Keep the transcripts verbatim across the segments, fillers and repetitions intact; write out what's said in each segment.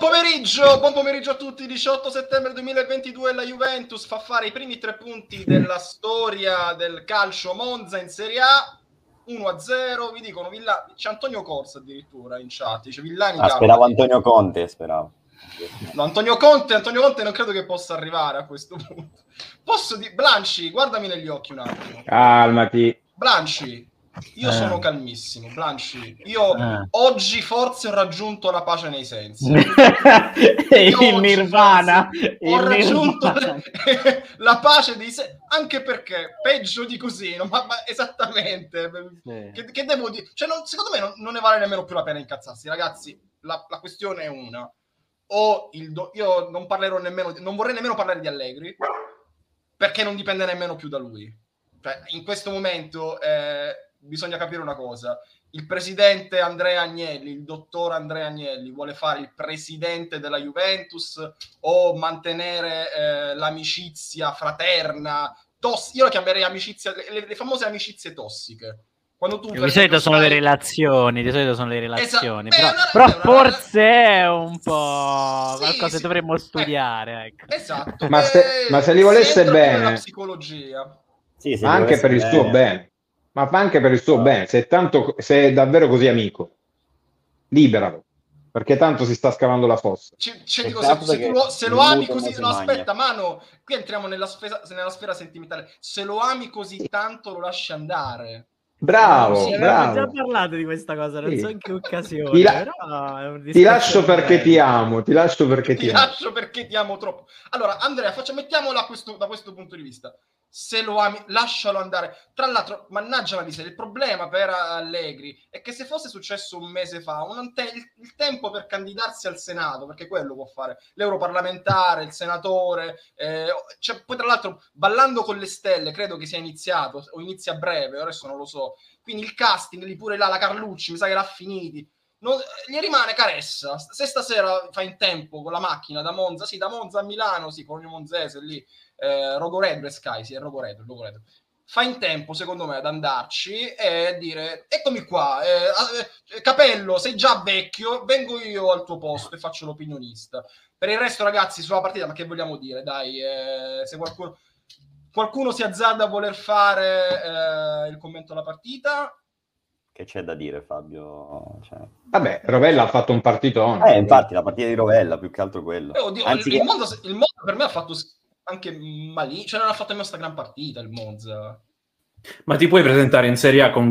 pomeriggio, buon pomeriggio a tutti. diciotto settembre duemilaventidue la Juventus fa fare i primi tre punti della storia del calcio Monza in Serie A. uno a zero, vi dicono Villani, c'è Antonio Corsa addirittura in chat, dice Villani ah, speravo Antonio Conte, speravo. No, Antonio Conte, Antonio Conte non credo che possa arrivare a questo punto. Posso dire, Blanci, guardami negli occhi un attimo. Calmati. Blanci, io eh. sono calmissimo, Blanci. Io eh. oggi forse ho raggiunto la pace nei sensi. il Nirvana. Ho il raggiunto Nirvana. la pace dei sensi, anche perché peggio di così, no? ma, ma esattamente. Sì. Che, che devo dire? Cioè, non, secondo me non, non ne vale nemmeno più la pena incazzarsi, ragazzi. La, la questione è una. O il do- io non parlerò nemmeno, non vorrei nemmeno parlare di Allegri, perché non dipende nemmeno più da lui. Cioè, in questo momento eh, bisogna capire una cosa: il presidente Andrea Agnelli, il dottor Andrea Agnelli, vuole fare il presidente della Juventus o mantenere eh, l'amicizia fraterna, toss- io la chiamerei amicizia, le, le famose amicizie tossiche. Quando tu, di solito sono stai... le relazioni, di solito sono le relazioni, esatto. però, Beh, però una, forse è un po' sì, qualcosa sì. che dovremmo studiare. Eh, ecco. Esatto. Ma se, ma se li volesse bene, la psicologia. Sì, se ma anche per il bene. suo bene, ma anche per il suo no. bene, se è, tanto, se è davvero così amico, liberalo, perché tanto si sta scavando la fossa. C- cioè, dico, se, se, lo, se lo ami così, no, aspetta, Mano, qui entriamo nella, sfera, nella sfera sentimentale. Se lo ami così tanto, lo lasci andare. Bravo, sì, bravo. Abbiamo già parlato di questa cosa, non sì. so in che occasione. Ti, la... però è un ti lascio perché bello. ti amo, ti lascio perché ti, ti amo. lascio perché ti amo troppo. Allora, Andrea, faccia, mettiamola questo, da questo punto di vista. Se lo ami, lascialo andare. Tra l'altro, mannaggia la miseria, il problema per Allegri è che se fosse successo un mese fa, un te- il, il tempo per candidarsi al Senato, perché quello può fare l'europarlamentare, il senatore, eh, cioè, poi tra l'altro Ballando con le stelle credo che sia iniziato, o inizia a breve, adesso non lo so. Quindi il casting, lì pure là, la Carlucci, mi sa che l'ha finiti. Non, gli rimane Caressa. Se stasera fa in tempo con la macchina da Monza, sì, da Monza a Milano, sì, con il Monzese lì, eh, Rogoredo e Sky, sì, è Rogoredo, Rogoredo. Fa in tempo, secondo me, ad andarci e dire: eccomi qua, eh, eh, Capello, sei già vecchio, vengo io al tuo posto e faccio l'opinionista. Per il resto, ragazzi, sulla partita, ma che vogliamo dire? Dai, eh, se qualcuno, qualcuno si azzarda a voler fare eh, il commento alla partita. Che c'è da dire, Fabio? Cioè... Vabbè, Rovella ha fatto un partitone. Eh, infatti, la partita di Rovella, più che altro quello. Eh, oddio, Anzi il, che... Monza, il Monza per me ha fatto anche malì, cioè non ha fatto questa gran partita il Monza. Ma ti puoi presentare in Serie A con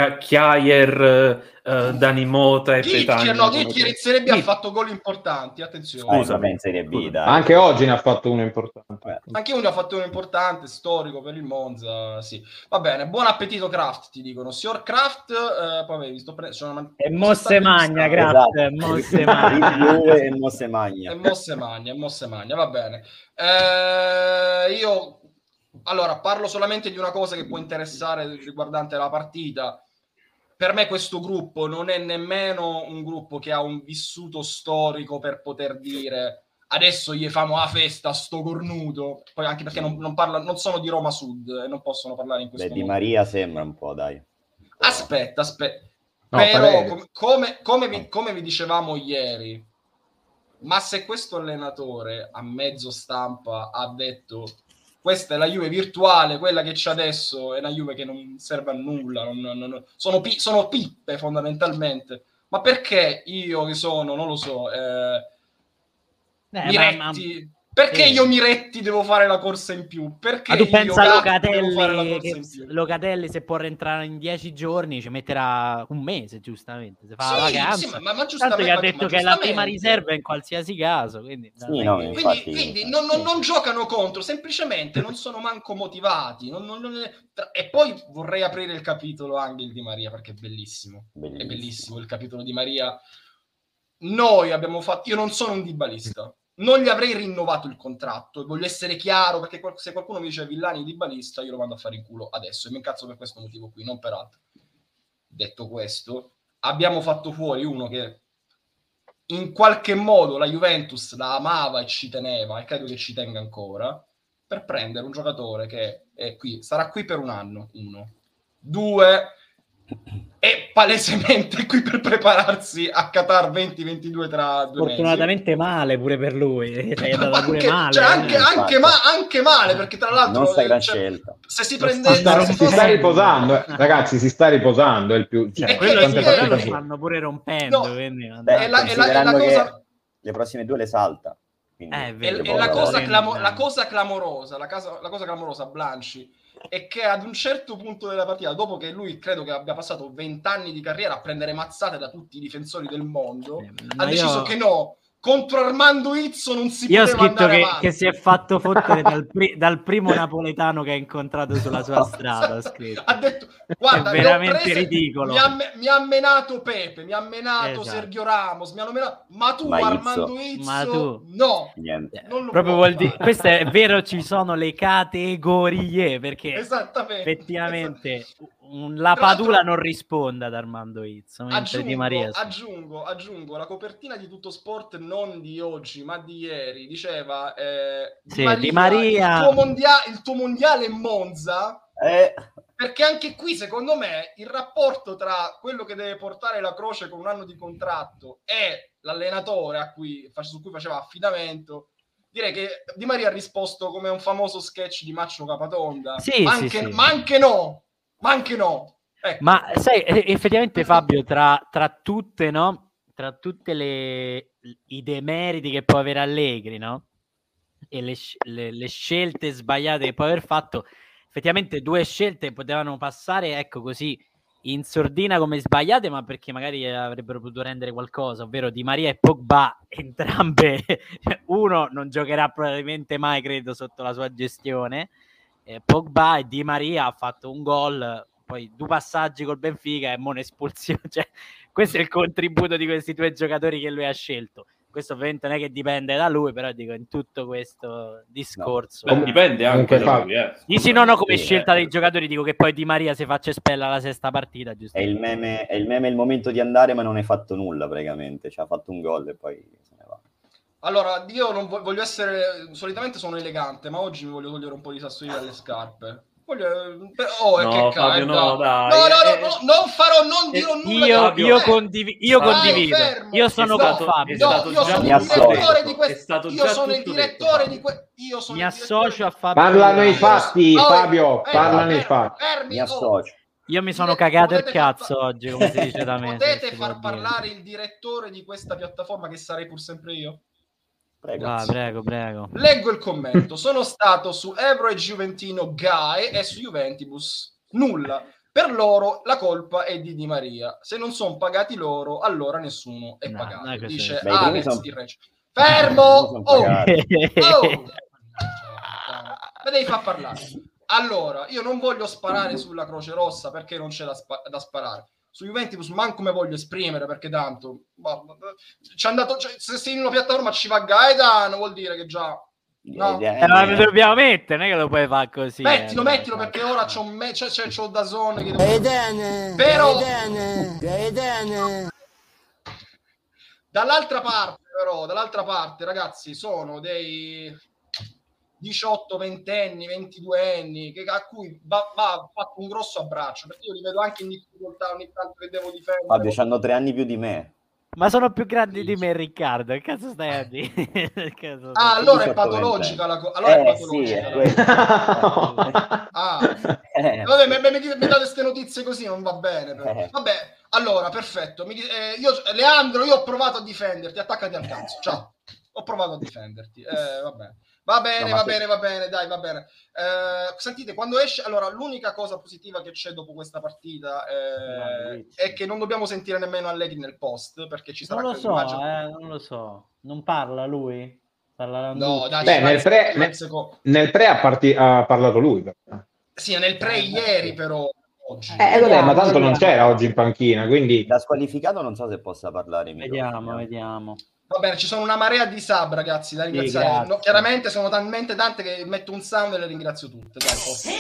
Chiayer, uh, Dani Mota e Petagna? No, Ghiacchier in Serie B ha fatto gol importanti, attenzione. Scusami, in Serie B, dai. Anche oggi ne ha fatto uno importante. Eh. Anche uno ne ha fatto uno importante, storico per il Monza, sì. Va bene, buon appetito Kraft, ti dicono. Signor Kraft, eh, poi avevi sto pre- sono... E Mosse Magna, grazie. Esatto. Mosse Magna. e Mosse Magna. E Mosse Magna, e Mosse Magna, va bene. Eh, io... Allora, parlo solamente di una cosa che può interessare riguardante la partita. Per me questo gruppo non è nemmeno un gruppo che ha un vissuto storico per poter dire adesso gli famo la festa a sto cornuto, poi anche perché non, non, parla, non sono di Roma Sud e non possono parlare in questo Beh, modo. Di Maria sembra un po', dai. Aspetta, aspetta. No, però com- come, come, vi, come vi dicevamo ieri, ma se questo allenatore a mezzo stampa ha detto questa è la Juve virtuale, quella che c'è adesso è una Juve che non serve a nulla, non, non, non, sono, pi- sono pippe fondamentalmente, ma perché io che sono, non lo so, eh, eh, Miretti, ma, ma... perché sì. io Miretti devo fare la corsa in più? Perché ma tu io pensa devo Locatelli, fare la corsa che in più? Locatelli se può rientrare in dieci giorni ci metterà un mese giustamente, se fa sì, la vacanza. Sì, ma, ma tanto che ha detto che è la prima riserva in qualsiasi caso, quindi, sì, no, che... quindi, quindi non, non, non giocano contro, semplicemente non sono manco motivati, non, non, non è... e poi vorrei aprire il capitolo Angel Di Maria perché è bellissimo, bellissimo, è bellissimo il capitolo Di Maria. Noi abbiamo fatto, io non sono un dibalista, non gli avrei rinnovato il contratto, voglio essere chiaro, perché se qualcuno mi dice Villani dibalista io lo mando a fare in culo adesso e mi incazzo per questo motivo qui, non per altro. Detto questo, abbiamo fatto fuori uno che in qualche modo la Juventus la amava e ci teneva e credo che ci tenga ancora, per prendere un giocatore che è qui, sarà qui per un anno, uno, due, e è palesemente qui per prepararsi a Qatar venti ventidue tra due mesi. Fortunatamente male pure per lui, è andata pure Anche, male. cioè, anche, eh. anche, ma- anche male, perché tra l'altro Non sta gran cioè, scelta. se si Lo prende sta- Si se sta si- riposando, eh. ragazzi, si sta riposando. È il più, cioè, È Quello che- tante è- partite è- lo sì. stanno pure rompendo, No, quindi Beh, è la- è la- è la considerando cosa- che le prossime due le salta. Quindi Eh, è E, vero. e la, cosa Sì, clamo- no. la cosa clamorosa, la, casa- la cosa clamorosa, Blanci, è che ad un certo punto della partita, dopo che lui credo che abbia passato vent'anni di carriera a prendere mazzate da tutti i difensori del mondo, Eh, ha ma deciso io- che no, contro Armando Izzo non si Io ho poteva scritto andare che, avanti. che si è fatto fottere dal, pri- dal primo napoletano che ha incontrato sulla sua strada. Ho scritto. Ha detto, guarda, È le ho veramente prese- ridicolo. Mi ha, me- mi ha menato Pepe, mi ha menato Esatto. Sergio Ramos, mi hanno menato, ma tu Ma Izzo. Armando Izzo, Ma tu. no, Niente. non lo Proprio può vuol dire, fare. questo è vero, ci sono le categorie, perché Esattamente. effettivamente un- la Tra l'altro- Padula non risponde ad Armando Izzo, mentre Di Aggiungo, Maria sì. aggiungo, aggiungo, la copertina di Tutto Sport non di oggi, ma di ieri, diceva eh, Sì, Di Maria. Il, tuo mondia- il tuo mondiale in Monza, Eh, perché anche qui secondo me il rapporto tra quello che deve portare la Croce con un anno di contratto e l'allenatore a cui, su cui faceva affidamento, direi che Di Maria ha risposto come un famoso sketch di Maccio Capatonda, Sì, ma, sì, anche, sì. ma anche no, ma anche no. Ecco. Ma sai, e- effettivamente Fabio, tra, tra tutte, no? Tra tutte le i demeriti che può avere Allegri, no? E le, sc- le- le scelte sbagliate che può aver fatto, effettivamente due scelte potevano passare, ecco così, in sordina come sbagliate, ma perché magari avrebbero potuto rendere qualcosa, ovvero Di Maria e Pogba, entrambe, uno non giocherà probabilmente mai, credo, sotto la sua gestione, eh, Pogba e Di Maria ha fatto un gol, poi due passaggi col Benfica e mo un'espulsione, cioè questo è il contributo di questi due giocatori che lui ha scelto. Questo ovviamente non è che dipende da lui, però dico in tutto questo discorso. Beh, dipende anche Comunque da fa- lui, eh. Sì, sì, no, no, come Sì, scelta eh. dei giocatori dico che poi Di Maria si faccia espella alla sesta partita, giusto? è il meme, è il meme il momento di andare, ma non hai fatto nulla praticamente. Cioè, ha fatto un gol e poi se ne va. Allora, io non vo- voglio essere, solitamente sono elegante, ma oggi mi voglio togliere un po' di sassolini dalle scarpe. Voglio, per- oh, e No, che ca- Fabio, eh, no, dai. dai, no, no, eh, no, no, non farò, non dirò nulla. Io, di- io, eh, condivi- io stai condivido, fermo. io sono È con stato- Fabio. è No, stato io già sono Mi il associo. direttore di È questo. stato Io già sono il tutto direttore detto, di questo. Io sono Mi il associo a direttore Fabio. Parlano i Io- fatti, Oh, Fabio, eh, parlano i fermi, fatti. fermi, Mi oh. associo. Io mi sono Potete cagato il far- cazzo oggi, come si dice da me. se Potete si può far dire. parlare il direttore di questa piattaforma, che sarei pur sempre io? Prego. Ah, prego, prego. Leggo il commento. Sono stato su Average Juventino Guy e su Juventibus. Nulla. Per loro la colpa è di Di Maria. Se non sono pagati loro, allora nessuno è No, pagato. non è così. Dice Beh, i primi Alex son- il Rec. Fermo! sono Oh! pagati. Oh! Me devi far parlare. Allora, io non voglio sparare sulla Croce Rossa perché non c'è da, spa- da sparare. Su Juventus manco me voglio esprimere perché tanto boh, ci è andato, cioè, se sei in una piattaforma ci va Gaetano, vuol dire che già no. Eh, Eh, ma lo dobbiamo mettere, non è che lo puoi fare così. mettilo, eh. mettilo perché ora c'ho, me- c'è, c'è, c'ho Dazon che devo... Gaetano, Però- Gaetano, Gaetano. Dall'altra parte però, dall'altra parte ragazzi, sono dei diciotto, venti anni, ventidue anni che, a cui va, va fatto un grosso abbraccio, perché io li vedo anche in difficoltà ogni tanto che devo difendere. Fabio, hanno tre anni più di me. Ma sono più grandi di me, Riccardo. Che cazzo stai a dire? Che cazzo Ah, stai- allora è diciotto, patologica la cosa. Allora è Eh, sì, patologica. è la questo. cosa. Ah, Eh, vabbè, mi, mi, mi date queste notizie così, non va bene. però. Eh. Vabbè, allora, perfetto. Mi, di- eh, io, Leandro, io ho provato a difenderti. Attaccati al cazzo. Ciao. Ho provato a difenderti. Eh, va bene. Va bene, No, ma va se- bene, va bene, dai, va bene. Eh, sentite, quando esce... Allora, l'unica cosa positiva che c'è dopo questa partita eh, è che non dobbiamo sentire nemmeno Allegri nel post, perché ci sarà... Non lo so, immagino- eh, non lo so. Non parla lui? Parla No, dai, Beh, ci nel va- pre- ci va il nel- secondo. Nel pre ha, parti- ha parlato lui. però. Sì, nel pre ieri però oggi. Eh, vabbè, ma tanto non Vediamo. c'era oggi in panchina, quindi da squalificato non so se possa parlare. in Vediamo, microfono. vediamo. Va bene, ci sono una marea di sub, ragazzi, da ringraziare. grazie. No, chiaramente sono talmente tante che metto un sound e le ringrazio tutte. Dai, forza.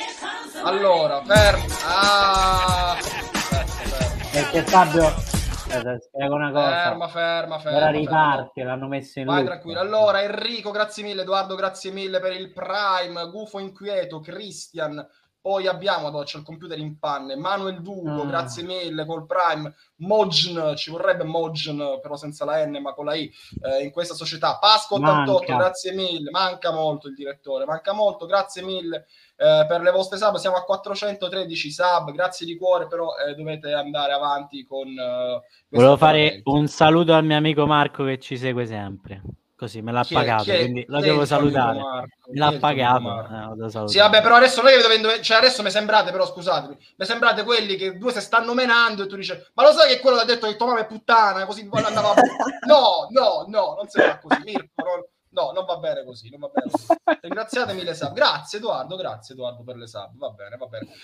Allora, fermo. Ah, aspetta, fermo. Perché Fabio, aspetta, spiego una cosa. Ferma, ferma, ferma. Ora ferma, riparte, l'hanno messo in Vai loop. tranquillo. Allora, Enrico, grazie mille. Edoardo, grazie mille per il Prime. Gufo inquieto, Christian. Poi abbiamo, no, c'è il computer in panne. Manuel Dugo, Ah. grazie mille col Prime. Mojn, ci vorrebbe Mojn, però senza la N, ma con la I, eh, in questa società. Pasco ottantotto, Manca. grazie mille. Manca molto il direttore, manca molto. Grazie mille eh, per le vostre sub. Siamo a quattrocentotredici sub. Grazie di cuore, però eh, dovete andare avanti con... eh, Volevo questo fare appuntamento. un saluto al mio amico Marco che ci segue sempre. Così me l'ha Chi è- pagato, chi è- quindi lo chi è devo il tuo amico salutare. Marco? Me Chi è l'ha il tuo amico pagato. Marco? eh, lo devo salutare. Sì, vabbè, però adesso non è che dovendo, cioè adesso mi sembrate, però scusatemi, mi sembrate quelli che due si stanno menando e tu dici, ma lo sai che quello l'ha detto che tua mamma è puttana, così andava a... No, no, no, non si fa così, Mirko, non- no, non va bene così, non va bene così. Ringraziatemi le sub. Grazie Edoardo, grazie Edoardo per le sub, va bene, va bene.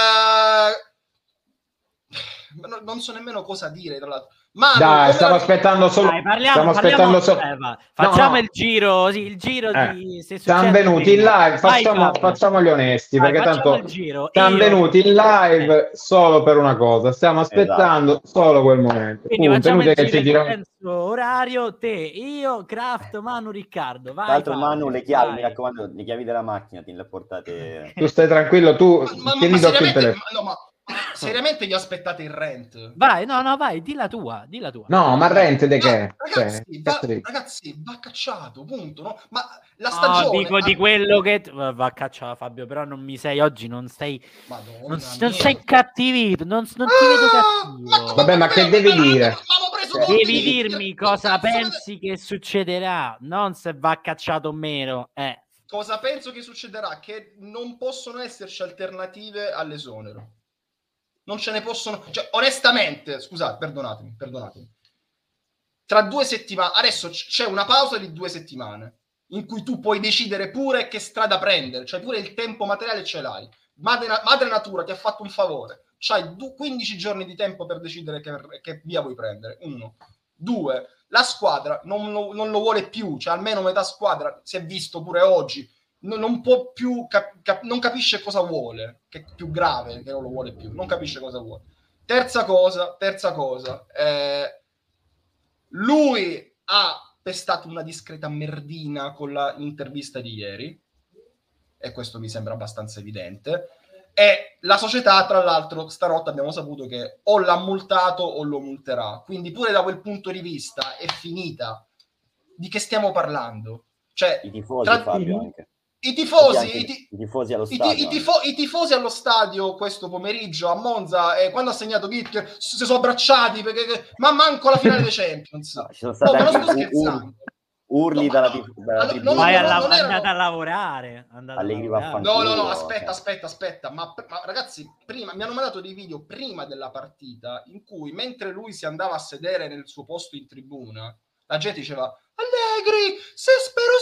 Uh... no- non so nemmeno cosa dire, tra l'altro. Ma Dai, stavo aspettando solo. Dai, parliamo, stavo parliamo- aspettando solo. eh, va. Facciamo No, no. il giro, sì, il giro Eh, di... se Siamo succede venuti in prima. live, Vai, facciamo, Fabio. facciamo gli onesti, Vai, perché facciamo tanto il giro. siamo Io- venuti in live Eh. solo per una cosa, stiamo aspettando solo quel momento. Quindi Punto. facciamo il Inutile che giro ci in giriamo. senso orario, te, io, Craft, Manu, Riccardo. Vai, Tra l'altro, Fabio, Manu, le chiavi, vai. mi raccomando, le chiavi della macchina, ti le portate. Tu stai tranquillo, tu Ma, ma- ma tieni d'occhio il seriamente, telefono. ma- no, ma seriamente vi aspettate il rent? Vai, no, no, vai, di la tua, di la tua. No, ma rente de che? No, ragazzi, Cioè, va, cazzo di- ragazzi, va cacciato, punto. No? Ma la No, stagione... dico ah, di quello che va va a caccia Fabio, però non mi sei oggi, non stai Madonna non, mia. non sei cattivito, non, non ti vedo Ah, ma cattivo. come- Vabbè, ma che devi ma- dire? ma- ma hanno preso Cioè, tutti Devi i- dirmi ma cosa cazzo ne- pensi che succederà, non se va cacciato o meno. Eh. Cosa penso che succederà? Che non possono esserci alternative all'esonero. Non ce ne possono... Cioè, onestamente, scusate, perdonatemi, perdonatemi. Tra due settimane... Adesso c- c'è una pausa di due settimane in cui tu puoi decidere pure che strada prendere, cioè pure il tempo materiale ce l'hai. Madre, na- madre natura ti ha fatto un favore. C'hai du- quindici giorni di tempo per decidere che, che via vuoi prendere. Uno. Due. La squadra non lo, non lo vuole più, cioè almeno metà squadra si è visto pure oggi. Non, non può più cap- cap- non capisce cosa vuole, che è più grave che non lo vuole più, non capisce cosa vuole. Terza cosa, terza cosa, eh, lui ha pestato una discreta merdina con l'intervista di ieri, e questo mi sembra abbastanza evidente, e la società, tra l'altro, stanotte abbiamo saputo che o l'ha multato o lo multerà, quindi pure da quel punto di vista è finita. Di che stiamo parlando? Cioè, I tifosi, tra- Fabio, anche. i tifosi, Anche i, ti- i tifosi allo i ti- stadio. i tifo- i tifosi allo stadio questo pomeriggio a Monza, eh, quando ha segnato Gittier, si sono abbracciati perché, ma manco la finale dei Champions. No, ci sono No, state ma non anche sto ur- scherzando. urli No, dalla, no, tif- dalla allora, tribuna. no, Vai no, alla- non erano- andate a lavorare. Andate a Allegri lavorare. vaffanculo. No, no, no, Culo, aspetta, cioè. aspetta, aspetta, ma, ma ragazzi, prima mi hanno mandato dei video prima della partita in cui mentre lui si andava a sedere nel suo posto in tribuna, la gente diceva Allegri, se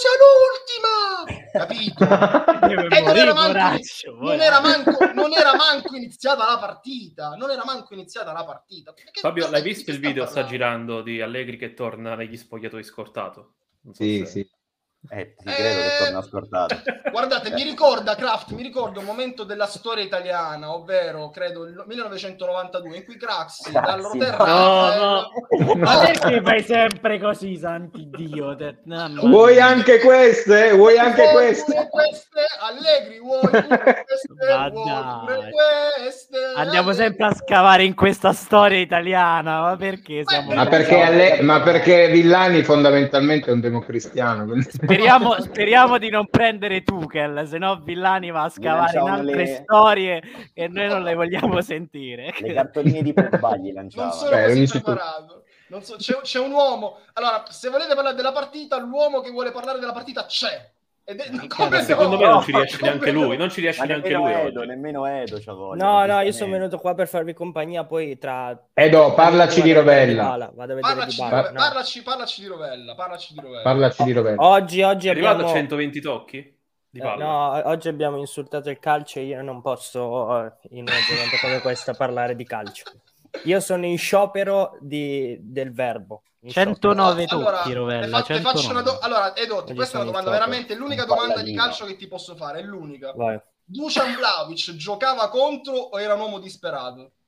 spero sia l'ultima, capito? Deve E non morire, era, manco, poraccio, non, poraccio. era manco, non era manco iniziata la partita, non era manco iniziata la partita. Che- Fabio, che- l'hai di visto che il sta video sta parlando? girando di Allegri che torna negli spogliatoi scortato? Non so Sì, se- sì. Eh, ti credo che Eh, torna scortato. Guardate, mi ricorda Kraft, mi ricorda un momento della storia italiana, ovvero credo il millenovecentonovantadue, in cui Craxi dal Craxi, Roterra no, eh, Ma perché fai sempre così, santi Dio? Te- no, no. Vuoi anche queste? Vuoi anche vuoi queste? pure queste? Allegri, vuoi pure queste? Ma Vuoi pure dai. queste? Andiamo Allegri. sempre a scavare in questa storia italiana, ma perché siamo... Ma perché, alle- ma perché Villani fondamentalmente è un democristiano. quindi- Speriamo, speriamo di non prendere Tuchel, se no Villani va a scavare in lanciavano altre le- storie e noi non le vogliamo sentire. Le cartoline di Pogba gli Non lanciava. sono Beh, così ogni città- preparato. Non so, c'è, c'è un uomo. Allora, se volete parlare della partita, l'uomo che vuole parlare della partita c'è. Ed è, come Secondo no? me non ci riesce Come neanche no? lui, non ci riesce Ma neanche nemmeno lui Edo, oggi. nemmeno Edo c'ha voglia. No, no, io giustamente. sono venuto qua per farvi compagnia, poi tra... Edo, parlaci di Vado a vedere Rovella. Dybala, Vado a vedere Parlaci, di, Dybala, Rove- no. parlaci, parlaci di Rovella. Parlaci di Rovella. Parlaci di Rovella. Oggi, oggi È arrivato abbiamo... a centoventi tocchi? Di eh, palla. no, oggi abbiamo insultato il calcio e io non posso eh, in una giornata come questa parlare di calcio. Io sono in sciopero di, del verbo. In centonove Allora, tocchi, te Rovella, fa- te faccio una centonove. do- allora, Edotti, Oggi questa è una sono domanda in veramente l'unica Un domanda di palladino. calcio che ti posso fare, è l'unica. sciopero. Vai. Dusan Vlahovic giocava contro o era un uomo disperato?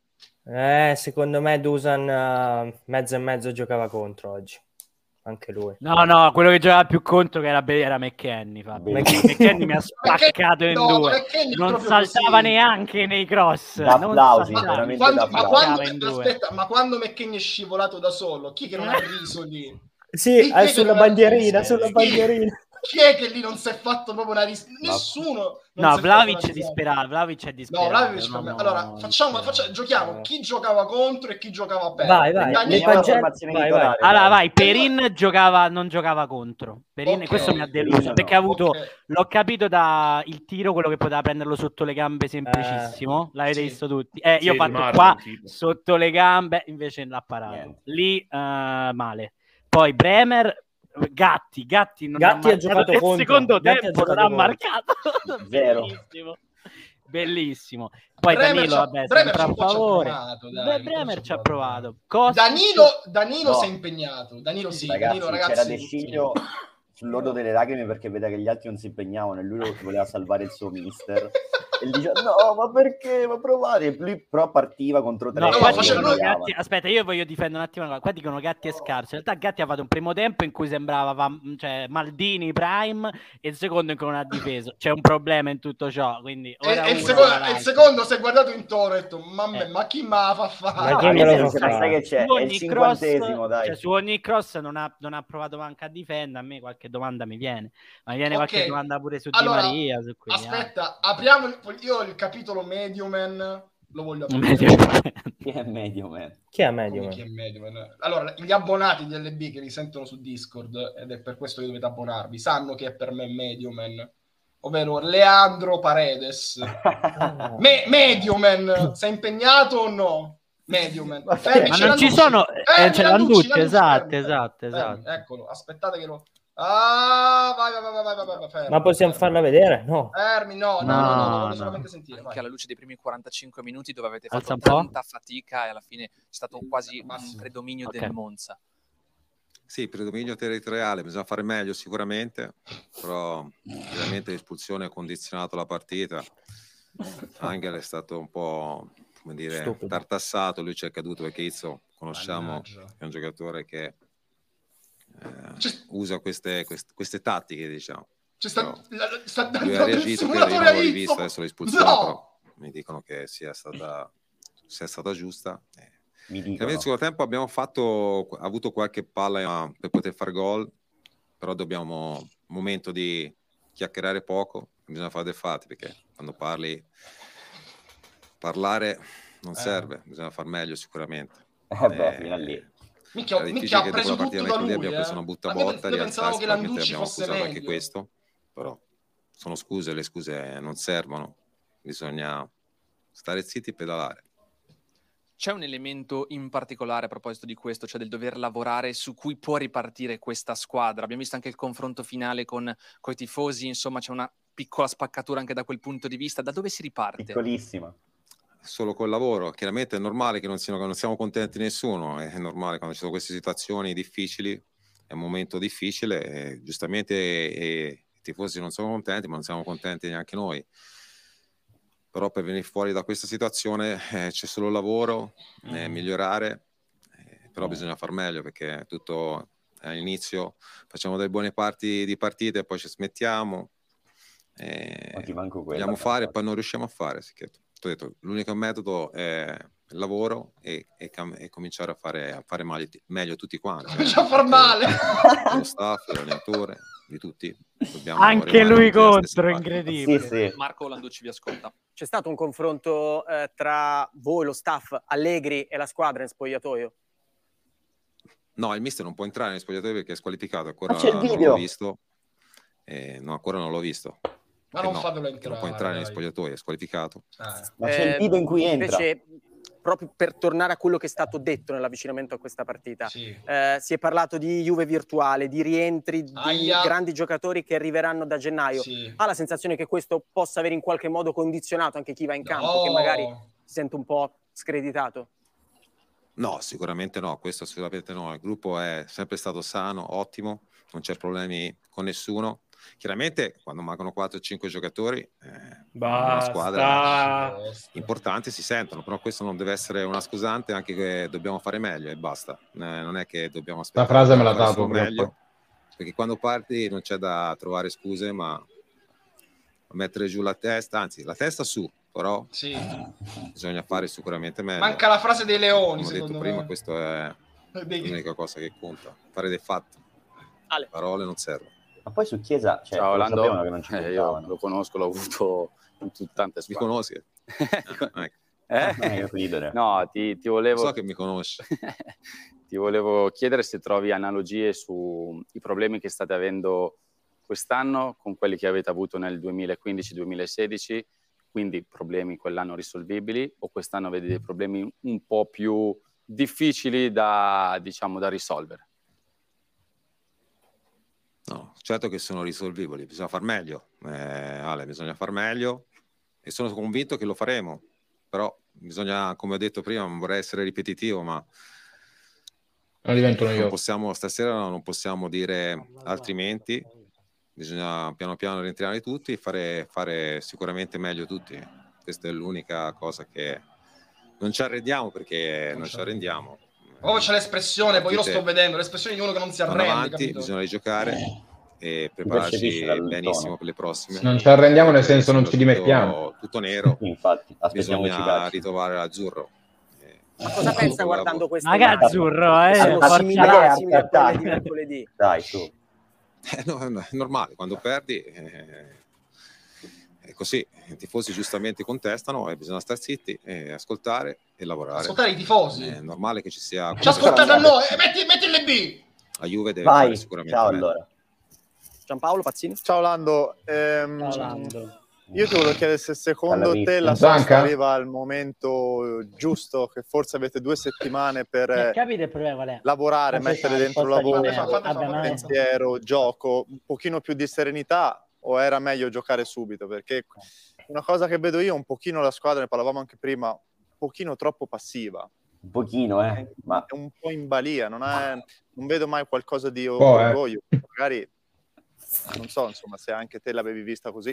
Eh, secondo me Dusan uh, mezzo e mezzo giocava contro oggi. Anche lui. No, no, quello che giocava più contro che era, era McKennie. McKennie mi ha spaccato in no, due. Non saltava così. neanche nei cross. Applausi, ma, veramente quando, da ma, quando, in due. aspetta, ma quando McKennie è scivolato da solo, chi che non ha riso lì? Sì, eh, sulla bandierina, sulla chi? bandierina. Chi è che lì non si è fatto proprio una risata? Nessuno. No, Vlahovic è disperato. Vlahovic è disperato. No, Vlahovic no, no, allora, facciamo, facciamo, giochiamo chi giocava contro e chi giocava per. Vai, vai. Danilo, Le pagelle... vai, vai. Allora, vai, Perin giocava, non giocava contro. Perin, okay. Questo mi ha deluso, no. perché ha avuto, okay. l'ho capito da il tiro, quello che poteva prenderlo sotto le gambe semplicissimo. Eh, L'avete sì. visto tutti. Eh, io ho fatto Marco, qua, tipo. Sotto le gambe, invece l'ha parato. Niente. Lì, uh, male. Poi Bremer... Gatti, Gatti non Gatti ha ha giocato contro. secondo Gatti tempo non ha marcato. Zero. Bellissimo. Bellissimo. Poi Bremer Danilo, vabbè, Bremer sempre a favore. Provato, dai, Bremer ci ha provato. Costa... Danilo, Danilo no. si è impegnato. Danilo sì, ragazzi, Danilo, ragazzi, c'era De Sciglio sull'orlo delle lacrime perché vede che gli altri non si impegnavano e lui lo voleva salvare il suo mister. E gli dice no, ma perché? Ma provare. E lui però partiva contro tre. No, qua dicono Gatti... Aspetta, io voglio difendere un attimo una cosa. Qua dicono Gatti e scarso. In realtà Gatti ha fatto un primo tempo in cui sembrava cioè, Maldini Prime e il secondo in cui non ha difeso. C'è un problema in tutto ciò. Quindi ora e, e, il secondo, e il secondo si è guardato intorno e ha detto ma, eh. ma chi me la fa fare? Ma chi me lo fa fare? fare? Che c'è? Su È il cinquantesimo, cross, dai. Cioè, su ogni cross non ha, non ha provato manco a difendere. A me qualche domanda mi viene. Ma mi viene okay. qualche domanda pure su allora, Di Maria. Su aspetta, ah. apriamo il, io il capitolo Medio Man lo voglio aprire. Chi è Medio Man? Chi è Medio Man? Chi è Medio Man? Allora, gli abbonati di L B che mi sentono su Discord, ed è per questo che dovete abbonarvi, sanno che è per me Medio Man, ovvero Leandro Paredes. Me- Medio Man, sei impegnato o no? Medio Man. Fermi, ma non ci sono... Eh, c'è Landucci, esatto, esatto, esatto. Eccolo, aspettate che lo... Ah, vai, vai, vai, vai, vai, vai, fermi, ma possiamo fermi. farla vedere? No. Fermi, no, no, no, no, no, no, no solamente sentire. Anche vai. Alla luce dei primi quarantacinque minuti dove avete Alza fatto tanta fatica e alla fine c'è stato quasi Massimo. un predominio okay. del Monza. Sì, predominio territoriale, bisogna fare meglio sicuramente, però ovviamente l'espulsione ha condizionato la partita. Angel è stato un po', come dire, Stupido. tartassato, lui ci è caduto perché Izzo conosciamo, Mannaggia. È un giocatore che Eh, usa queste, queste, queste tattiche, diciamo. Sta, sta lui ha reagito, poi io non l'ho rivista adesso l'espulsione, no! Però mi dicono che sia stata, sia stata giusta. Mi dicono. Nel secondo tempo abbiamo fatto, avuto qualche palla per poter fare gol, però dobbiamo un momento di chiacchierare poco, bisogna fare dei fatti, perché quando parli parlare non serve, eh. bisogna far meglio sicuramente. Eh beh, fino a lì. Minchia, minchia ha preso tutto da lui, abbiamo preso eh. una butta botta, noi pensavamo che Landucci abbiamo fosse accusato meglio. anche questo, però sono scuse, le scuse non servono, bisogna stare zitti e pedalare. C'è un elemento in particolare a proposito di questo, cioè del dover lavorare, su cui può ripartire questa squadra? Abbiamo visto anche il confronto finale con i tifosi, insomma c'è una piccola spaccatura anche da quel punto di vista. Da dove si riparte? Piccolissima. Solo col lavoro, chiaramente è normale che non, siano, che non siamo contenti nessuno, è normale quando ci sono queste situazioni difficili, è un momento difficile, e giustamente e, i tifosi non sono contenti, ma non siamo contenti neanche noi. Però per venire fuori da questa situazione eh, c'è solo lavoro, eh, migliorare, eh, però bisogna far meglio, perché tutto all'inizio facciamo delle buone parti di partite e poi ci smettiamo, eh, vogliamo fare e poi non riusciamo a fare. Sì, che ho detto, l'unico metodo è il lavoro e, e, cam- e cominciare a fare, a fare male, meglio tutti quanti. Comincia a far male! Lo staff, l'allenatore, di tutti. Dobbiamo anche lui contro, incredibile. Sì, sì. Marco Landucci vi ascolta. C'è stato un confronto eh, tra voi, lo staff, Allegri e la squadra in spogliatoio? No, il mister non può entrare nel spogliatoio perché è squalificato, ancora c'è il non video. l'ho visto. Eh, no, ancora non l'ho visto. Ma non no, fatelo entrare. Non può entrare nel spogliatoio, è squalificato. Ah. Ma c'è il video in cui entra. Invece, proprio per tornare a quello che è stato detto nell'avvicinamento a questa partita, sì. eh, si è parlato di Juve virtuale, di rientri di Aia. grandi giocatori che arriveranno da gennaio. Sì. Ha la sensazione che questo possa aver in qualche modo condizionato anche chi va in campo, No. che magari si sente un po' screditato? No, sicuramente no, questo assolutamente no. Il gruppo è sempre stato sano, ottimo, non c'è problemi con nessuno. Chiaramente quando mancano quattro o cinque giocatori, eh, una Basta. squadra importante si sentono, però questo non deve essere una scusante, anche che dobbiamo fare meglio e basta. Eh, non è che dobbiamo La aspettare frase me l'ha fare dato solo prima o meglio, poi. perché quando parti non c'è da trovare scuse, ma mettere giù la testa, anzi la testa su, però Sì. bisogna fare sicuramente meglio. Manca la frase dei leoni, Come ho detto secondo prima, me. questo è Dei- l'unica cosa che conta, fare dei fatti. Ale. Parole non servono. Ma poi su Chiesa, cioè, Ciao lo Lando, sapevano che non ci Eh, io puntavano. lo conosco, l'ho avuto in tut- tante Mi squadre. conosci? Ah, ecco. Eh? Non hai ridere. No, ti, ti volevo... So che mi conosci. Ti volevo chiedere se trovi analogie sui problemi che state avendo quest'anno con quelli che avete avuto nel duemilaquindici duemilasedici, quindi problemi quell'anno risolvibili, o quest'anno vedi dei problemi un po' più difficili da, diciamo, da risolvere? No, certo che sono risolvibili, bisogna far meglio. Eh, Ale, bisogna far meglio e sono convinto che lo faremo, però bisogna, come ho detto prima, non vorrei essere ripetitivo, ma Non diventano non io. possiamo, stasera non possiamo dire altrimenti, bisogna piano piano rientrare tutti e fare, fare sicuramente meglio tutti. Questa è l'unica cosa che non ci arrendiamo, perché non ci arrendiamo. Oh, c'è l'espressione, poi io lo sto Partite vedendo, l'espressione di uno che non si vanno arrende, avanti, capito? bisogna rigiocare e percepisce prepararci dal benissimo tono. per le prossime. Non ci arrendiamo nel senso non Essendo ci dimettiamo. tutto, tutto nero, Infatti, aspettiamoci bisogna calci. ritrovare l'azzurro. Ma cosa pensa guardando questo? Ma che azzurro, eh? Sono Forza simili, Lazio. simili a quelle di mercoledì. Dai, su. Eh, no, è normale, quando perdi eh, è così, i tifosi giustamente contestano e bisogna star zitti e ascoltare e lavorare. Ascoltare i tifosi. È normale che ci sia... Ci ascoltate a noi, eh, metti, metti il B! La Juve deve Vai, fare sicuramente ciao meglio. allora. Giampaolo Pazzini. Ciao Lando, Ehm, Ciao, Lando. io ti volevo chiedere se secondo Alla te la Zanca? sosta arriva al momento giusto, che forse avete due settimane per Eh, eh, capite il problema qual è? lavorare, Ma mettere sai, dentro posta lavoro, di me- Fate, fate, vabbè, ma- pensiero, gioco, un pochino più di serenità, o era meglio giocare subito? Perché una cosa che vedo io, un pochino la squadra, ne parlavamo anche prima, un pochino troppo passiva, Un pochino, eh. Ma è un po' in balia, non, è, non vedo mai qualcosa di Po', eh. orgoglio, magari non so, insomma, se anche te l'avevi vista così.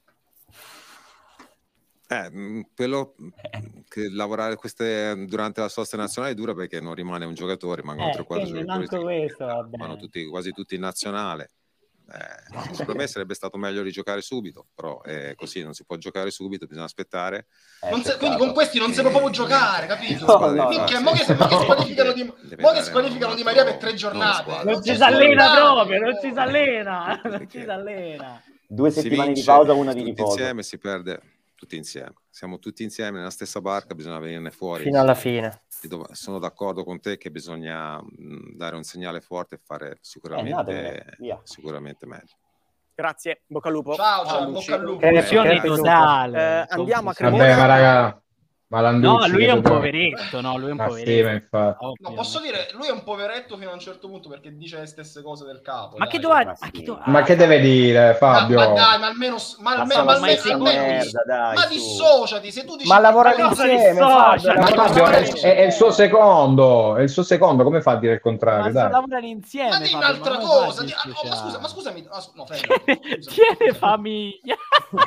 Eh, mh, quello che lavorare queste durante la sosta nazionale è dura, perché non rimane un giocatore, mancano Eh, tre quattro quindi giocatori, manco questo va bene. vanno tutti, quasi tutti in nazionale. Eh, secondo me sarebbe stato meglio rigiocare subito, però è così, non si può giocare subito, bisogna aspettare. è Non se- peccato. quindi con questi non si può proprio giocare, capito? No, no, Minchia, no, mo sì. che, mo che squalificano di, Deve mo che dare squalificano un di Maria per altro- tre non giornate. squadra. Non ci c'è si allena squadra. proprio, non ci si allena, non ci Perché si allena. Due si settimane vince di pausa, una di tutti riposo. insieme, si perde tutti insieme. Siamo tutti insieme nella stessa barca, bisogna venirne fuori. Fino alla fine. Sono d'accordo con te che bisogna mh, dare un segnale forte e fare sicuramente, andatevene, via. sicuramente meglio. Grazie, bocca al lupo. Ciao, ciao, Luci. bocca al lupo. Confusione Crepe il lupo. totale. Eh, andiamo a Confusione. Cremona. Vabbè, ma raga, ma Landucci No, lui che è un dobbiamo- poveretto, no, lui è un Ma sì, poveretto. ma infatti. Ovvio. No, posso dire, lui è un poveretto fino a un certo punto, perché dice le stesse cose del capo. Ma dai. che doveva... Ma Ma, sì. che do- Ma ah, che deve dire, Ma, Fabio? ma dai, ma almeno, ma almeno, Ma ma ma almeno, questa almeno merda, dai, ma su. dissociati, se tu dici Ma lavorare ma cosa insieme, dissocia? Fabio, Ma lavorare Fabio è, insieme. è- è il suo secondo, è il suo secondo, come fa a dire il Ma contrario? se Dai. lavorano insieme, Ma di Fabio, un'altra ma come fa a cosa, di- ah, oh, ma dissociare? scusa, ma scusami, ah, no, fermo, Tiene, scusa. tiene famiglia.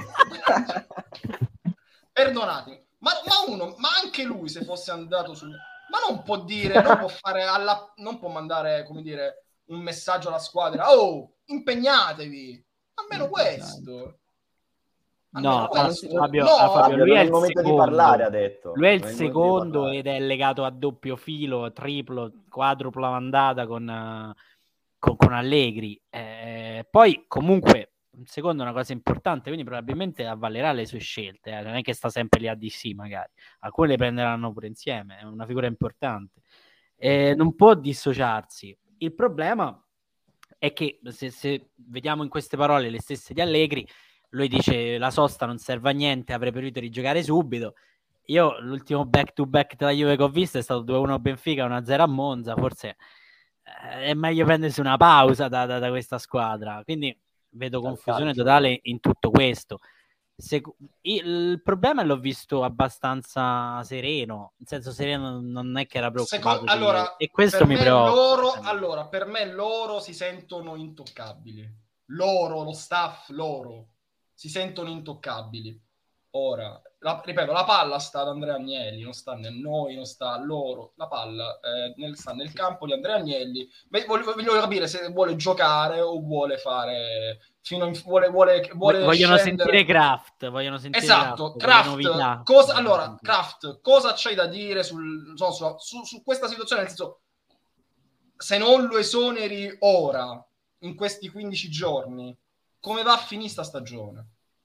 Perdonatemi, ma, ma uno, ma anche lui se fosse andato su, ma non può dire, non può fare alla, non può mandare, come dire, un messaggio alla squadra, oh, impegnatevi, almeno questo. Almeno No, questo. Fabio, No, ah, Fabio, Fabio, lui non è è il il momento di secondo. parlare, ha detto. Lui è il Non è il momento di secondo parlare. ed è legato a doppio filo, triplo, quadrupla mandata con, eh, con, con Allegri. Eh, poi comunque, secondo è una cosa importante, quindi probabilmente avvalerà le sue scelte. Eh. Non è che sta sempre lì a D C, magari. Alcune le prenderanno pure insieme, è una figura importante. Eh, non può dissociarsi. Il problema è che se, se vediamo in queste parole le stesse di Allegri, lui dice la sosta non serve a niente, avrei preferito rigiocare subito. Io l'ultimo back to back della Juve che ho visto è stato due a uno a Benfica, uno a zero a Monza. Forse eh, è meglio prendersi una pausa da, da, da questa squadra, quindi vedo confusione totale in tutto questo. Se, il, il problema l'ho visto abbastanza sereno, in senso sereno, non è che era preoccupato Secondo, di- allora, e questo per mi me preoccupa. loro, allora, per me loro si sentono intoccabili. loro, lo staff, loro si sentono intoccabili. Ora, la, ripeto, la palla sta ad Andrea Agnelli, non sta né a noi, non sta a loro. La palla eh, nel, sta nel campo di Andrea Agnelli. Beh, voglio, voglio capire se vuole giocare o vuole fare... Fino in, vuole, vuole, vuole vogliono scendere. sentire Kraft, vogliono sentire Esatto, Kraft, Kraft, cosa, allora, Kraft, cosa c'hai da dire sul, so, su, su, su questa situazione? Nel senso, se non lo esoneri ora, in questi quindici giorni, come va a finire sta stagione?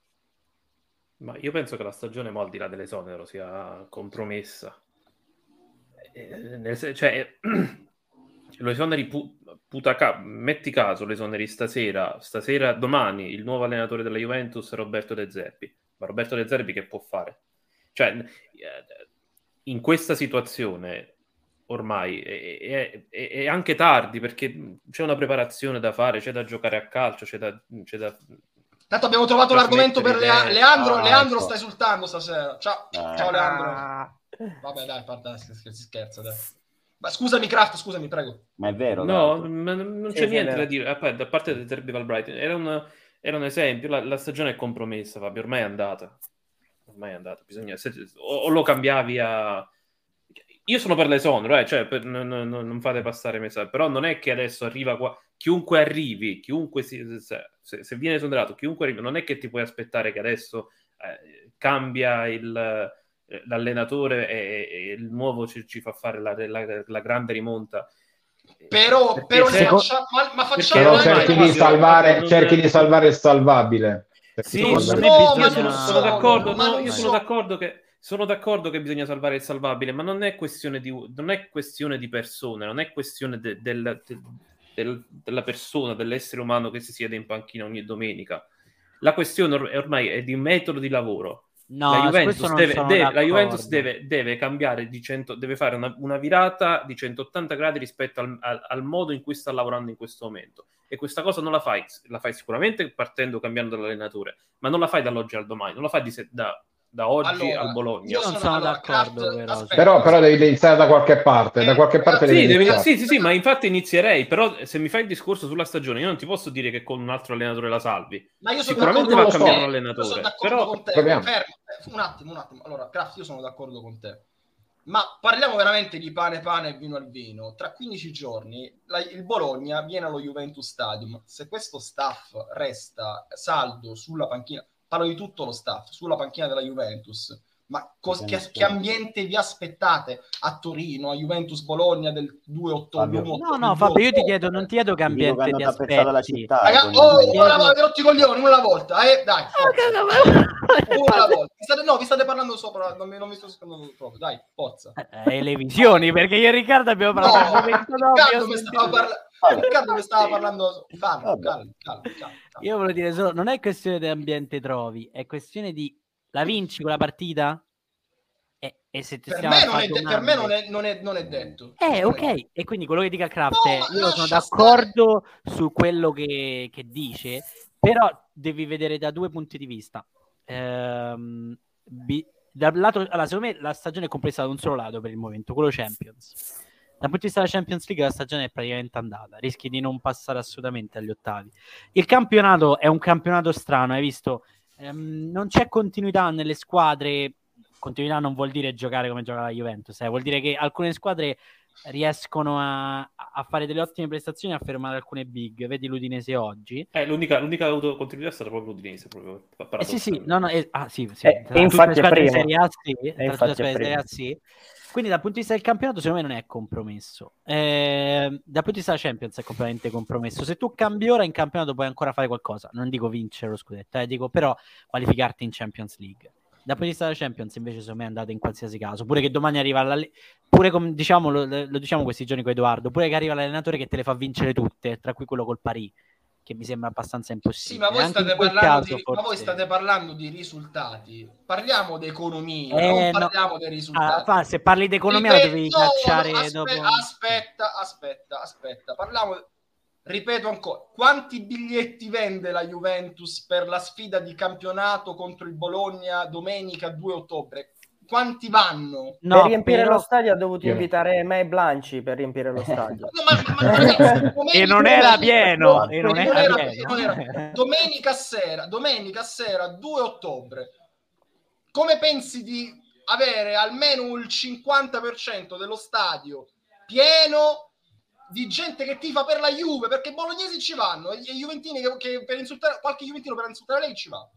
Ma io penso che la stagione, mo, al di là dell'esonero, sia compromessa. Eh, nel sen- cioè, lo esoneri pu- puta ca- metti caso, lo esoneri stasera, stasera, domani, il nuovo allenatore della Juventus è Roberto De Zerbi. Ma Roberto De Zerbi che può fare? Cioè, eh, in questa situazione ormai è, è- è- è anche tardi, perché c'è una preparazione da fare, c'è da giocare a calcio, c'è da... C'è da Tanto abbiamo trovato l'argomento per Lea- idee. Leandro. Ah, Leandro ecco. sta esultando stasera. Ciao, Ah. ciao Leandro. Vabbè, dai, parla, si si scherza, dai. Ma scusami, Kraft, scusami, prego. Ma è vero, No, tanto. ma non Sì, c'è sì, niente è da vero. dire. Aspetta, a parte del derby Valbrighton, era un, era un esempio. La, la stagione è compromessa, Fabio. Ormai è andata. Ormai è andata. Bisogna, se- o, o lo cambiavi a. Io sono per l'esonero, eh, cioè per- non, non- non fate passare messaggi. Però non è che adesso arriva qua. Chiunque arrivi, chiunque si, se, se- se viene esonerato, chiunque arrivi, non è che ti puoi aspettare che adesso eh, cambia il, eh, l'allenatore e, e il nuovo ci, ci fa fare la, la- la grande rimonta. Però, Perché però se- ne faccia- ma, ma perché facciamo Però ormai, cerchi di Fabio, salvare, non- cerchi di salvare il salvabile. Cerchi Sì, di non salvare- è No, bisogno- ma sono, non sono solo, d'accordo, ma no, non io sono solo. d'accordo che sono d'accordo che bisogna salvare il salvabile, ma non è questione di, non è questione di persone, non è questione de- del- de- del- della persona, dell'essere umano che si siede in panchina ogni domenica. La questione or- ormai è di metodo di lavoro. No, la su Juventus, questo non deve, sono deve- la d'accordo. Juventus deve, deve cambiare di cento, deve fare una, una virata di centottanta gradi rispetto al, al- al modo in cui sta lavorando in questo momento. E questa cosa non la fai, la fai sicuramente partendo, cambiando l'allenatore, ma non la fai dall'oggi al domani, non la fai di se- da, da oggi Allora, al Bologna. io sono, sono allora, d'accordo, Kraft, però, aspetta, Però, però devi iniziare da qualche parte, da qualche parte devi Sì, devi- iniziare. sì, sì, sì, ma infatti inizierei, però se mi fai il discorso sulla stagione, io non ti posso dire che con un altro allenatore la salvi. Ma io sono Sicuramente d'accordo va a con cambiare te. un Io sono allenatore, d'accordo però con te. proviamo. Fermo, eh, un attimo, un attimo. Allora, Kraft, io sono d'accordo con te. Ma parliamo veramente di pane pane e vino al vino. Tra quindici giorni la- il Bologna viene allo Juventus Stadium. Se questo staff resta saldo sulla panchina, parlo di tutto lo staff, sulla panchina della Juventus, ma cos- che, che ambiente vi aspettate a Torino, a Juventus Bologna del due ottobre? Fabio. No, no, Fabio, io ti chiedo, non ti chiedo che Ti dico che ambiente hanno ti tappezzato la aspetti. città. Raga, con- oh, Ti ora chiedo- avete rotto i coglioni, una alla volta, eh? Dai, forza. Una alla volta. Vi state, no, vi state parlando sopra, non mi, non mi sto secondo proprio, dai, forza. Eh, le visioni, perché io e Riccardo abbiamo No, parlato un momento dopo, io Riccardo ho mi sentito- stava, parla- Riccardo mi stava parlando, calmo, Vabbè. calmo, calmo, calmo, calmo. Io volevo dire solo, non è questione di ambiente trovi, è questione di la vinci quella partita? E, e se ti Per stiamo me, a non fare è, de- per domande- me non è, non è, non è detto. Eh, Non è- ok, e quindi quello che dica Kraft No, è, ma io sono lascia d'accordo su quello che, che dice, però devi vedere da due punti di vista. Ehm, bi- dal lato, allora, secondo me la stagione è compresa da un solo lato per il momento, quello Champions. Dal punto di vista della Champions League la stagione è praticamente andata, rischi di non passare assolutamente agli ottavi. Il campionato è un campionato strano, hai visto? Ehm, non c'è continuità nelle squadre. Continuità non vuol dire giocare come gioca la Juventus, eh. Vuol dire che alcune squadre riescono a, a fare delle ottime prestazioni e a fermare alcune big. Vedi l'Udinese oggi. Eh, l'unica, l'unica autocontinuità è stata proprio l'Udinese. Proprio, Eh sì, sì, no, no, eh, ah, sì, sì. E- Tra e tutte infatti le è squadre di primo. Serie A, sì, E tra tutte le infatti è squadre di Serie A, primo. sì. Quindi dal punto di vista del campionato secondo me non è compromesso. Eh, dal punto di vista della Champions è completamente compromesso. Se tu cambi ora in campionato puoi ancora fare qualcosa. Non dico vincere lo scudetto, eh, dico però qualificarti in Champions League. Dal punto di vista della Champions invece secondo me è andata in qualsiasi caso. Pure che domani arriva la... pure come diciamo lo, lo diciamo questi giorni con Edoardo, pure che arriva l'allenatore che te le fa vincere tutte, tra cui quello col Paris, che mi sembra abbastanza Sì, impossibile. ma voi, Anche in state quel parlando caso, di, ma voi forse- state parlando di risultati. Parliamo di economia, Eh, non no. parliamo dei risultati. Ah, fa, se parli di economia lo Ripeto- devi no, no, cacciare aspe- dopo. Aspetta, aspetta, aspetta. Parliamo, ripeto ancora, quanti biglietti vende la Juventus per la sfida di campionato contro il Bologna domenica due ottobre? quanti vanno? No, per riempire però- lo stadio ha dovuto Io- invitare me e Blanci per riempire lo stadio. No, ma- ma- ragazzi, domenica- E non era pieno, domenica- e non e era era- pieno. e non era- domenica sera, domenica sera due ottobre. Come pensi di avere almeno il cinquanta per cento dello stadio pieno di gente che tifa per la Juve, perché i bolognesi ci vanno e i juventini che, che per insultare qualche juventino per insultare lei ci va.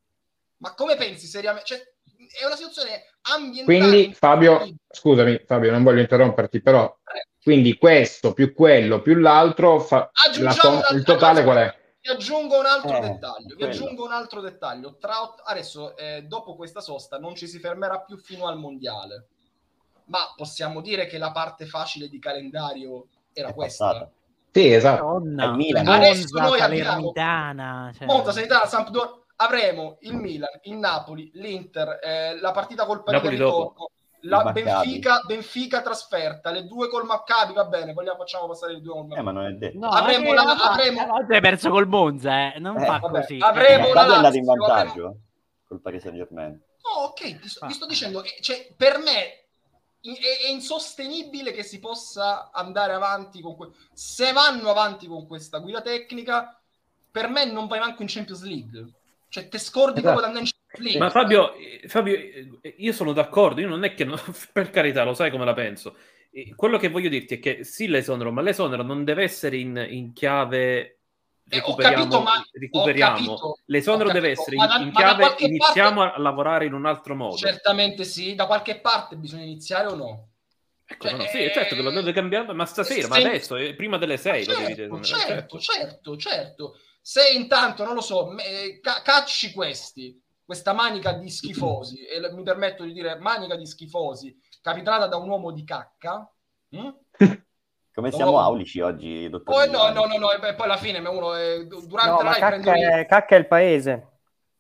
Ma come pensi seriamente? Cioè, è una situazione ambientale. Quindi Fabio, scusami Fabio, non voglio interromperti, però quindi questo più quello più l'altro fa la Aggiungiamo so- una- il totale qual è? Vi aggiungo un altro Eh, dettaglio. Vi quello. aggiungo un altro dettaglio. Tra ot- adesso, eh, dopo questa sosta, non ci si fermerà più fino al mondiale. Ma possiamo dire che la parte facile di calendario era È questa. passata. Sì, esatto. Madonna, È il Milan. Adesso Monza, noi abbiamo- Salernitana, cioè- Monza, Sanità, Sampdoria. Avremo il Milan, il Napoli, l'Inter, eh, la partita col Parigi Napoli ritorno, dopo. la Il Maccabi. Benfica, Benfica trasferta, le due col Maccabi, va bene, poi la facciamo passare le due col Eh, Maccabi. ma non è detto. No, Avremo eh, la- ma- avremo- eh, oggi hai perso col Monza, eh. non Eh, fa vabbè, così. avremo Eh, la- Fabio è andato in Lazio, vantaggio col Paris Saint Germain. No, ok, ti sto, vi sto dicendo, eh, cioè, per me i- è, è insostenibile che si possa andare avanti con que- se vanno avanti con questa guida tecnica, per me non vai manco in Champions League. Cioè, te scordi Esatto. proprio di andare in Champions League. Ma Fabio, eh, Fabio, eh, io sono d'accordo, io non è che no- per carità, lo sai come la penso. Eh, Quello che voglio dirti è che sì, l'esonero, ma l'esonero non deve essere in, in chiave Eh, ho recuperiamo, capito, ma- recuperiamo. ho capito, l'esonero ho deve capito, essere ma in, da- in ma da chiave qualche iniziamo parte- a lavorare in un altro modo. Certamente sì, da qualche parte bisogna iniziare o no? Ecco, Cioè, no, sì, certo che lo deve cambiare, ma stasera, ma se- adesso, eh, prima delle sei lo devi certo, esonero, certo, certo, certo. Se intanto, non lo so, me- ca- cacci questi, questa manica di schifosi, e l- mi permetto di dire manica di schifosi, capitanata da un uomo di cacca, hm? Come siamo Oh. aulici oggi, dottor Poi no, Milani? no, no, no, e poi poi alla fine uno eh, durante No, la ma live prendo Cacca io- è, Cacca è il paese.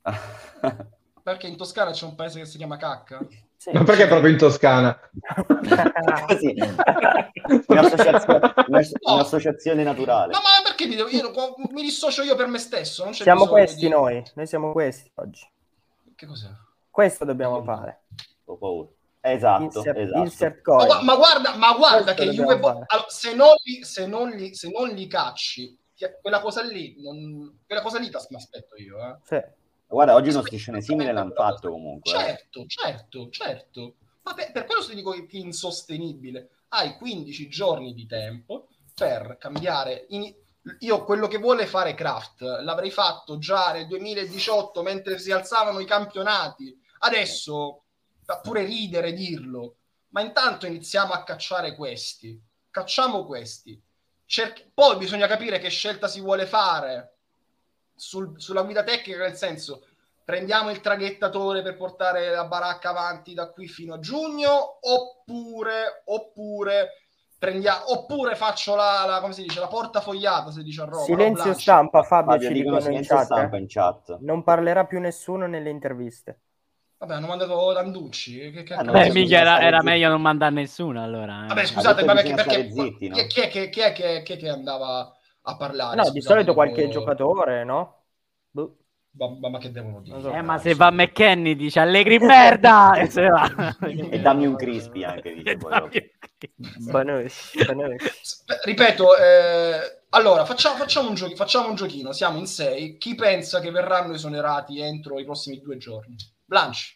perché in Toscana c'è un paese che si chiama Cacca. Sì. Ma perché proprio in Toscana? Così. Un'associazione, un'ass- un'associazione naturale. No, ma perché mi, devo- io non- mi dissocio io per me stesso, non c'è Siamo bisogno questi di- noi, noi siamo questi oggi. Che cos'è? Questo dobbiamo fare. Ho paura. Esatto, Insert, esatto. insert Ma, coin. gua- ma guarda, ma guarda Questo che dobbiamo Juve, fare. allora, se, non li, se, non li, se non li cacci, che- quella cosa lì, non, quella cosa lì mi aspetto io. Eh. Sì. Guarda, oggi uno striscione simile l'hanno fatto comunque. eh. Certo, certo, certo. Ma per, per quello ti dico che è insostenibile. Hai quindici giorni di tempo per cambiare. in- io quello che vuole fare Kraft l'avrei fatto già nel duemiladiciotto mentre si alzavano i campionati. Adesso fa pure ridere dirlo, ma intanto iniziamo a cacciare questi. Cacciamo questi. Cerchi- Poi bisogna capire che scelta si vuole fare sul- sulla guida tecnica, nel senso prendiamo il traghettatore per portare la baracca avanti da qui fino a giugno, oppure, oppure, prendia- oppure faccio la, la, come si dice, la portafogliata, si dice a Roma. no, Silenzio Blanche? stampa, Fabio, Fabio, ci dicono dicono in silenzio chat. stampa eh. in chat. Non parlerà più nessuno nelle interviste. Vabbè, hanno mandato Landucci. Che, che Ah, no, Beh, bisogna mica era, stare era zitti. meglio non mandare nessuno allora. eh. Vabbè, Ha scusate, detto ma che perché, bisogna perché stare zitti, no? chi, chi è che, chi è che, chi è che andava a parlare? No, di Scusate, solito dopo- qualche giocatore, no? Boh. Ma, ma- ma che devono dire? Non so. Eh, ma se va McKenny dice Allegri merda e se va. E dammi un crispy anche, dice poi dopo. Banush, Banush. Ripeto, eh, allora facciamo, facciamo, un giochi- facciamo un giochino. Siamo in sei. Chi pensa che verranno esonerati entro i prossimi due giorni? Blanche.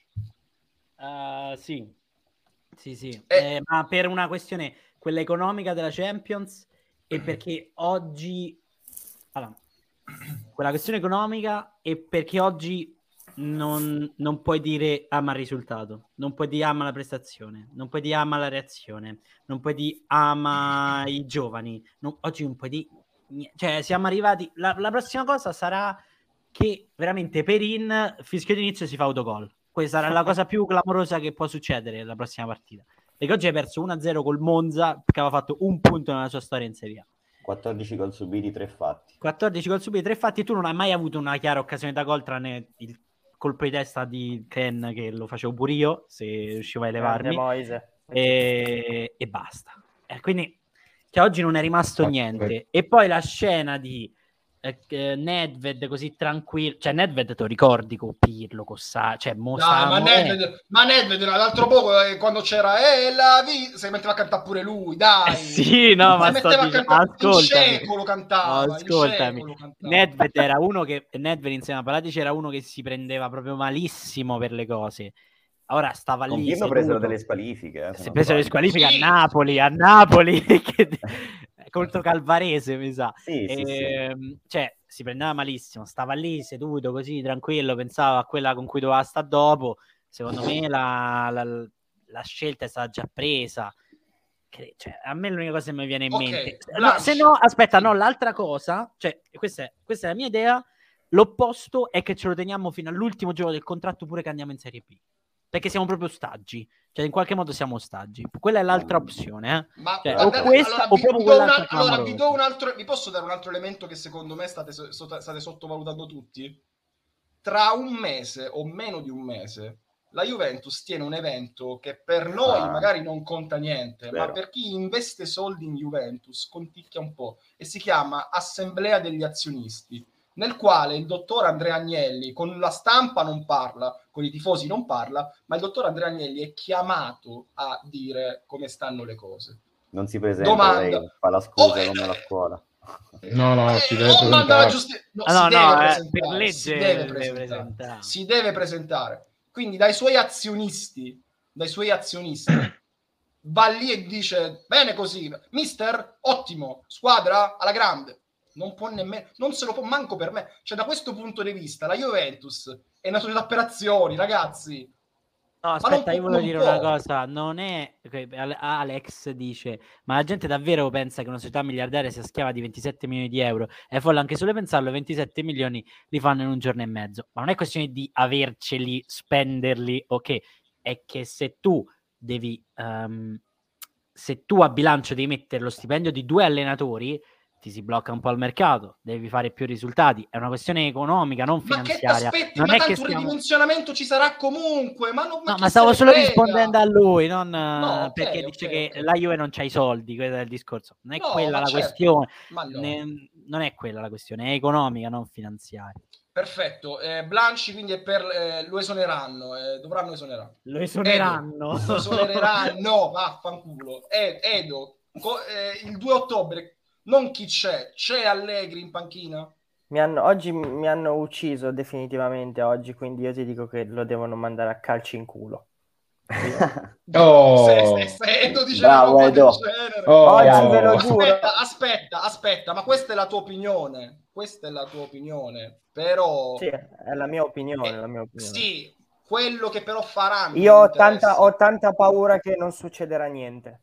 Uh, sì, sì, sì. Eh. Eh, ma per una questione, quella economica della Champions, e perché oggi, allora, quella questione economica, e perché oggi non, non puoi dire ama il risultato, non puoi dire ama la prestazione, non puoi dire ama la reazione, non puoi dire ama i giovani, non- oggi non puoi dire niente. Cioè siamo arrivati, la, la prossima cosa sarà che veramente Perin fischio d'inizio si fa autogol. Questa sarà la cosa più clamorosa che può succedere la prossima partita, perché oggi hai perso uno a zero col Monza che aveva fatto un punto nella sua storia in Serie A. quattordici gol subiti, tre fatti. quattordici gol subiti, tre fatti. Tu non hai mai avuto una chiara occasione da gol tranne il colpo di testa di Ken, che lo facevo pure io se riuscivo a elevarmi, Moise. e, e basta. E quindi cioè, oggi non è rimasto niente. E poi la scena di eh, eh, Nedved così tranquillo, cioè Nedved te lo ricordi con Pirlo, con Sa, cioè mo Dai, ma stavamo- Nedved, ma Nedved l'altro poco eh, quando c'era eh, la vi- si metteva a cantare pure lui, dai. Sì, no, ma si sto metteva a dicendo- cantare, in ascoltami. secolo cantava, in Ascoltami, secolo cantava. Nedved era uno che Nedved insieme a Palatic era uno che si prendeva proprio malissimo per le cose. Ora stava Con lì Pirlo seduto. presero delle squalifiche. eh, se Si è non preso le sbaglio. squalifiche Sì. a Napoli, a Napoli che- contro Calvarese, mi sa. Sì, sì, sì. Ehm, Cioè, si prendeva malissimo, stava lì seduto così tranquillo, pensava a quella con cui doveva stare dopo. Secondo me la, la- la scelta è stata già presa. Cre- cioè, a me l'unica cosa che mi viene in Ok, mente, no, Blanche. se no, aspetta, Sì. no, l'altra cosa, cioè, questa è, questa è la mia idea. L'opposto è che ce lo teniamo fino all'ultimo giorno del contratto, pure che andiamo in Serie B. Perché siamo proprio ostaggi, cioè in qualche modo siamo ostaggi. Quella è l'altra opzione, eh. Ma Cioè, guardate, o questa allora, o vi, proprio vi do un quell'altra al- allora, vi clamorosa. do un altro, vi posso dare un altro elemento che secondo me state, so- state sottovalutando tutti? Tra un mese o meno di un mese la Juventus tiene un evento che per noi Ah. magari non conta niente, ma Vero. per chi investe soldi in Juventus conticchia un po', e si chiama Assemblea degli azionisti, nel quale il dottor Andrea Agnelli con la stampa non parla, con i tifosi non parla, ma il dottor Andrea Agnelli è chiamato a dire come stanno le cose. Non si presenta, Domanda. lei fa la scusa Oh, eh, come alla scuola. No, no, si deve o manda la presentare. giusti- no, Ah, si no, deve no, eh, presentare, per legge si deve deve presentare, presentare. si deve presentare. Quindi dai suoi azionisti, dai suoi azionisti, va lì e dice bene così, mister, ottimo, squadra alla grande. Non può nemmeno, non se lo può manco per me. Cioè, da questo punto di vista, la Juventus è una società per azioni, ragazzi. No, non aspetta, può- io volevo non dire può. una cosa, non è che Ale- Alex dice, ma la gente davvero pensa che una società miliardaria sia schiava di ventisette milioni di euro? È folle anche solo pensarlo, ventisette milioni li fanno in un giorno e mezzo. Ma non è questione di averceli, spenderli, ok? È che se tu devi, ehm, se tu a bilancio devi mettere lo stipendio di due allenatori, ti si blocca un po' il mercato, devi fare più risultati. È una questione economica, non Ma che finanziaria. t'aspetti? Non Ma è che tanto un stiamo... ridimensionamento ci sarà comunque. Ma, non, No, chi ma se stavo ne solo frega? rispondendo a lui, non No, eh, ok, perché ok, dice che ok. la Juve non c'ha i soldi, questo è il discorso. Non è No, quella ma la certo, questione, ma no. ne- non è quella la questione, è economica, non finanziaria. Perfetto. Eh, Blanci quindi è per eh, lo esoneranno, eh, dovranno esonerare. Lo esoneranno. Edo, lo esonereranno, vaffanculo. Ed, Edo, co- eh, il due ottobre, non chi c'è, c'è Allegri in panchina? Mi hanno, oggi mi hanno ucciso definitivamente oggi, quindi io ti dico che lo devono mandare a calci in culo. Oh. Se, se, se Edo dice Bravo, una roba del Edo. genere. Oh. Oggi ve lo giuro. Aspetta, aspetta, aspetta, ma questa è la tua opinione. Questa è la tua opinione. Però Sì, è la mia opinione, eh, la mia opinione. sì, quello che però faranno Io mi ho interessa. tanta, ho tanta paura che non succederà niente.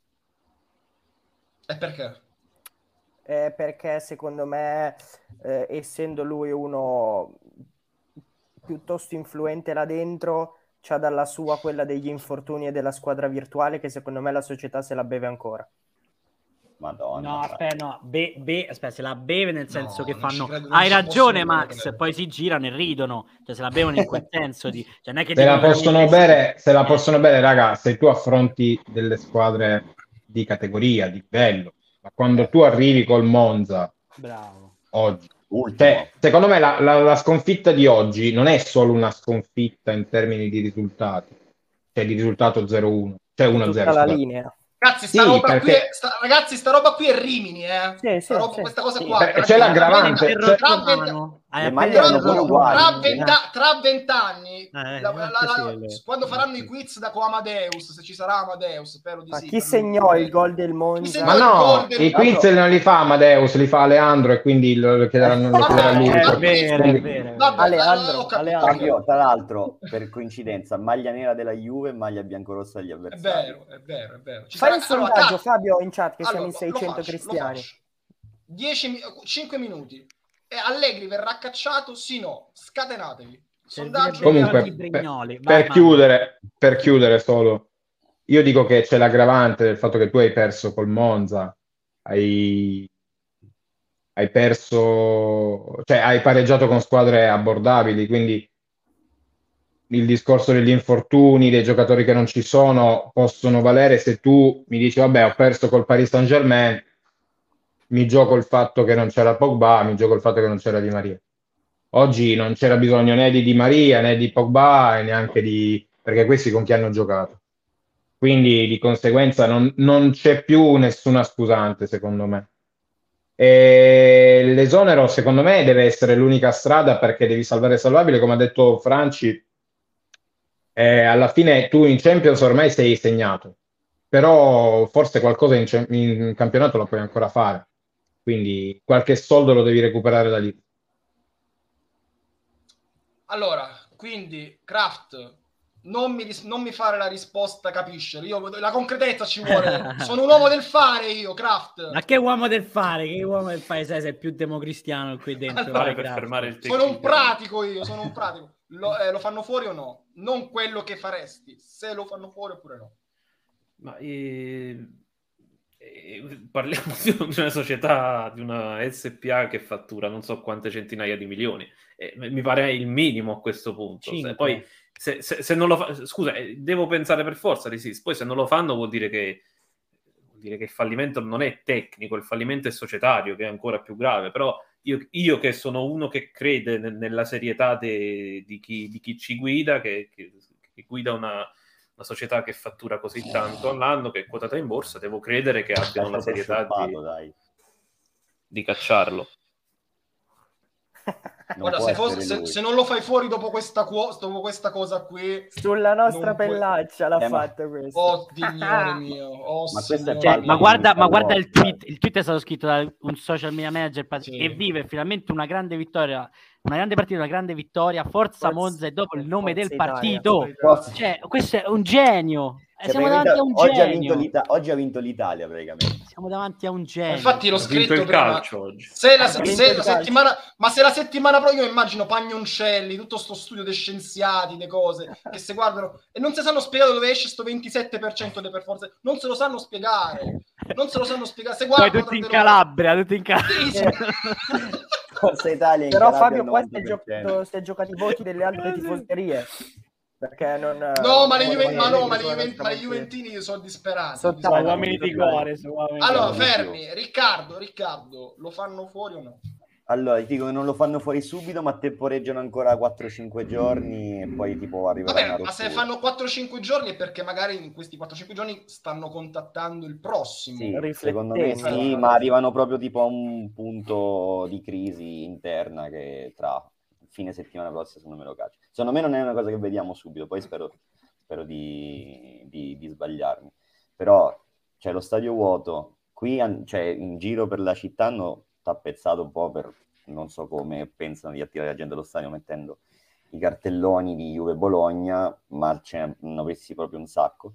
E perché? Eh, perché secondo me, eh, essendo lui uno piuttosto influente là dentro, c'ha dalla sua quella degli infortuni e della squadra virtuale che secondo me la società se la beve ancora. Madonna. No, aspetta, no, be- be- aspetta, se la beve nel senso No, che non ci fanno. credo, non Hai ci ragione, posso Max. credere. Poi si girano e ridono, cioè se la bevono in quel senso. Di... Cioè, non è che Se la dicono possono veramente sì. bere, se la possono bere, raga, se tu affronti delle squadre di categoria, di livello, ma quando tu arrivi col Monza Bravo. oggi, Ultimo. cioè, secondo me la, la- la sconfitta di oggi non è solo una sconfitta in termini di risultati, cioè di risultato zero uno, cioè È uno a tutta zero. la scusate. linea. Ragazzi, sta Sì, roba perché- qui è, sta- ragazzi, sta roba qui è Rimini, eh. Sì, sì, Sta roba- sì. questa cosa Sì. qua. Beh, tra- c'è tra- l'aggravante, tra- c'è- tra venti- Hai Le appena maglie tra- erano pure detto- uguali. tra venta- tra vent'anni, Eh, la- la- anche la- sì, le- quando faranno i quiz da con Amadeus, se ci sarà Amadeus, spero di Ma sì. chi segnò il gol del Monza? segnò Ma il no, gol del- i quiz non li fa Amadeus, li fa Leandro e quindi lo, lo chiederanno, lo chiederà lui. Eh, è Vabbè, vero, è Quindi- vero. Vabbè, Aleandro, ho capito. Aleandro. Fabio, tra l'altro, per coincidenza, maglia nera della Juve e maglia biancorossa degli È avversari. vero, è vero, è vero. Ci Fai sarà- il sondaggio, allora, Fabio, in chat, che allora, siamo in lo- seicento lo faccio, lo cristiani. faccio. dieci mi- cinque minuti. E Allegri verrà cacciato? Sì, no. Scatenatevi. Sondaggio. Comunque, Altri per, Brignoli. Vai, per Mario. chiudere, per chiudere solo, io dico che c'è l'aggravante del fatto che tu hai perso col Monza, hai, hai perso, cioè hai pareggiato con squadre abbordabili, quindi il discorso degli infortuni, dei giocatori che non ci sono, possono valere se tu mi dici, vabbè, ho perso col Paris Saint-Germain, mi gioco il fatto che non c'era Pogba, mi gioco il fatto che non c'era Di Maria. Oggi non c'era bisogno né di Di Maria né di Pogba e neanche di... perché questi con chi hanno giocato. Quindi di conseguenza non, non c'è più nessuna scusante, secondo me. E l'esonero, secondo me, deve essere l'unica strada perché devi salvare il salvabile, come ha detto Franci. Eh, alla fine tu in Champions ormai sei segnato, però forse qualcosa in, cem- in campionato lo puoi ancora fare. Quindi qualche soldo lo devi recuperare da lì. Allora, quindi, Kraft, non mi, ris- non mi fare la risposta, capisce? Io, la concretezza ci vuole. Sono un uomo del fare io, Kraft. Ma che uomo del fare? Che uomo del fare? Sai, sei più democristiano qui dentro. Allora, vai, per grazie. fermare il Sono un pratico io, sono un pratico. Lo, eh, lo fanno fuori o no? Non quello che faresti, se lo fanno fuori oppure no. Ma eh, eh, parliamo di una società, di una S P A che fattura non so quante centinaia di milioni. Eh, mi pare il minimo a questo punto. Se, poi se, se, se non lo fa, scusa, eh, devo pensare per forza di sì. Poi se non lo fanno vuol dire che vuol dire che il fallimento non è tecnico, il fallimento è societario, che è ancora più grave. Però io, io che sono uno che crede ne, nella serietà de, di, chi, di chi ci guida, che, che, che guida una, una società che fattura così tanto all'anno, che è quotata in borsa, devo credere che abbiano la serietà di, dai. di cacciarlo. Non Guarda, può se, fosse- essere se- lui. se non lo fai fuori dopo questa, quo- dopo questa cosa qui, Sulla nostra non puoi- pellaccia l'ha Eh, ma- fatto questo. Oh, signore mio, oh, Ma questo è signore Cioè, parte ma mio. guarda, di ma Star guarda Wars, il tweet, il tweet è stato scritto da un social media manager pa- Sì. e vive finalmente una grande vittoria, una grande partita, una grande vittoria, Forza Forza- Monza e dopo il nome Forza del Italia. partito. Forza- Cioè, questo è un genio. Eh, Cioè, siamo praticamente davanti a un oggi, ha vinto genio. l'Ita- oggi ha vinto l'Italia praticamente. Siamo davanti a un Ma genio. infatti l'ho Ha vinto scritto il prima. calcio oggi. Se la, Ha se vinto il la calcio. settimana, ma se la settimana prossima io immagino Pagnoncelli, tutto sto studio dei scienziati, le cose che si guardano e non si sanno spiegare dove esce sto ventisette per cento delle performance, non se lo sanno spiegare, non se lo sanno spiegare. Se Poi guardano tutti in tra di loro- Calabria, tutti in Calabria. Sì, sì. Forza Italia in Però Calabria Fabio al qua si è, novanta per cento. giocato, si è giocati i voti delle altre tifoserie. Perché non... No, ma, le non- Juve- ma no, ma le, non- Juven- non- ma le Juventini sono disperati. Sono disperati. tanti. Uomini di cuore, sono uomini di Allora, Siamo di fermi, Riccardo, Riccardo, lo fanno fuori o no? Allora, ti dico che non lo fanno fuori subito, ma temporeggiano ancora quattro cinque giorni e poi tipo arriverà una Vabbè, ma se rottura. fanno quattro cinque giorni è perché magari in questi quattro cinque giorni stanno contattando il prossimo. Sì, secondo me riflettendo. sì, ma arrivano proprio tipo a un punto di crisi interna che tra fine settimana prossima secondo me lo calcio. Secondo me non è una cosa che vediamo subito, poi spero, spero di, di- di sbagliarmi. Però c'è lo stadio vuoto, qui an- cioè, in giro per la città hanno tappezzato un po' per non so come pensano di attirare la gente allo stadio mettendo i cartelloni di Juve Bologna, ma ce ne hanno messi proprio un sacco.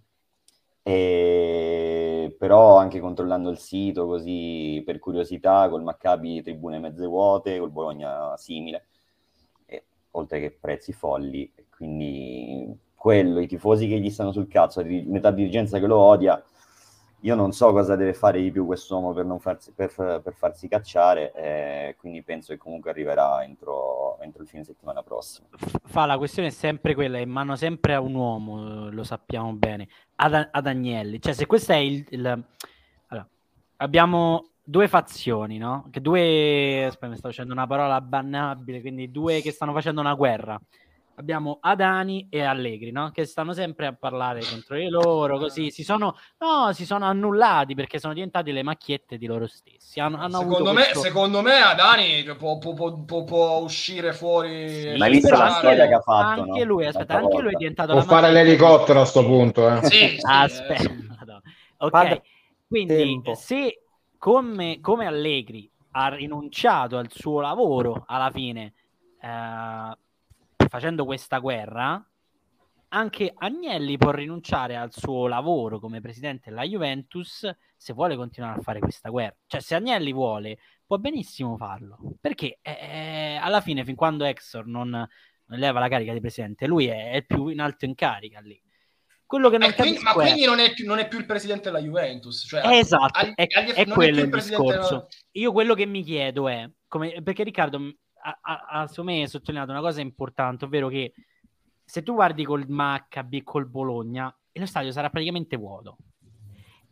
E... però anche controllando il sito così per curiosità, col Maccabi tribune mezze vuote, col Bologna simile, e, oltre che prezzi folli, e quindi quello, i tifosi che gli stanno sul cazzo, la di- metà dirigenza che lo odia. Io non so cosa deve fare di più quest'uomo per, non farsi, per, per farsi cacciare, eh, quindi penso che comunque arriverà entro, entro il fine settimana prossimo. Fa, la questione è sempre quella, è in mano sempre a un uomo, eh, lo sappiamo bene, ad, ad Agnelli. Cioè, se questo è il... il- allora, abbiamo due fazioni, no? Che due... Aspetta, mi sto facendo una parola bannabile, quindi due che stanno facendo una guerra. Abbiamo Adani e Allegri, no? Che stanno sempre a parlare contro di loro, così si sono, no, si sono annullati perché sono diventati le macchiette di loro stessi. Hanno, hanno Secondo avuto me, questo- secondo me Adani può, può- può- può- può uscire fuori. Sì, Ma hai visto però la anche storia lui- che ha fatto, anche no? lui, aspetta, L'altra anche lui è volta. diventato Può la fare macchina- l'elicottero a sto punto, eh. Sì, sì, Aspetta, eh, Madonna. Ok, Padre, quindi tempo. se come, come Allegri ha rinunciato al suo lavoro alla fine eh, facendo questa guerra, anche Agnelli può rinunciare al suo lavoro come presidente della Juventus se vuole continuare a fare questa guerra. Cioè, se Agnelli vuole, può benissimo farlo, perché eh, alla fine, fin quando Exor non, non leva la carica di presidente, lui è, è il più in alto in carica lì. Quello che non Eh, quindi- capisco ma è... quindi non è, più, non è più il presidente della Juventus. Cioè, Esatto, agli- è, agli- è non quello più il presidente della- discorso. Io quello che mi chiedo è, come, perché Riccardo mh, ha, ha, ha secondo me sottolineato una cosa importante, ovvero che se tu guardi col Maccabi e col Bologna, lo stadio sarà praticamente vuoto.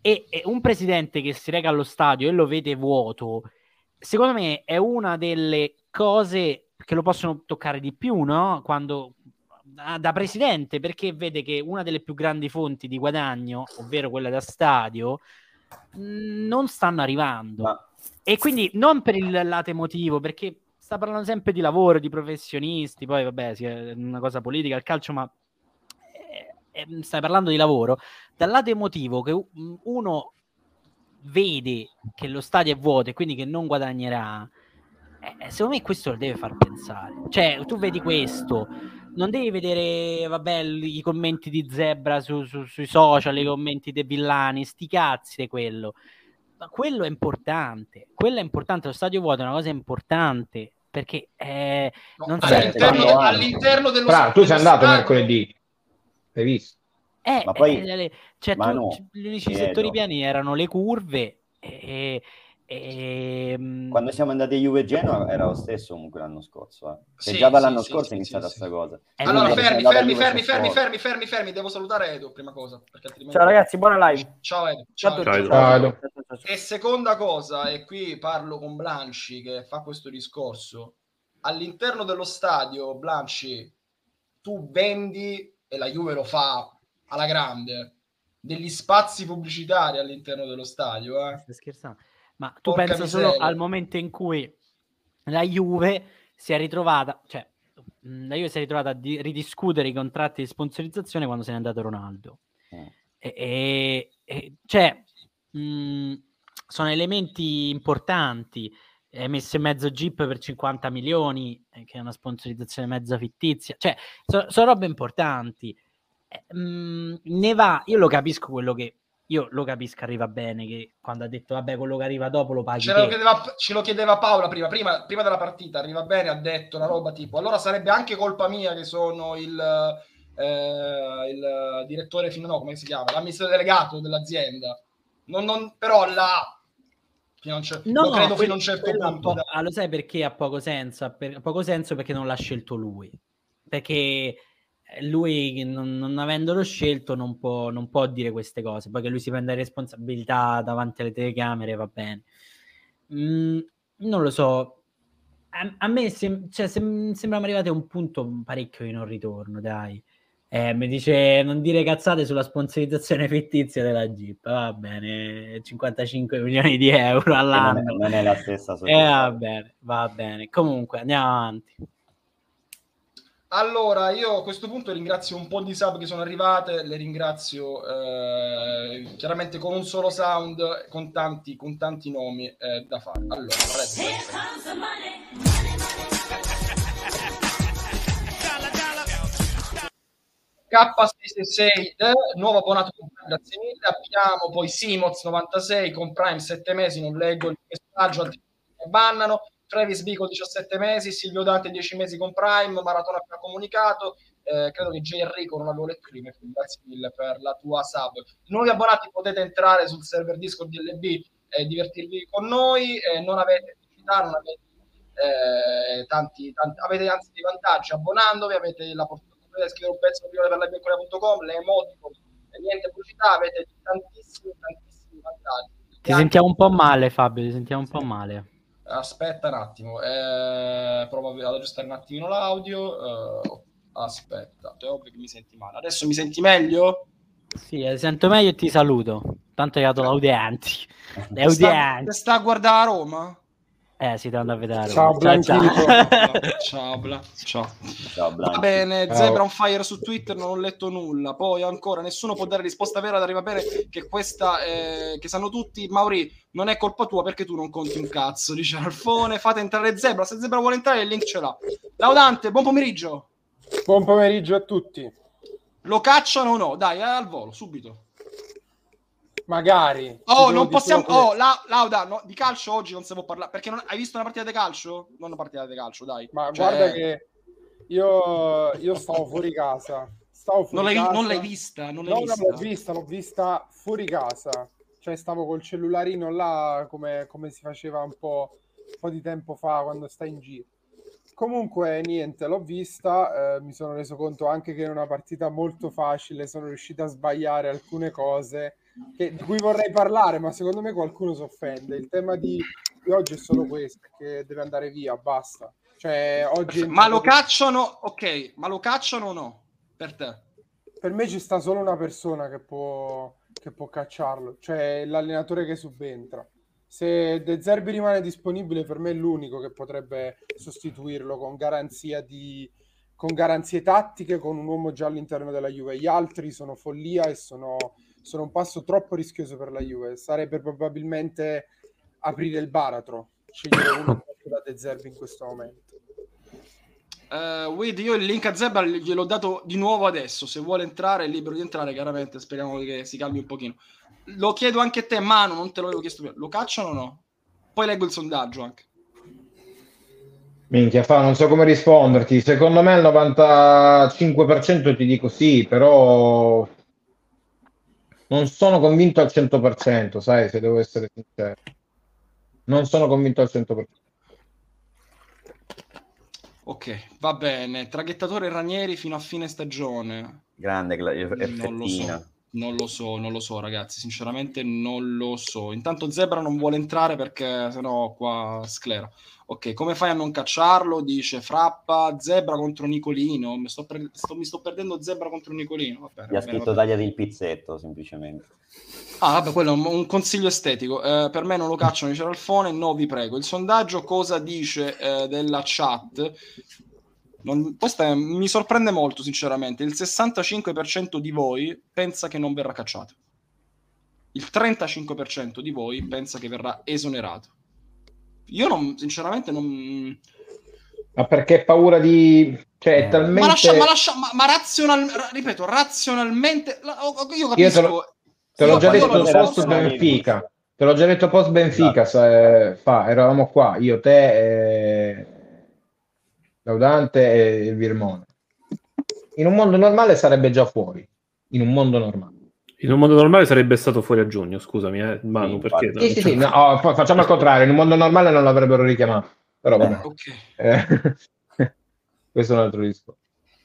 e, e un presidente che si reca allo stadio e lo vede vuoto, secondo me è una delle cose che lo possono toccare di più, no? Quando da presidente, perché vede che una delle più grandi fonti di guadagno, ovvero quella da stadio, non stanno arrivando. Ma... e quindi non per il lato emotivo, perché sta parlando sempre di lavoro, di professionisti, poi vabbè, sì, è una cosa politica il calcio, ma eh, eh, stai parlando di lavoro. Dal lato emotivo, che uno vede che lo stadio è vuoto e quindi che non guadagnerà, eh, secondo me questo lo deve far pensare. Cioè, tu vedi questo, non devi vedere, vabbè, i commenti di Zebra su, su, sui social, i commenti dei Villani, sti cazzi di quello. Ma quello è importante, quello è importante, lo stadio vuoto è una cosa importante, perché eh, no, non all'interno, de- all'interno dello Fra, tu sei andato stadio... mercoledì, hai visto? Eh, ma poi, eh, cioè, ma tu, no, gli unici chiedo. settori piani erano le curve e, e, quando siamo andati a Juve Genoa era lo stesso comunque l'anno scorso, eh. Cioè, sì, già dall'anno sì, scorso sì, è iniziata sì, sta sì. cosa. Eh, allora quindi fermi quando fermi siamo andati fermi a Juve fermi sono fermi fermi fermi devo salutare Edo prima cosa, perché altrimenti... Ciao ragazzi, buona live. Ciao Edo. Ciao, Ciao, Edo. Ciao, Edo. E seconda cosa, e qui parlo con Blanci che fa questo discorso, all'interno dello stadio, Blanci, tu vendi, e la Juve lo fa alla grande, degli spazi pubblicitari all'interno dello stadio, eh? Stai scherzando? Ma tu Porca pensa miseria. solo al momento in cui la Juve si è ritrovata, cioè la Juve si è ritrovata a di- ridiscutere i contratti di sponsorizzazione quando se n'è andato Ronaldo. Mm. E, e- e- cioè mh, sono elementi importanti. È messo in mezzo Jeep per cinquanta milioni, eh, che è una sponsorizzazione mezza fittizia, cioè so- sono robe importanti. Eh, mh, ne va, io lo capisco quello che io lo capisco, arriva bene che quando ha detto vabbè quello che arriva dopo lo paghi Ce te. lo, chiedeva, ce lo chiedeva Paola prima, prima, prima della partita, arriva bene, ha detto una roba tipo, allora sarebbe anche colpa mia che sono il, eh, il direttore, fino no, come si chiama, l'amministratore delegato dell'azienda. Non, non, però là, fino a un cer- No, lo credo quel- fino a un certo quello ha punto. po- ah, lo sai perché ha poco senso? Ha per- ha poco senso perché non l'ha scelto lui. Perché lui, non, non avendolo scelto, non può, non può dire queste cose. Poi che lui si prende responsabilità davanti alle telecamere, va bene. Mm, non lo so. A, a me sem- cioè, sem- sembriamo arrivati a un punto parecchio di non ritorno, dai. Eh, mi dice non dire cazzate sulla sponsorizzazione fittizia della Jeep. Va bene, cinquantacinque milioni di euro all'anno. Non è, non è la stessa Eh, società. va bene, va bene. Comunque, andiamo avanti. Allora, io a questo punto ringrazio un po' di sub che sono arrivate, le ringrazio eh, chiaramente con un solo sound, con tanti, con tanti nomi eh, da fare. Allora, prego, prego. K sei sei sei, nuovo abbonato con Prime, grazie mille. Abbiamo poi Simoz novantasei con Prime sette mesi, non leggo il messaggio, altrimenti mi bannano. Travis Bico diciassette mesi, Silvio Dante dieci mesi con Prime, Maratona appena comunicato. Eh, credo che J. Enrico non l'avevo letto prima, quindi grazie mille per la tua sub. Nuovi abbonati, potete entrare sul server Discord D L B e divertirvi con noi. Eh, non avete pubblicità, non avete eh, tanti, tanti, avete anzi dei vantaggi abbonandovi, avete la possibilità di scrivere un pezzo per la bianconia punto com, le emoticon, niente pubblicità, avete tantissimi, tantissimi vantaggi. Ti e sentiamo anche... un po' male, Fabio, ti sentiamo un po' male. Aspetta un attimo, eh, provo ad aggiustare un attimino l'audio. Eh, aspetta, è ovvio che mi senti male. Adesso mi senti meglio? Sì, eh, sento meglio e ti saluto. Tanto è arrivato l'audienti. Le udienti. Sta, sta a guardare a Roma? Eh, si andando a vedere. Ciao, Blanchino. Ciao, ciao, Bla. Ciao. Ciao Va bene, ciao. Zebra on fire su Twitter, non ho letto nulla. Poi ancora, nessuno può dare risposta vera ad arriva bene che questa, eh, che sanno tutti. Mauri, non è colpa tua perché tu non conti un cazzo, dice Alfone. Fate entrare Zebra, se Zebra vuole entrare il link ce l'ha. Laudante, buon pomeriggio. Buon pomeriggio a tutti. Lo cacciano o no? Dai, al volo, subito. Magari. Oh, non possiamo. Oh, la, Lauda, no, di calcio oggi non si può parlare. Perché non... hai visto una partita di calcio? Non una partita di calcio, dai. Ma cioè... guarda che io, io stavo fuori casa. Stavo fuori non, l'hai, casa. non l'hai vista? Non l'hai no, vista? Non l'ho vista, l'ho vista fuori casa. Cioè, stavo col cellularino là come, come si faceva un po', un po' di tempo fa quando stai in giro. Comunque, niente, l'ho vista. Eh, mi sono reso conto anche che era una partita molto facile. Sono riuscito a sbagliare alcune cose. che, di cui vorrei parlare, ma secondo me qualcuno si offende. Il tema di, di oggi è solo questo, che deve andare via, basta. Cioè, oggi ma lo cacciano, ok, ma lo cacciano o no? Per te? Per me ci sta solo una persona che può, che può cacciarlo, cioè l'allenatore che subentra. Se De Zerbi rimane disponibile, per me è l'unico che potrebbe sostituirlo con garanzia di, con garanzie tattiche, con un uomo già all'interno della Juve. Gli altri sono follia e sono, sono un passo troppo rischioso per la Juve. Sarebbe probabilmente aprire il baratro, scegliere uno da De Zerbi in questo momento. Uh, Wid, io il link a Zebra gliel'ho dato di nuovo adesso. Se vuole entrare è libero di entrare, chiaramente. Speriamo che si calmi un pochino. Lo chiedo anche a te, Manu, non te l'avevo chiesto prima. Lo cacciano o no? Poi leggo il sondaggio anche. Minchia, fa, non so come risponderti. Secondo me al novantacinque per cento ti dico sì, però non sono convinto al cento per cento, sai, se devo essere sincero. Non sono convinto al cento per cento. Ok, va bene. Traghettatore Ranieri fino a fine stagione. Grande, non lo so. Non lo so, non lo so, ragazzi. Sinceramente non lo so. Intanto Zebra non vuole entrare perché sennò qua sclera. Ok, come fai a non cacciarlo? Dice Frappa. Zebra contro Nicolino. Mi sto, pre- sto, mi sto perdendo Zebra contro Nicolino. Va bene, Gli ha va bene, scritto va bene. taglia il pizzetto, semplicemente. Ah, vabbè, quello è un, un consiglio estetico. Eh, per me non lo cacciano, dice Ralfone. No, vi prego. Il sondaggio cosa dice eh, della chat? Non, questa è, mi sorprende molto, sinceramente. Il sessantacinque per cento di voi pensa che non verrà cacciato. Il trentacinque per cento di voi pensa che verrà esonerato. Io non, sinceramente, non... Ma perché paura di... Cioè, è talmente... Ma, lascia, ma, lascia, ma, ma razional, ripeto, razionalmente... Io capisco... Io te, lo, te l'ho già detto post Benfica. Te l'ho già detto post Benfica, se, fa, eravamo qua, io, te e Laudante e il Virmone. In un mondo normale sarebbe già fuori. In un mondo normale. In un mondo normale sarebbe stato fuori a giugno, scusami, eh, Manu, Sì, perché... sì, sì, sì, no, oh, facciamo al contrario, in un mondo normale non l'avrebbero richiamato. Però vabbè. Eh, okay. eh, questo è un altro discorso.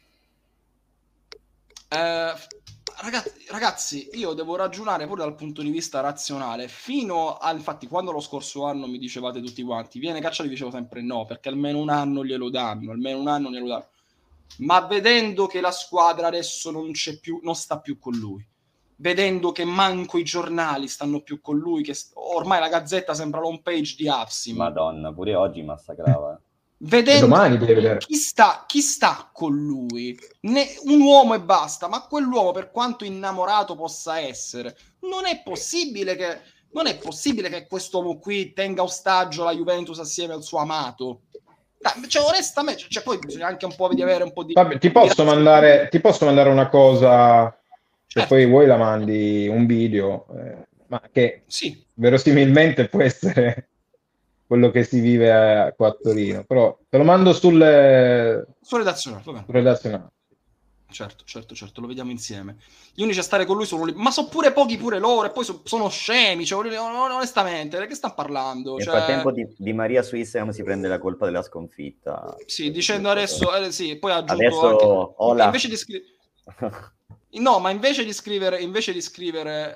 Eh, ragazzi, ragazzi, io devo ragionare pure dal punto di vista razionale. Fino a, infatti, quando lo scorso anno mi dicevate tutti quanti, viene cacciato, dicevo sempre no, perché almeno un anno glielo danno, almeno un anno glielo danno. Ma vedendo che la squadra adesso non c'è più, non sta più con lui, vedendo che manco i giornali stanno più con lui, che ormai la Gazzetta sembra l'home page di Afsim. Madonna, pure oggi massacrava. Vedendo domani devi vedere. chi sta, chi sta con lui, ne, un uomo e basta, ma quell'uomo, per quanto innamorato possa essere, non è possibile che non è possibile che quest'uomo qui tenga ostaggio la Juventus assieme al suo amato. Cioè, onestamente, cioè, poi bisogna anche un po' di avere un po' di... Vabbè, ti posso mandare, ti posso mandare una cosa, se certo. poi vuoi la mandi un video, eh, ma che sì. verosimilmente può essere quello che si vive a, qua a Torino, però te lo mando sul su redazionale, va bene. Su redazionale. Certo, certo, certo, lo vediamo insieme. Gli unici a stare con lui sono lì, ma sono pure pochi pure loro, e poi so, sono scemi, cioè, onestamente, di che stanno parlando? Nel cioè... frattempo di, di Maria su Instagram si prende la colpa della sconfitta. Sì, dicendo adesso, eh, sì, poi ha aggiunto adesso, anche... hola. Invece di scrivere... No, ma invece di scrivere, invece di scrivere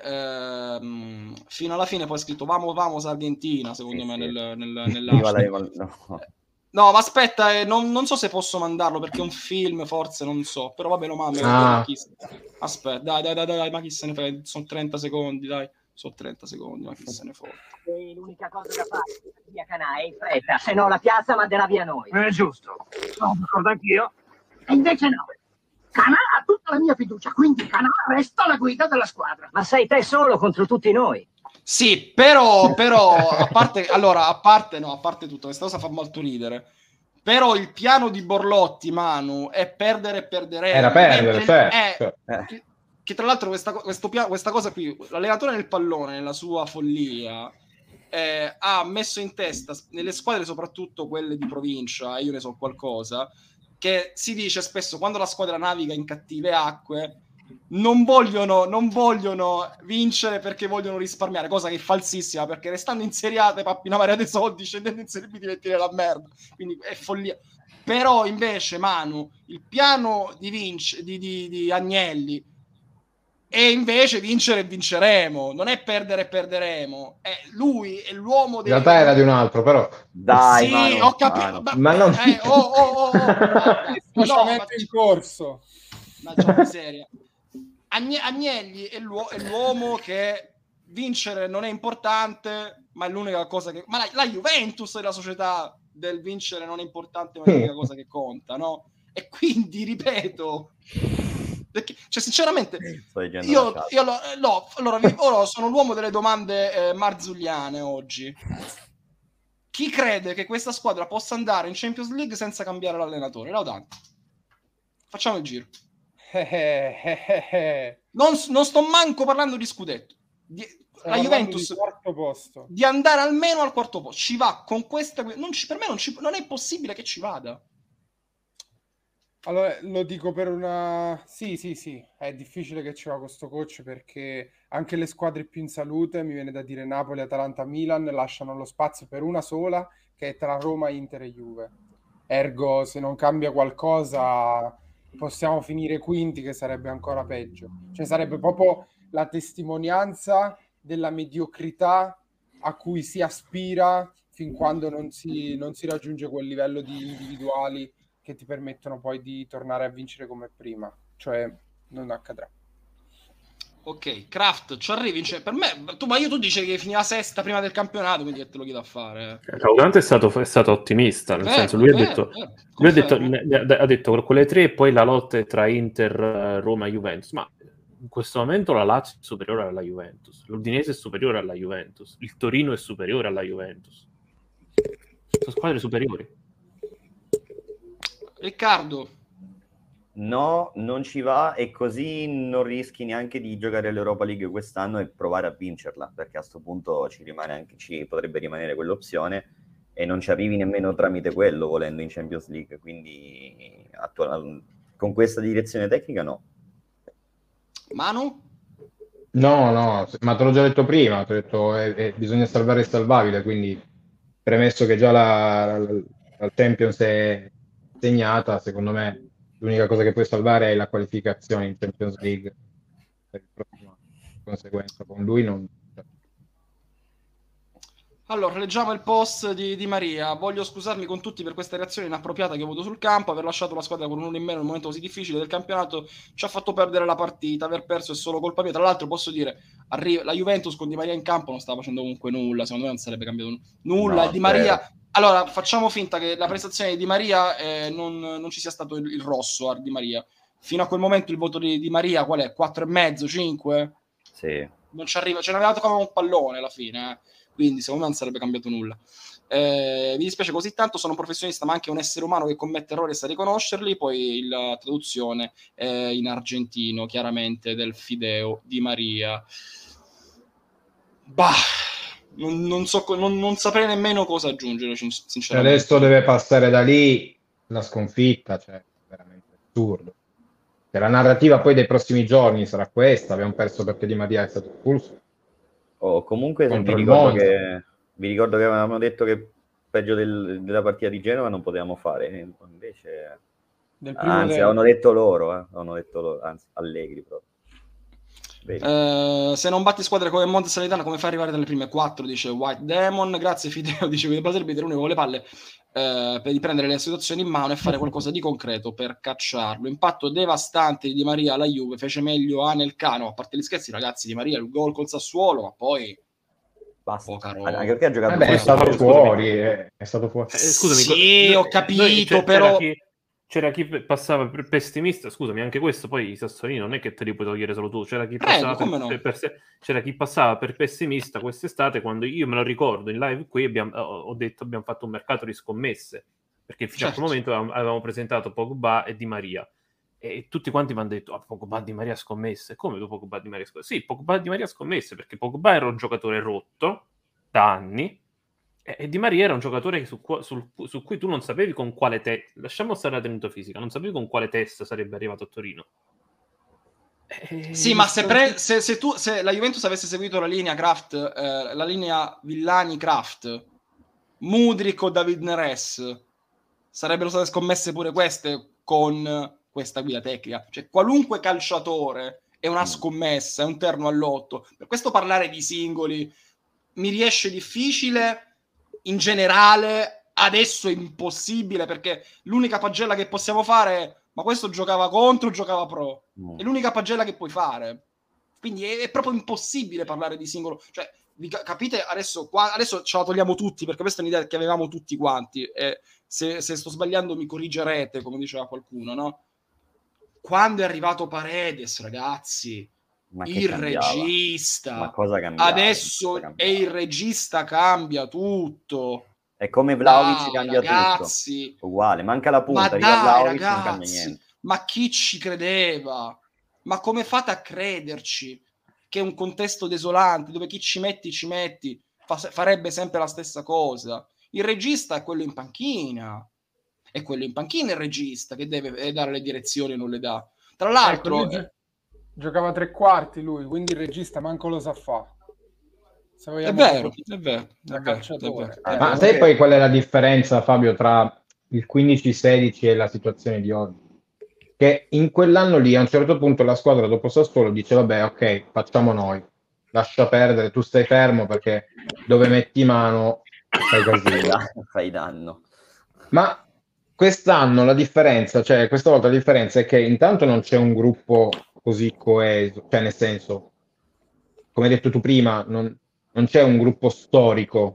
ehm, fino alla fine poi ha scritto vamos, vamos Argentina, secondo sì, me, sì. nel, nel, nel no. No, ma aspetta, eh, non, non so se posso mandarlo perché è un film, forse, non so. Però vabbè, lo mando. Ah. Aspetta, dai, dai, dai, dai, ma chi se ne frega? Sono trenta secondi, dai. Sono trenta secondi, ma chi se ne frega? E l'unica cosa da fare è via Canà è in fretta, se no la piazza manderà via noi. È giusto, sono d'accordo anch'io. E invece no. Canà ha tutta la mia fiducia, quindi Canà resta la guida della squadra. Ma sei te solo contro tutti noi. Sì, però, però a parte, allora, a parte, no, a parte tutto, questa cosa fa molto ridere. Però il piano di Borlotti, Manu, è perdere e perdere. Era perdere, certo. È, certo. Che, che tra l'altro questa, questo piano, questa cosa qui, l'allenatore nel pallone, nella sua follia, eh, ha messo in testa, nelle squadre soprattutto quelle di provincia, io ne so qualcosa, che si dice spesso, quando la squadra naviga in cattive acque, non vogliono, non vogliono vincere perché vogliono risparmiare, cosa che è falsissima, perché restando in Serie A te pappi una marea di soldi, scendendo in Serie B ti metti la merda, quindi è follia. Però invece, Manu, il piano di, Vince, di, di, di Agnelli E invece vincere vinceremo, non è perdere e perderemo. È lui è l'uomo In dei... realtà era di un altro, però. Dai, Sì, Manu, ho capito. Manu. Ma, Ma non... eh, oh, oh, oh, oh. No, Sfasciamento ma- in corso. Mannaggia miseria. Agne- Agnelli è, l'uo- è l'uomo che vincere non è importante, ma è l'unica cosa che... Ma la, la Juventus è la società del vincere non è importante, ma è l'unica cosa che conta, no? E quindi, ripeto... Perché, cioè, sinceramente, Sto leggendo io, la chat. io lo, no, allora, vi- ora sono l'uomo delle domande eh, marzulliane oggi. Chi crede che questa squadra possa andare in Champions League senza cambiare l'allenatore? Laudante. Facciamo il giro. Non, non sto manco parlando di scudetto. Di, la Juventus di quarto posto. di andare almeno al quarto posto. Ci va con questa... Non ci, per me non, ci, non è possibile che ci vada. Allora, lo dico per una... Sì, sì, sì, è difficile che ci va questo coach perché anche le squadre più in salute, mi viene da dire Napoli, Atalanta, Milan, lasciano lo spazio per una sola, che è tra Roma, Inter e Juve. Ergo, se non cambia qualcosa, possiamo finire quinti, che sarebbe ancora peggio. Cioè, sarebbe proprio la testimonianza della mediocrità a cui si aspira fin quando non si, non si raggiunge quel livello di individuali che ti permettono poi di tornare a vincere come prima, cioè non accadrà. Ok, Kraft, ci arrivi? Cioè, per me, tu, ma io tu dici che finiva sesta prima del campionato, quindi che te lo chiedo a fare. Laudante è stato, è stato ottimista, nel Vero, senso lui ha vero, detto, vero, lui ha detto, confermo. ha detto quelle tre e poi la lotta è tra Inter, Roma e Juventus, ma in questo momento la Lazio è superiore alla Juventus, l'Udinese è superiore alla Juventus, il Torino è superiore alla Juventus. Sono squadre superiori. Riccardo. No, non ci va e così non rischi neanche di giocare l'Europa League quest'anno e provare a vincerla, perché a sto punto ci rimane anche, ci potrebbe rimanere quell'opzione e non ci arrivi nemmeno tramite quello volendo in Champions League, quindi attual- con questa direzione tecnica no. Manu? No, no, ma te l'ho già detto prima, ti ho detto eh, eh, bisogna salvare il salvabile, quindi premesso che già la, la, la Champions è segnata, secondo me l'unica cosa che puoi salvare è la qualificazione in Champions League per il prossimo anno. Di conseguenza con lui non... Allora, leggiamo il post di, di Maria. Voglio scusarmi con tutti per questa reazione inappropriata che ho avuto sul campo. Aver lasciato la squadra con un uno in meno in un momento così difficile del campionato ci ha fatto perdere la partita. Aver perso è solo colpa mia. Tra l'altro posso dire, arri- la Juventus con Di Maria in campo non stava facendo comunque nulla. Secondo me non sarebbe cambiato n- nulla. No, Di Maria... zero. Allora, facciamo finta che la prestazione di Di Maria eh, non, non ci sia stato il, il rosso a Di Maria. Fino a quel momento il voto di Di Maria qual è? quattro e mezzo, cinque? Sì. Non ci arriva, ce n'aveva dato come un pallone alla fine, eh. Quindi secondo me non sarebbe cambiato nulla. Eh, mi dispiace così tanto, sono un professionista ma anche un essere umano che commette errori e sa riconoscerli. Poi la traduzione eh, in argentino chiaramente del Fideo Di Maria. Bah, non, non, so, non, non saprei nemmeno cosa aggiungere sinceramente. Adesso deve passare da lì la sconfitta, cioè veramente assurdo. Che la narrativa poi dei prossimi giorni sarà questa, abbiamo perso perché Di Maria è stato espulso. Oh, comunque vi Contro il ricordo, Monza. che, vi ricordo che avevamo detto che peggio del- della partita di Genova non potevamo fare, e invece Del primo anzi tempo. avevano detto loro, eh, avevano detto loro, anzi Allegri proprio. Vedi. Eh, se non batti squadre come Monza e Salernitana, come fai ad arrivare dalle prime quattro? Dice White Demon. Grazie Fideo, dice che potrebbe l'unico con le palle eh, per riprendere le situazioni in mano e fare qualcosa di concreto per cacciarlo. Impatto devastante di Di Maria alla Juve, fece meglio Anelcano. A parte gli scherzi, ragazzi, Di Maria il gol col Sassuolo, ma poi Basta. poca roba. Anche perché ha giocato Vabbè, è questo, stato scusami. fuori, eh, è stato fuori. Eh, scusami, Sì, co- ho noi- capito, noi- c'è- però- c'era chi, c'era chi passava per pessimista, scusami, anche questo poi i sassolini non è che te li puoi togliere solo tu, c'era chi, Prego, passava come per, no? per- per se- c'era chi passava per pessimista quest'estate, quando io me lo ricordo in live qui abbiamo, ho ho detto abbiamo fatto un mercato di scommesse, perché fino Certo. a quel momento avevamo, avevamo presentato Pogba e Di Maria, e tutti quanti mi hanno detto ah, Pogba Di Maria scommesse. Come tu Pogba Di Maria scommesse? Sì, Pogba Di Maria scommesse, perché Pogba era un giocatore rotto da anni e e Di Maria era un giocatore su, cu- sul- su cui tu non sapevi con quale testa, lasciamo stare la tenuta fisica, non sapevi con quale testa sarebbe arrivato a Torino. E- Sì, ma se, pre- se, se, tu, se la Juventus avesse seguito la linea Kraft, eh, la linea Villani-Kraft, Mudryk o David Neres, sarebbero state scommesse pure queste con questa guida tecnica. Cioè, qualunque calciatore è una scommessa, è un terno all'otto. Per questo parlare di singoli mi riesce difficile, in generale adesso è impossibile, perché l'unica pagella che possiamo fare è ma questo giocava contro, giocava pro. Mm. È l'unica pagella che puoi fare. Quindi è, è proprio impossibile parlare di singolo. Cioè, vi ca- capite? Adesso, qua, adesso ce la togliamo tutti, perché questa è un'idea che avevamo tutti quanti. E se, se sto sbagliando mi corrigerete, come diceva qualcuno, no? Quando è arrivato Paredes, ragazzi, Ma che il cambiava? regista. Ma cosa cambiava? Adesso Cosa cambiava? è il regista, cambia tutto. È come Vlahovic Dai, cambia ragazzi. tutto. Uguale, manca la Ma punta, arriva dai, Vlahovic non cambia ragazzi, niente. ma chi ci credeva? Ma come fate a crederci che un contesto desolante, dove chi ci metti, ci metti, fa- farebbe sempre la stessa cosa? Il regista è quello in panchina. È quello in panchina il regista che deve eh, dare le direzioni e non le dà. Tra Ecco, l'altro... lui gio- giocava tre quarti lui, quindi il regista manco lo sa fa. Se È vogliamo vero, proprio è vero, da è vero, calciatore. è Eh, Ma perché- sai poi qual è la differenza, Fabio, tra il quindici sedici e la situazione di oggi? Che in quell'anno lì, a un certo punto, la squadra dopo Sassuolo dice, vabbè, ok, facciamo noi. Lascia perdere, tu stai fermo perché dove metti mano fai Fai, casino. da- fai danno. Ma quest'anno la differenza, cioè questa volta la differenza è che intanto non c'è un gruppo così coeso, cioè nel senso, come hai detto tu prima, non, non c'è un gruppo storico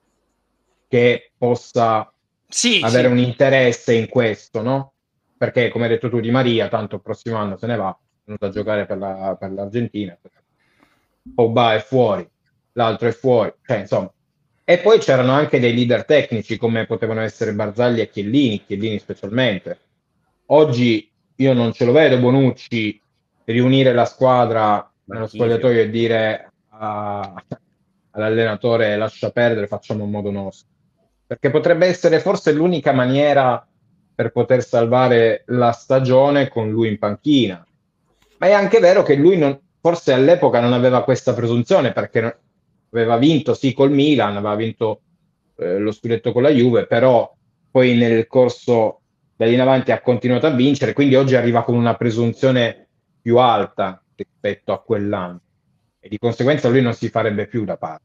che possa Sì, avere sì. un interesse in questo, no? Perché, come hai detto tu, Di Maria, tanto il prossimo anno se ne va, è venuto a giocare per la- per l'Argentina. Pogba è fuori, l'altro è fuori, cioè insomma. E poi c'erano anche dei leader tecnici come potevano essere Barzagli e Chiellini, Chiellini specialmente. Oggi io non ce lo vedo Bonucci riunire la squadra nello Marchisio. spogliatoio e dire a- all'allenatore lascia perdere, facciamo un modo nostro. Perché potrebbe essere forse l'unica maniera per poter salvare la stagione con lui in panchina. Ma è anche vero che lui non, forse all'epoca non aveva questa presunzione perché non- aveva vinto sì col Milan, aveva vinto eh, lo scudetto con la Juve, però poi nel corso da lì in avanti ha continuato a vincere, quindi oggi arriva con una presunzione più alta rispetto a quell'anno e di conseguenza lui non si farebbe più da parte.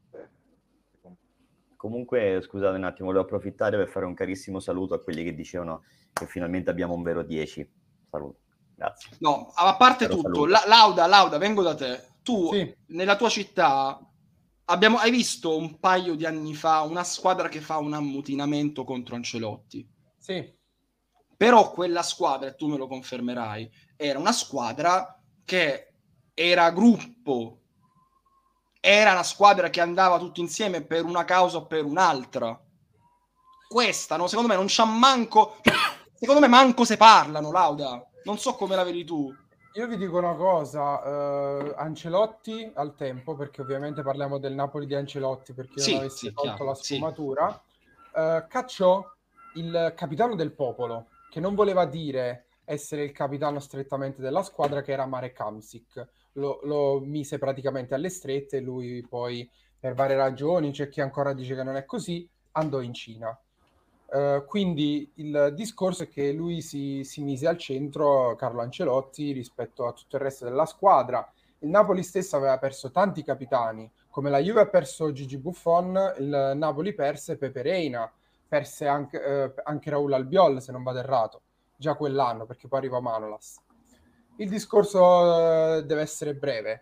Comunque, scusate un attimo, volevo approfittare per fare un carissimo saluto a quelli che dicevano che finalmente abbiamo un vero dieci. Saluto, grazie. No, a parte Caro tutto, saluto. La- Lauda, Lauda, vengo da te. Tu, Sì. nella tua città, abbiamo, hai visto un paio di anni fa una squadra che fa un ammutinamento contro Ancelotti? Sì. Però quella squadra, e tu me lo confermerai, era una squadra che era gruppo, era una squadra che andava tutti insieme per una causa o per un'altra. Questa, no? Secondo me non c'ha manco... Secondo me manco se parlano, Lauda. Non so come la vedi tu. Io vi dico una cosa, eh, Ancelotti al tempo, perché ovviamente parliamo del Napoli di Ancelotti, perché Sì, non avesse sì, tolto chiaro, la sì. sfumatura, eh, cacciò il capitano del popolo, che non voleva dire essere il capitano strettamente della squadra, che era Marek Hamsik. Lo, lo mise praticamente alle strette e lui poi, per varie ragioni, c'è chi ancora dice che non è così, andò in Cina. Uh, quindi il discorso è che lui si, si mise al centro, Carlo Ancelotti, rispetto a tutto il resto della squadra. Il Napoli stesso aveva perso tanti capitani, come la Juve ha perso Gigi Buffon, il Napoli perse Pepe Reina, perse anche, uh, anche Raul Albiol, se non vado errato, già quell'anno, perché poi arriva Manolas. Il discorso uh, deve essere breve.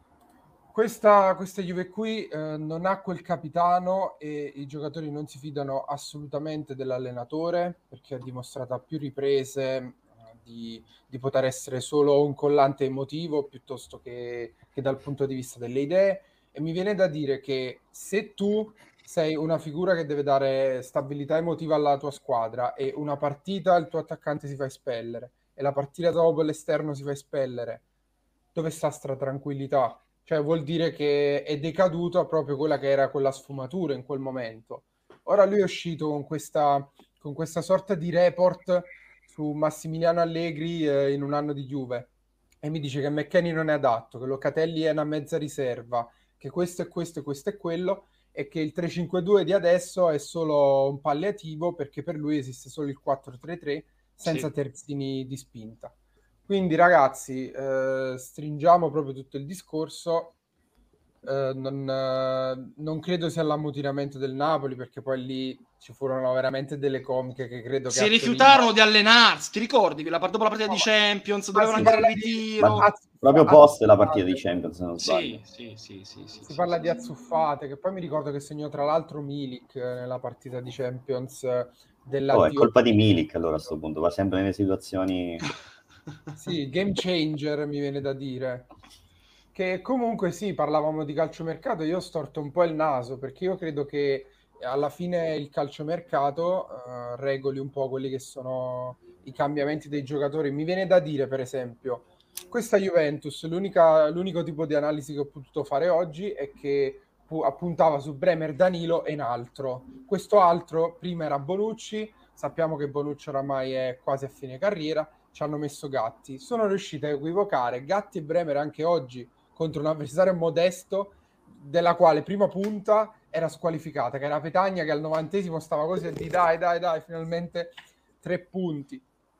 Questa, questa Juve qui eh, non ha quel capitano e i giocatori non si fidano assolutamente dell'allenatore, perché ha dimostrato a più riprese eh, di, di poter essere solo un collante emotivo piuttosto che, che dal punto di vista delle idee. E mi viene da dire che se tu sei una figura che deve dare stabilità emotiva alla tua squadra e una partita il tuo attaccante si fa espellere e la partita dopo l'esterno si fa espellere, dove sta sta tranquillità? Cioè vuol dire che è decaduta proprio quella che era quella sfumatura in quel momento. Ora lui è uscito con questa, con questa sorta di report su Massimiliano Allegri eh, in un anno di Juve e mi dice che McKennie non è adatto, che Locatelli è una mezza riserva, che questo e questo e questo e quello e che il tre cinque due di adesso è solo un palliativo perché per lui esiste solo il quattro tre tre senza Sì. terzini di spinta. Quindi ragazzi, eh, stringiamo proprio tutto il discorso. Eh, non, eh, non credo sia l'ammutinamento del Napoli, perché poi lì ci furono veramente delle comiche che credo che Si a rifiutarono Torino... di allenarsi, ti ricordi? La, dopo la partita di Champions, Ma dovevano si andare parla in di- ritiro. Ma proprio post la partita di Champions, se non sbaglio. Sì, sì, sì, sì, sì, Si sì, parla sì, di azzuffate, che poi mi ricordo che segnò tra l'altro Milik eh, nella partita di Champions eh, Oh, è dell'addio. colpa di Milik allora a sto punto, va sempre nelle situazioni... Sì, game changer mi viene da dire. Che comunque sì, parlavamo di calciomercato, io ho storto un po' il naso, perché io credo che alla fine il calciomercato eh, regoli un po' quelli che sono i cambiamenti dei giocatori. Mi viene da dire, per esempio, questa Juventus, l'unica, l'unico tipo di analisi che ho potuto fare oggi è che pu- appuntava su Bremer, Danilo e un altro. Questo altro prima era Bonucci, sappiamo che Bonucci oramai è quasi a fine carriera, ci hanno messo Gatti. Sono riusciti a equivocare Gatti e Bremer anche oggi contro un avversario modesto, della quale prima punta era squalificata, che era Petagna, che al novantesimo stava così a dire dai, dai, dai, finalmente tre punti.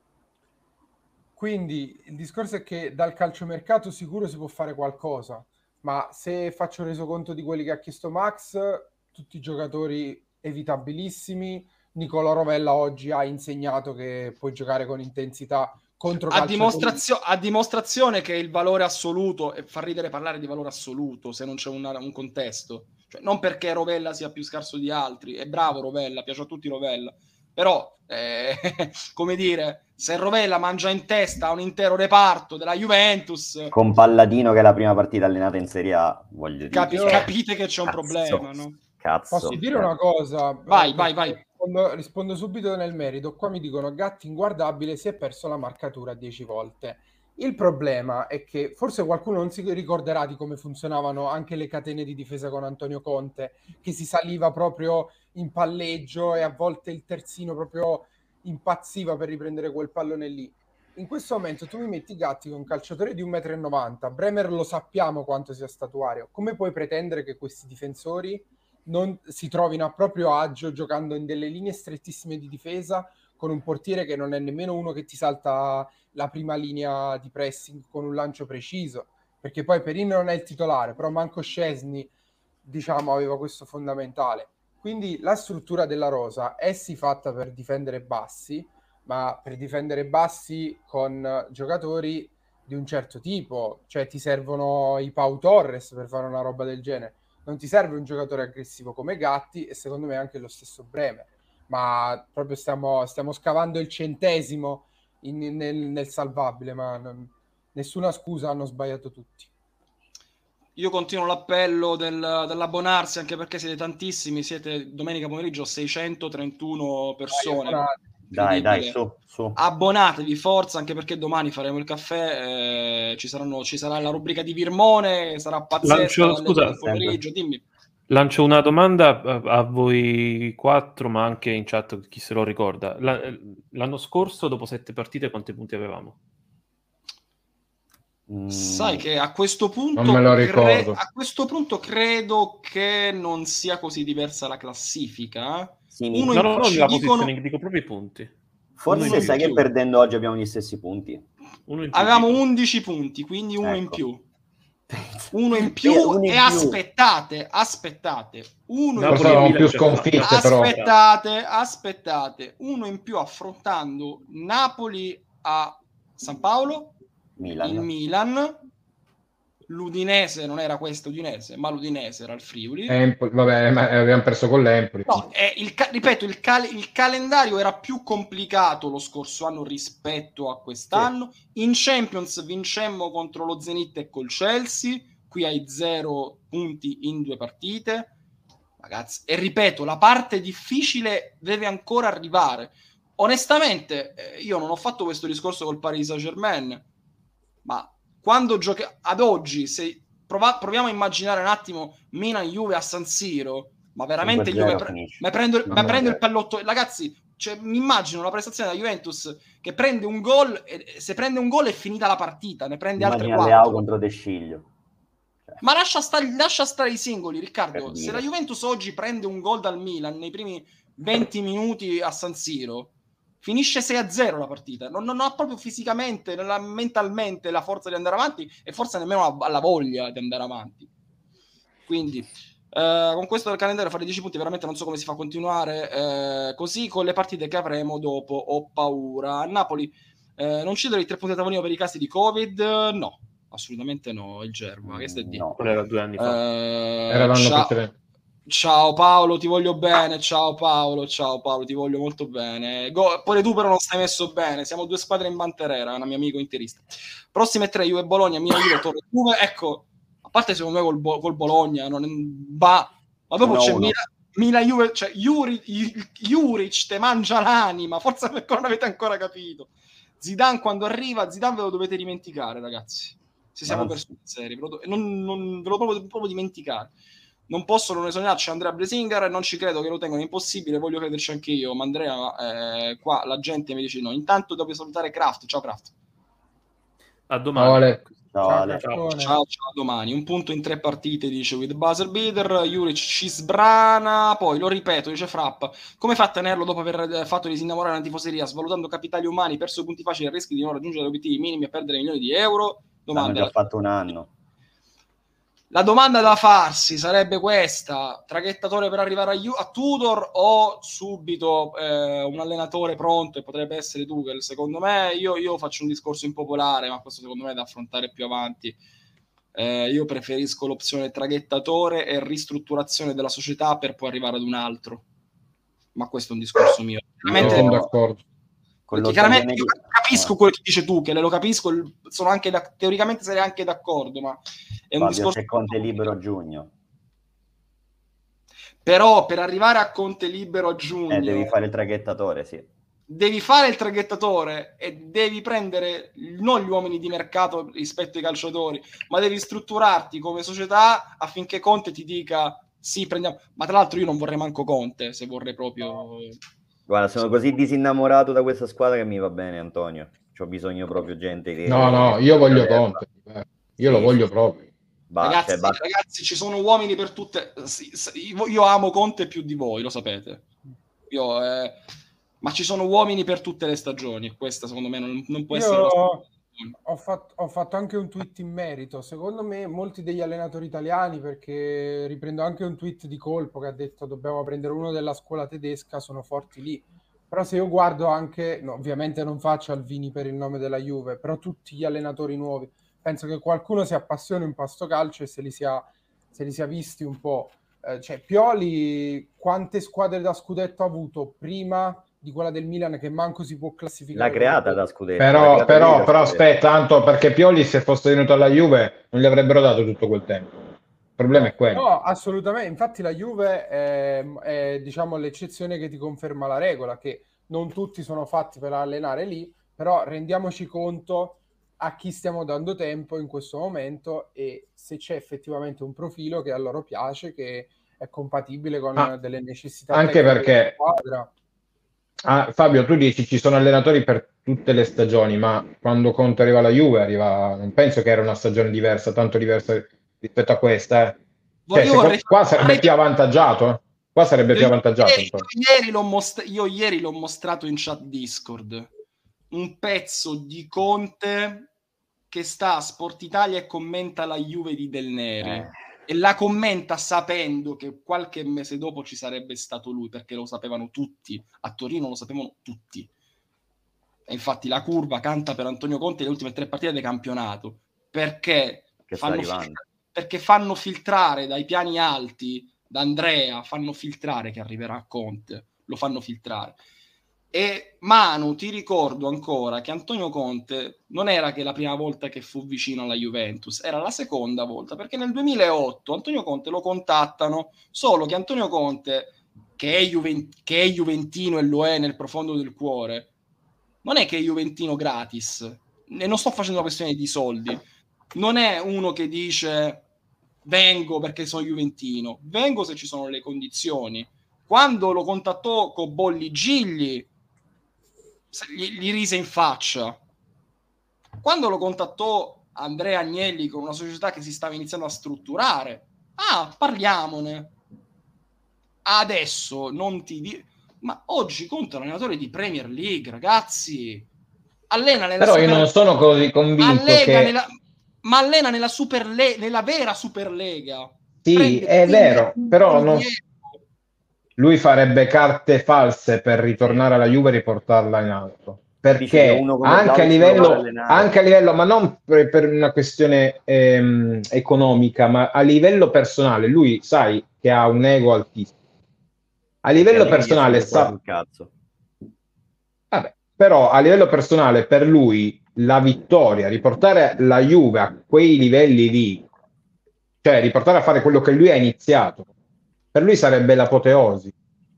Quindi il discorso è che dal calciomercato sicuro si può fare qualcosa, ma se faccio resoconto di quelli che ha chiesto Max, tutti i giocatori evitabilissimi. Nicolò Rovella oggi ha insegnato che puoi giocare con intensità contro A, calciatori. dimostrazio- a dimostrazione che il valore assoluto, e fa ridere parlare di valore assoluto se non c'è una- un contesto, cioè, non perché Rovella sia più scarso di altri, è bravo Rovella, piace a tutti Rovella, però eh, come dire, se Rovella mangia in testa a un intero reparto della Juventus, Con Palladino che è la prima partita allenata in Serie A, voglio dire. capi- Io- capite che c'è un Cazzo. problema, no? Cazzo. Posso dire una cosa? Vai, Eh, vai, vai. Rispondo, rispondo subito nel merito. Qua mi dicono Gatti inguardabile, si è perso la marcatura dieci volte. Il problema è che forse qualcuno non si ricorderà di come funzionavano anche le catene di difesa con Antonio Conte, che si saliva proprio in palleggio e a volte il terzino proprio impazziva per riprendere quel pallone lì. In questo momento tu mi metti Gatti con un calciatore di un metro e novanta, Bremer lo sappiamo quanto sia statuario. Come puoi pretendere che questi difensori non si trovino a proprio agio giocando in delle linee strettissime di difesa con un portiere che non è nemmeno uno che ti salta la prima linea di pressing con un lancio preciso, perché poi Perin non è il titolare, però manco Szczesny, diciamo, aveva questo fondamentale. Quindi la struttura della rosa è sì fatta per difendere bassi, ma per difendere bassi con giocatori di un certo tipo, cioè ti servono i Pau Torres per fare una roba del genere. Non ti serve un giocatore aggressivo come Gatti e secondo me anche lo stesso Bremer, ma proprio stiamo, stiamo scavando il centesimo in, nel, nel salvabile, ma non, nessuna scusa, hanno sbagliato tutti. Io continuo l'appello del, dell'abbonarsi, anche perché siete tantissimi, siete domenica pomeriggio seicentotrentuno persone. Dai, dai, Incredibile. su, su. Abbonatevi, forza, anche perché domani faremo il caffè, eh, ci, saranno, ci sarà la rubrica di Virmone, sarà pazzesca. Lancio, dalle scusa, due del pomeriggio, dimmi. Lancio una domanda a, a voi quattro, ma anche in chat chi se lo ricorda. La- l'anno scorso, dopo sette partite, quanti punti avevamo? Sai che a questo punto Non me lo cre- ricordo. a questo punto credo che non sia così diversa la classifica. Sì, Uno No, in no, più no, ci la dicono- posizione, dico proprio i punti. Uno Forse in sai più. che perdendo oggi abbiamo gli stessi punti. Uno in più, avevamo dico. undici punti, quindi uno in Ecco. più. Uno in più Uno in e più. aspettate, aspettate. Uno in Napoli Forse avevamo Milan più c'è sconfitte, stata. però. Aspettate, aspettate. Uno in più affrontando Napoli a San Paolo, Milan. il Milan, l'Udinese, non era questo Udinese, ma l'Udinese era il Friuli. Empoli, vabbè, ma abbiamo perso con l'Empoli. No, eh, il ca- ripeto, il, cal- il calendario era più complicato lo scorso anno rispetto a quest'anno. In Champions vincemmo contro lo Zenit e col Chelsea, qui hai zero punti in due partite. Ragazzi, e ripeto, la parte difficile deve ancora arrivare. Onestamente, eh, io non ho fatto questo discorso col Paris Saint-Germain, ma quando gioca ad oggi, se prova- proviamo a immaginare un attimo Milan-Juve a San Siro, ma veramente io cinque a me, zero pre- finisce. me prendo, il- No, me no, prendo no. il pallotto. Ragazzi, cioè, mi immagino una prestazione da Juventus che prende un gol e se prende un gol è finita la partita, ne prende altre Immagina Leao quattro. contro De Sciglio. Ma lascia stare, lascia stare i singoli, Riccardo. Per Se dire. la Juventus oggi prende un gol dal Milan nei primi venti minuti a San Siro, finisce sei a zero la partita, non, non ha proprio fisicamente, non ha mentalmente la forza di andare avanti e forse nemmeno la, la voglia di andare avanti. Quindi eh, con questo del calendario fare dieci punti veramente non so come si fa a continuare eh, così con le partite che avremo dopo, ho paura. A Napoli eh, non cedere i tre punti a tavolino per i casi di Covid? No, assolutamente no, il Gerva, che stai di? No, quello era due anni fa. Eh, Era l'anno ciao, precedente. ciao Paolo, ti voglio bene. Ciao Paolo, ciao Paolo, ti voglio molto bene. Go, pure tu però non stai messo bene. Siamo due squadre in banterera, un mio amico interista. Prossime tre, Juve Bologna, Milan Juve, Torre Juve. Ecco, a parte secondo me col, Bo- col Bologna, non è, va. Ma dopo c'è Milan, Milan Juve, cioè Juri, Juric te mangia l'anima. Forse perché non avete ancora capito. Zidane quando arriva, Zidane ve lo dovete dimenticare, ragazzi. Se siamo per seri, non, non ve lo proprio, proprio dimenticare. Non posso non esonerarci Andrea Bresinger, non ci credo che lo tengano impossibile, voglio crederci anche io, ma Andrea, eh, qua la gente mi dice no. Intanto devo salutare Kraft, ciao Kraft. A domani. Ciao, Ale. Ciao, ciao, ciao, ciao, a domani. Un punto in tre partite, dice with buzzer beater. Juric ci sbrana, poi lo ripeto, dice Frappa. Come fa a tenerlo dopo aver fatto disinnamorare una tifoseria, svalutando capitali umani, perso punti facili e rischi di non raggiungere obiettivi minimi e perdere milioni di euro? Domanda. Hanno già fatto un anno. La domanda da farsi sarebbe questa: traghettatore per arrivare a, a Tudor o subito eh, un allenatore pronto, e potrebbe essere Tuchel? Secondo me, io, io faccio un discorso impopolare, ma questo secondo me è da affrontare più avanti. Eh, io preferisco l'opzione traghettatore e ristrutturazione della società per poi arrivare ad un altro, ma questo è un discorso mio. Veramente sono d'accordo. Perché chiaramente io capisco quello che dice tu, che lo capisco, sono anche da, teoricamente sarei anche d'accordo, ma è un Fabio, discorso. c'è Conte libero a giugno. Però per arrivare a Conte libero a giugno Eh, devi fare il traghettatore, sì. Devi fare il traghettatore e devi prendere non gli uomini di mercato rispetto ai calciatori, ma devi strutturarti come società affinché Conte ti dica sì, prendiamo. Ma tra l'altro io non vorrei manco Conte, se vorrei proprio. Guarda, sono così disinnamorato da questa squadra che mi va bene, Antonio. C'ho bisogno proprio gente che... No, no, io voglio Conte. Io lo voglio proprio. Ragazzi, cioè, ragazzi, ci sono uomini per tutte. Sì, sì, io amo Conte più di voi, lo sapete. Io, eh... Ma ci sono uomini per tutte le stagioni. Questa, secondo me, non, non può io essere. Ho fatto, ho fatto anche un tweet in merito. Secondo me, molti degli allenatori italiani, perché riprendo anche un tweet di Colpo che ha detto dobbiamo prendere uno della scuola tedesca, sono forti lì. Però se io guardo anche, no, ovviamente non faccio Alvini per il nome della Juve, però tutti gli allenatori nuovi, penso che qualcuno si appassioni un po' a sto calcio e se li sia, se li sia visti un po'. Eh, cioè, Pioli, quante squadre da scudetto ha avuto prima di quella del Milan che manco si può classificare? L'ha creata da scudetto. Però, però, però aspetta, tanto perché Pioli se fosse venuto alla Juve non gli avrebbero dato tutto quel tempo. Il problema è quello. No, assolutamente. Infatti la Juve è, è diciamo l'eccezione che ti conferma la regola, che non tutti sono fatti per allenare lì, però rendiamoci conto a chi stiamo dando tempo in questo momento e se c'è effettivamente un profilo che a loro piace, che è compatibile con ah, delle necessità anche perché squadra. Ah, Fabio, tu dici ci sono allenatori per tutte le stagioni, ma quando Conte arriva alla Juve arriva, non penso che era una stagione diversa, tanto diversa rispetto a questa. Eh. Cioè, Io vorrei... Qua sarebbe più avvantaggiato. Eh? Qua sarebbe io, più avvantaggiato. Ieri, io, ieri l'ho most- io ieri l'ho mostrato in chat Discord un pezzo di Conte che sta a Sport Italia e commenta la Juve di Del Neri. Eh. E la commenta sapendo che qualche mese dopo ci sarebbe stato lui, perché lo sapevano tutti, a Torino lo sapevano tutti. E infatti la curva canta per Antonio Conte le ultime tre partite del campionato, perché fanno, fil- perché fanno filtrare dai piani alti, da Andrea, fanno filtrare che arriverà a Conte, lo fanno filtrare. E Manu, ti ricordo ancora che Antonio Conte non era che la prima volta che fu vicino alla Juventus, era la seconda volta, perché nel duemilaotto Antonio Conte lo contattano, solo che Antonio Conte, che è, Juven- che è juventino e lo è nel profondo del cuore, non è che è juventino gratis, e non sto facendo una questione di soldi, non è uno che dice vengo perché sono juventino, vengo se ci sono le condizioni. Quando lo contattò con Bolli Gigli, Gli, gli rise in faccia. Quando lo contattò Andrea Agnelli con una società che si stava iniziando a strutturare, ah, parliamone. Adesso non ti di- Ma oggi Conte è un allenatore di Premier League, ragazzi. Allena nella Però io Super... non sono così convinto Allega che... nella... Ma allena nella, super le... nella vera Superlega. Sì, Prende è vero, però milioni non... di euro. lui farebbe carte false per ritornare alla Juve e riportarla in alto. Perché uno come anche a Vlahovic lo vuole livello, allenare. anche a livello, ma non per, per una questione ehm, economica, ma a livello personale, lui sai che ha un ego altissimo. A livello personale sa... Cazzo. Vabbè, però a livello personale per lui la vittoria, riportare la Juve a quei livelli lì, cioè riportare a fare quello che lui ha iniziato, per lui sarebbe l'apoteosi.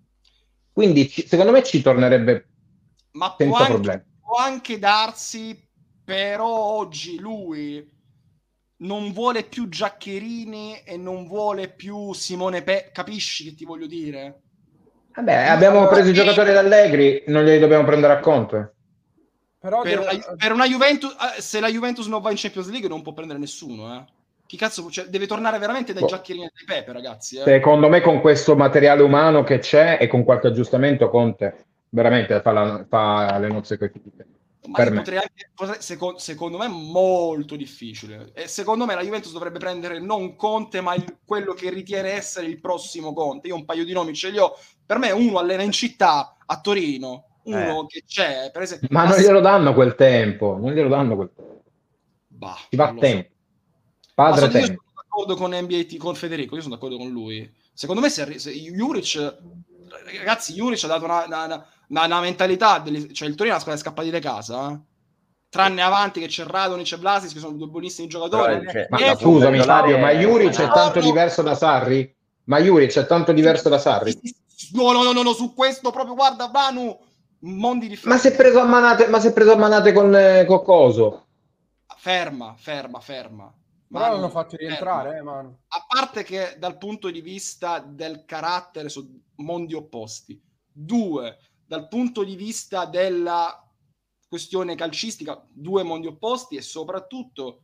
Quindi ci, secondo me ci tornerebbe Ma può senza anche, problemi. può anche darsi, però oggi lui non vuole più Giaccherini e non vuole più Simone Pe... Capisci che ti voglio dire? Vabbè, abbiamo allora, preso i giocatori d'Allegri, non li dobbiamo prendere a conto. Però per, de- una, per una Juventus, se la Juventus non va in Champions League non può prendere nessuno, eh. Chi cazzo, cioè, deve tornare veramente dai Boh. Giaccherini e dai Pepe, ragazzi. Eh. Secondo me con questo materiale umano che c'è e con qualche aggiustamento Conte veramente fa, la, fa le nozze coi figli. Ma Per io me. potrei anche, potrei- secondo, secondo me è molto difficile. E secondo me la Juventus dovrebbe prendere non Conte, ma il- quello che ritiene essere il prossimo Conte. Io un paio di nomi ce li ho. Per me uno allena in città, a Torino, uno Eh. che c'è, per esempio. Ma non glielo danno quel tempo, non glielo danno quel tempo. Bah, Ci va non lo so. tempo. Ma Padre sono, io tempo. sono d'accordo con N B A T, con Federico, io sono d'accordo con lui. Secondo me se, arri- se Juric, ragazzi, Juric ha dato una, una, una, una mentalità, delle, cioè il Torino è una squadra scappati di casa, eh? Tranne avanti che c'è Radonic e Vlasic che sono due buonissimi giocatori. Però, cioè, Ma E scusami Fabio, ma è- Juric è no, tanto no. diverso da Sarri? Ma Juric è tanto diverso da Sarri? No, no, no, no, no, su questo proprio, guarda, Vanu, mondi differenti. Ma si è preso a manate, ma si è preso a manate con, eh, con coso. Ferma, ferma, ferma. Però Manu, l'hanno fatto ferma. rientrare, eh, Manu. A parte che dal punto di vista del carattere sono mondi opposti. Due, dal punto di vista della questione calcistica, due mondi opposti, e soprattutto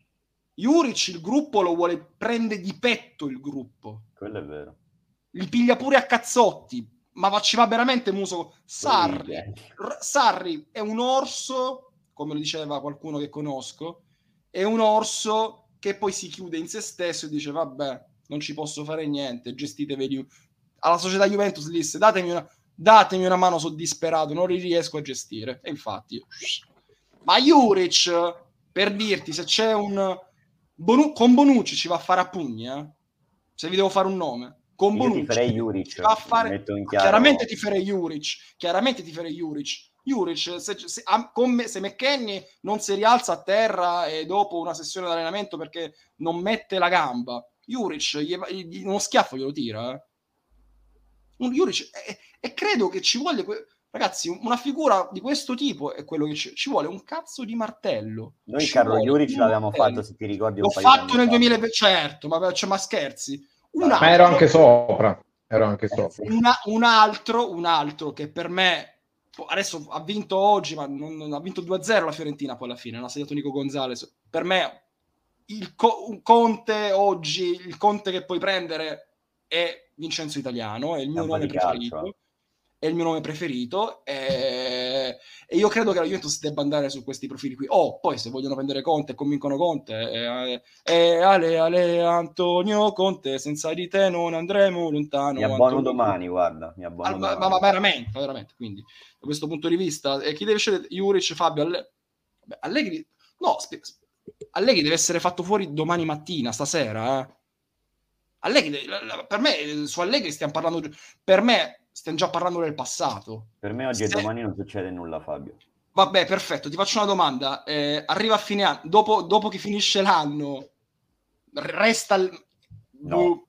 Juric il gruppo lo vuole, prende di petto il gruppo. Quello è vero. Li piglia pure a cazzotti, ma va- ci va veramente muso. Sarri, R- Sarri è un orso, come lo diceva qualcuno che conosco, è un orso che poi si chiude in se stesso e dice vabbè, non ci posso fare niente, gestitevi. Alla società Juventus disse datemi una, datemi una mano, sono disperato, non li riesco a gestire. E infatti, ma Juric, per dirti, se c'è un Bonu- con Bonucci ci va a fare a pugni, eh? Se vi devo fare un nome. Con Io Bonucci ti farei Juric, ci va a fare... metto in chiaro. Chiaramente ti farei Juric, chiaramente ti farei Juric. Juric, se, se, a, con me, se McKennie non si rialza a terra e dopo una sessione di allenamento perché non mette la gamba, Juric gli, gli, uno schiaffo glielo tira, eh? Un Juric, e, e credo che ci voglia... Que- Ragazzi, una figura di questo tipo è quello che ci, ci vuole un cazzo di martello. Noi Ci Carlo vuole Juric un l'avevamo martello. fatto, se ti ricordi, un L'ho paio di fatto anni nel fa. duemilaventi, certo, ma, cioè, ma scherzi. Un Ma altro, ero anche sopra. Ero anche sopra. una- un altro, un altro che per me adesso ha vinto oggi, ma non, non- ha vinto due a zero la Fiorentina poi alla fine, non ha segnato Nico Gonzalez. Per me il co- un Conte oggi, il Conte che puoi prendere è Vincenzo Italiano, è il mio È un po' nome di calcio, preferito. eh. È il mio nome preferito e... e io credo che la Juventus debba andare su questi profili qui. Oh, poi se vogliono prendere Conte e convincono Conte, e, e ale, ale, Antonio Conte, senza di te non andremo lontano. Mi abbono Antonio... domani, guarda, mi abbono Ah, ma, domani. ma, ma veramente, veramente, quindi da questo punto di vista, e chi deve scegliere? Juric, Fabio, Alle... Beh, Allegri, no, sp- Allegri deve essere fatto fuori domani mattina, stasera, eh. Allegri, per me, su Allegri stiamo parlando, per me stiamo già parlando del passato. Per me oggi e Se- domani non succede nulla, Fabio. Vabbè, perfetto, ti faccio una domanda. Eh, arriva a fine anno, dopo, dopo che finisce l'anno, resta il... No.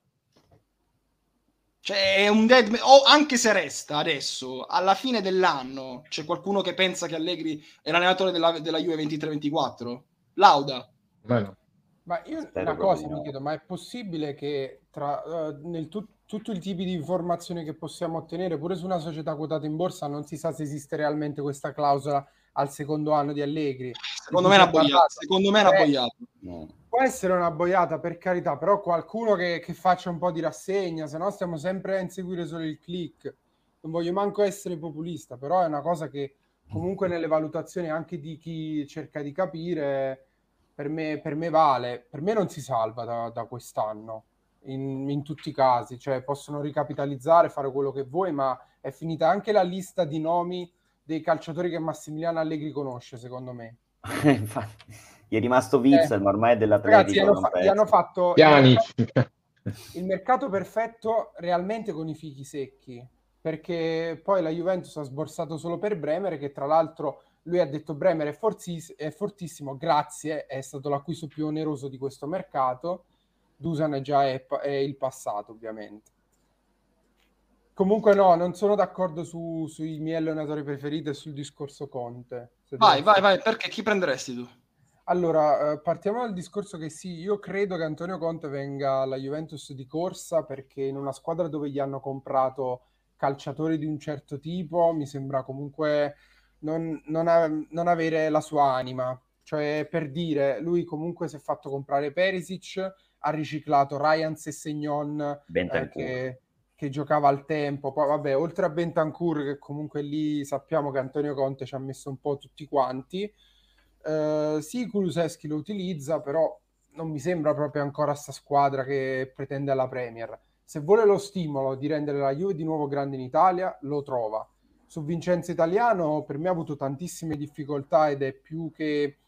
Cioè, è un dead... o anche se resta adesso, alla fine dell'anno, c'è qualcuno che pensa che Allegri è l'allenatore della, della Juve ventitré ventiquattro? Lauda. Bueno. Ma io Spero una proprio cosa di mi no. chiedo, ma è possibile che tra eh, nel tu- tutto il tipo di informazioni che possiamo ottenere, pure su una società quotata in borsa, non si sa se esiste realmente questa clausola al secondo anno di Allegri? Secondo Di me è cui una si è boiata. parlato. Secondo me è una Eh, boiata. No. Può essere una boiata, per carità, però qualcuno che, che faccia un po' di rassegna, se no stiamo sempre a inseguire solo il click. non voglio manco essere populista, però è una cosa che comunque nelle valutazioni anche di chi cerca di capire, per me, per me vale, per me non si salva da, da quest'anno, in, in tutti i casi, cioè possono ricapitalizzare, fare quello che vuoi, ma è finita anche la lista di nomi dei calciatori che Massimiliano Allegri conosce, secondo me. Infatti, gli è rimasto Witzel, Eh, ma ormai è Ragazzi, dell'Atletico. gli hanno, non fa- gli penso. hanno fatto il Pjanic. mercato, il mercato perfetto realmente con i fichi secchi, perché poi la Juventus ha sborsato solo per Bremer, che tra l'altro lui ha detto Bremer è, fortis- è fortissimo, grazie, è stato l'acquisto più oneroso di questo mercato. Dusan è già è, è il passato, ovviamente. Comunque no, non sono d'accordo su- sui miei allenatori preferiti e sul discorso Conte. Se Vai, devo vai, vai, perché chi prenderesti tu? Allora, eh, partiamo dal discorso che sì, io credo che Antonio Conte venga alla Juventus di corsa, perché in una squadra dove gli hanno comprato calciatori di un certo tipo mi sembra comunque non, non a- non avere la sua anima. Cioè, per dire, lui comunque si è fatto comprare Perisic, ha riciclato Ryan Sessegnon, eh, Bentancur. che, che giocava al tempo. Poi vabbè, oltre a Bentancur, che comunque lì sappiamo che Antonio Conte ci ha messo un po' tutti quanti. Eh, sì, Kulusevski lo utilizza, però non mi sembra proprio ancora sta squadra che pretende alla Premier. Se vuole lo stimolo di rendere la Juve di nuovo grande in Italia, lo trova. Su Vincenzo Italiano per me ha avuto tantissime difficoltà ed è più che,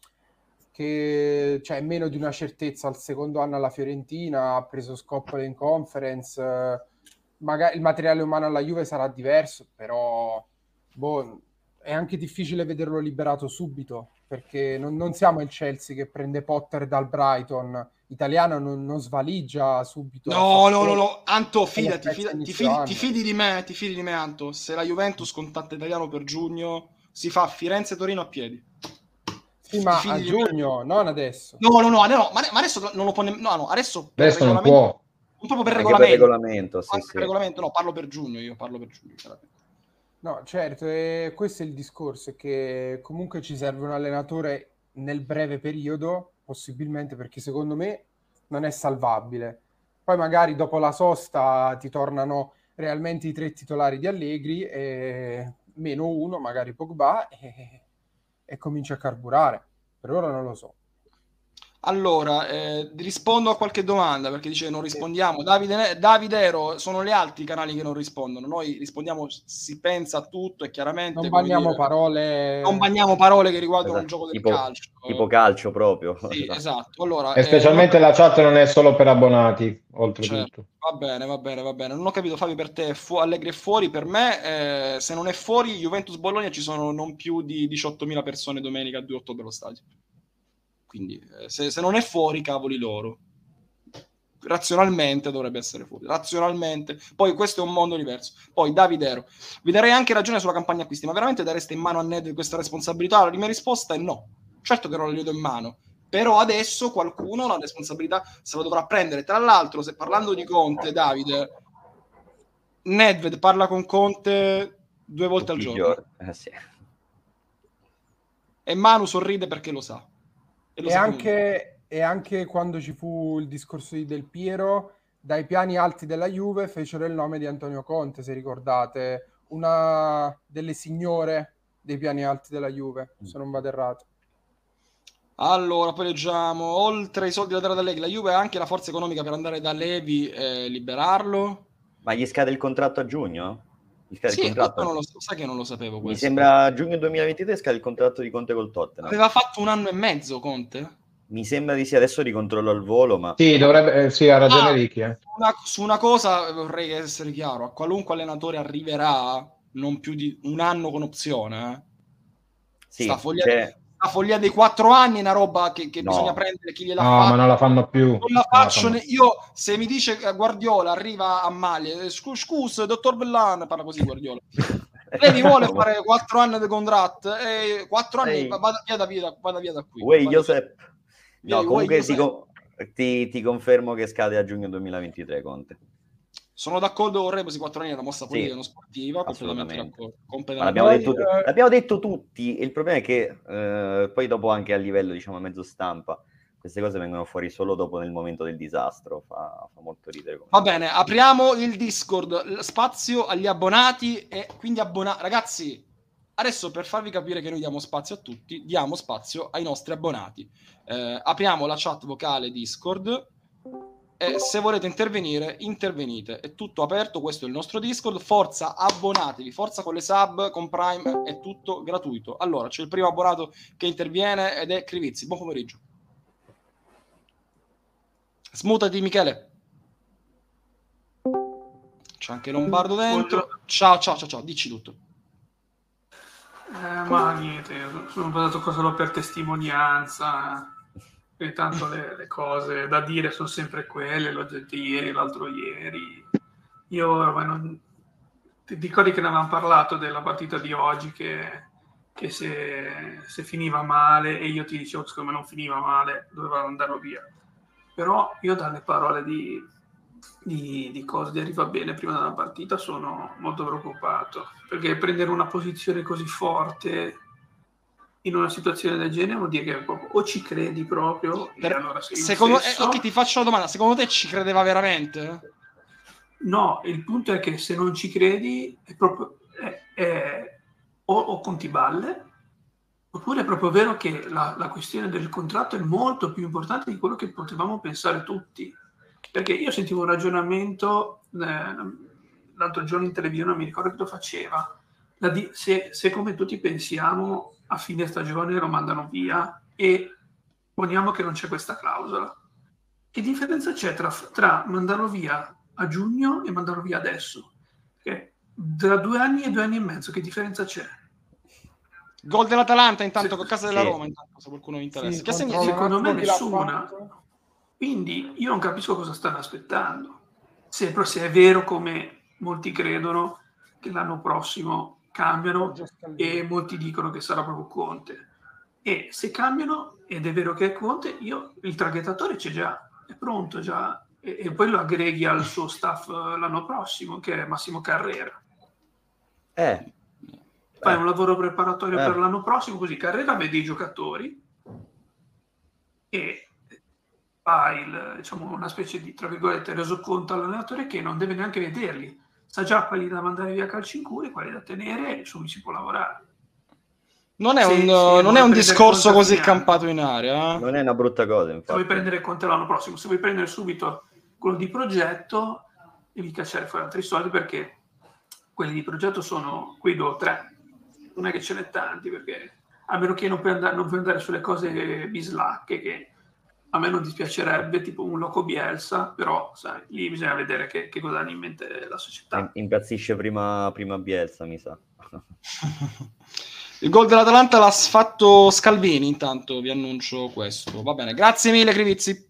che cioè meno di una certezza. Al secondo anno alla Fiorentina ha preso scoppole in conference, eh, magari il materiale umano alla Juve sarà diverso, però boh, è anche difficile vederlo liberato subito, perché non, non siamo il Chelsea che prende Potter dal Brighton. Italiano non, non svaligia subito. No, fa no, no, solo- no, Anto, come fidati, pezzo fida- ti, inizio fidi, anno. ti fidi di me, ti fidi di me, Anto. Se la Juventus contatta Italiano per giugno, si fa Firenze-Torino a piedi. Sì, ma Ti fidi a di me? giugno, non adesso. No, no, no, no, ma, ma adesso non lo può nemmeno... No, no, adesso per Adesso non regolamento... può. Non proprio per Anche per regolamento. regolamento, sì, Anche sì. per regolamento, no, parlo per giugno, io parlo per giugno. chiaramente. No, certo, e questo è il discorso, è che comunque ci serve un allenatore nel breve periodo, possibilmente, perché secondo me non è salvabile. Poi magari dopo la sosta ti tornano realmente i tre titolari di Allegri, e meno uno, magari Pogba, e, e comincia a carburare. Per ora non lo so. Allora, eh, rispondo a qualche domanda perché dice non rispondiamo. Davide, Davidero, sono gli altri canali che non rispondono. Noi rispondiamo, si pensa a tutto e chiaramente Non come banniamo dire, parole. non banniamo parole che riguardano Esatto, il gioco del tipo, calcio. tipo calcio proprio. Sì, Esatto. esatto. Allora, E eh, specialmente non ho- la chat non è solo per abbonati, oltretutto. certo, va bene, va bene, va bene. Non ho capito, Fabio, per te è fu- Allegri è fuori, per me eh, se non è fuori Juventus-Bologna ci sono non più di diciottomila persone domenica a due ottobre allo stadio. Quindi eh, se, se non è fuori, cavoli loro. Razionalmente dovrebbe essere fuori. Razionalmente. Poi questo è un mondo diverso. Poi Davidero, vi darei anche ragione sulla campagna acquisti, ma veramente dareste in mano a Ned questa responsabilità? Allora, la mia risposta è no. Certo che non la do in mano. Però adesso qualcuno la responsabilità se la dovrà prendere. Tra l'altro, se parlando di Conte, Davide, Nedved parla con Conte due volte al Tutti i giorno. giorni. Eh, sì. E Manu sorride perché lo sa. E lo E sa anche, e anche quando ci fu il discorso di Del Piero, dai piani alti della Juve fecero il nome di Antonio Conte, se ricordate, una delle signore dei piani alti della Juve, se non vado errato. Allora, poi leggiamo, oltre ai soldi da dare da Allegri, la Juve ha anche la forza economica per andare da Levi e liberarlo? Ma gli scade il contratto a giugno? Gli scade Sì, il contratto? non lo so, sai che non lo sapevo Mi questo. sembra a giugno duemilaventitré scade il contratto di Conte col Tottenham. Aveva fatto un anno e mezzo, Conte? Mi sembra di sì, adesso ricontrollo al volo, ma... Sì, dovrebbe, eh, sì, ha ragione Ah, Ricky. Eh. Una, su una cosa vorrei essere chiaro, a qualunque allenatore arriverà non più di un anno con opzione, eh. Sì, sta, foglia, c'è- sta foglia dei quattro anni è una roba che, che No. bisogna prendere chi gliela No, fa. ma non la fanno più. Non la Non la faccio fanno ne- io, se mi dice che Guardiola arriva a maglie, eh, scu- scusa, dottor Bellan, parla così Guardiola. Lei mi vuole fare quattro anni di contratto e quattro anni Ehi. va- vada via da, via, vada via da qui. Uè, Vada Josep. via- No, uè, comunque ti, Josep. co- ti- ti confermo che scade a giugno duemilaventitré, Conte. Sono d'accordo con Rebus, i quattro anni è una mossa politica e non sportiva, completamente assolutamente. d'accordo. Ma Completamente l'abbiamo, Poi, detto, eh, l'abbiamo detto tutti, e il problema è che eh, poi dopo anche a livello, diciamo, a mezzo stampa, queste cose vengono fuori solo dopo nel momento del disastro, fa, fa molto ridere. Come Va bene, apriamo il Discord, spazio agli abbonati e quindi abbonati. Ragazzi, adesso per farvi capire che noi diamo spazio a tutti, diamo spazio ai nostri abbonati. Eh, apriamo la chat vocale Discord e se volete intervenire, intervenite. È tutto aperto, questo è il nostro Discord. Forza, abbonatevi, forza con le sub, con Prime, è tutto gratuito. Allora, c'è il primo abbonato che interviene ed è Crivizzi. Buon pomeriggio. Smutati, Michele. C'è anche Lombardo dentro. Ciao, ciao, ciao, ciao, dici tutto. Eh, ma niente, sono basato solo per testimonianza e tanto le, le cose da dire sono sempre quelle, l'ho detto ieri, l'altro ieri. Io ormai non... ti ricordi che ne avevamo parlato della partita di oggi che, che se, se finiva male e io ti dicevo secondo me non finiva male, dovevano andare via. Però io dalle parole di, di, di cose di arriva bene prima della partita sono molto preoccupato, perché prendere una posizione così forte in una situazione del genere vuol dire che proprio, o ci credi proprio Per, e allora sei secondo, un sesso. eh, ok, ti faccio una domanda, secondo te ci credeva veramente? No, il punto è che se non ci credi è proprio è, è, o, o conti balle, oppure è proprio vero che la, la questione del contratto è molto più importante di quello che potevamo pensare tutti. Perché io sentivo un ragionamento eh, l'altro giorno in televisione, non mi ricordo chi lo faceva, la di, se, se come tutti pensiamo a fine stagione lo mandano via e poniamo che non c'è questa clausola, che differenza c'è tra, tra mandarlo via a giugno e mandarlo via adesso? Perché tra due anni e due anni e mezzo che differenza c'è? Gol dell'Atalanta intanto con casa della sì. Roma, intanto, se qualcuno vi interessa. Sì, che controllo, secondo me nessuna. Quindi io non capisco cosa stanno aspettando. Se, se è vero, come molti credono, che l'anno prossimo cambiano e molti dicono che sarà proprio Conte. E se cambiano, ed è vero che è Conte, io il traghettatore c'è già, è pronto già. E, e poi lo aggreghi al suo staff l'anno prossimo, che è Massimo Carrera. Eh. Fai eh. un lavoro preparatorio eh. per l'anno prossimo, così Carrera vede i giocatori e fa il, diciamo, una specie di, tra virgolette, resoconto all'allenatore che non deve neanche vederli, sa già quali da mandare via calci in culo e quali da tenere e su cui si può lavorare. Non è Se- un, se non vuoi è un prendere discorso Conte così a fine anno, campato in aria. Eh? Non è una brutta cosa, se infatti. vuoi prendere Conte l'anno prossimo, se vuoi prendere subito quello di progetto, devi cacciare fuori altri soldi, perché quelli di progetto sono quei due o tre, non è che ce n'è tanti, perché a meno che non puoi andare, non puoi andare sulle cose bislacche, che a me non dispiacerebbe, tipo un Loco Bielsa, però sai, lì bisogna vedere che, che cosa hanno in mente la società. Impazzisce prima, prima Bielsa, mi sa. Il gol dell'Atalanta l'ha fatto Scalvini, intanto vi annuncio questo. Va bene, grazie mille Crivizzi.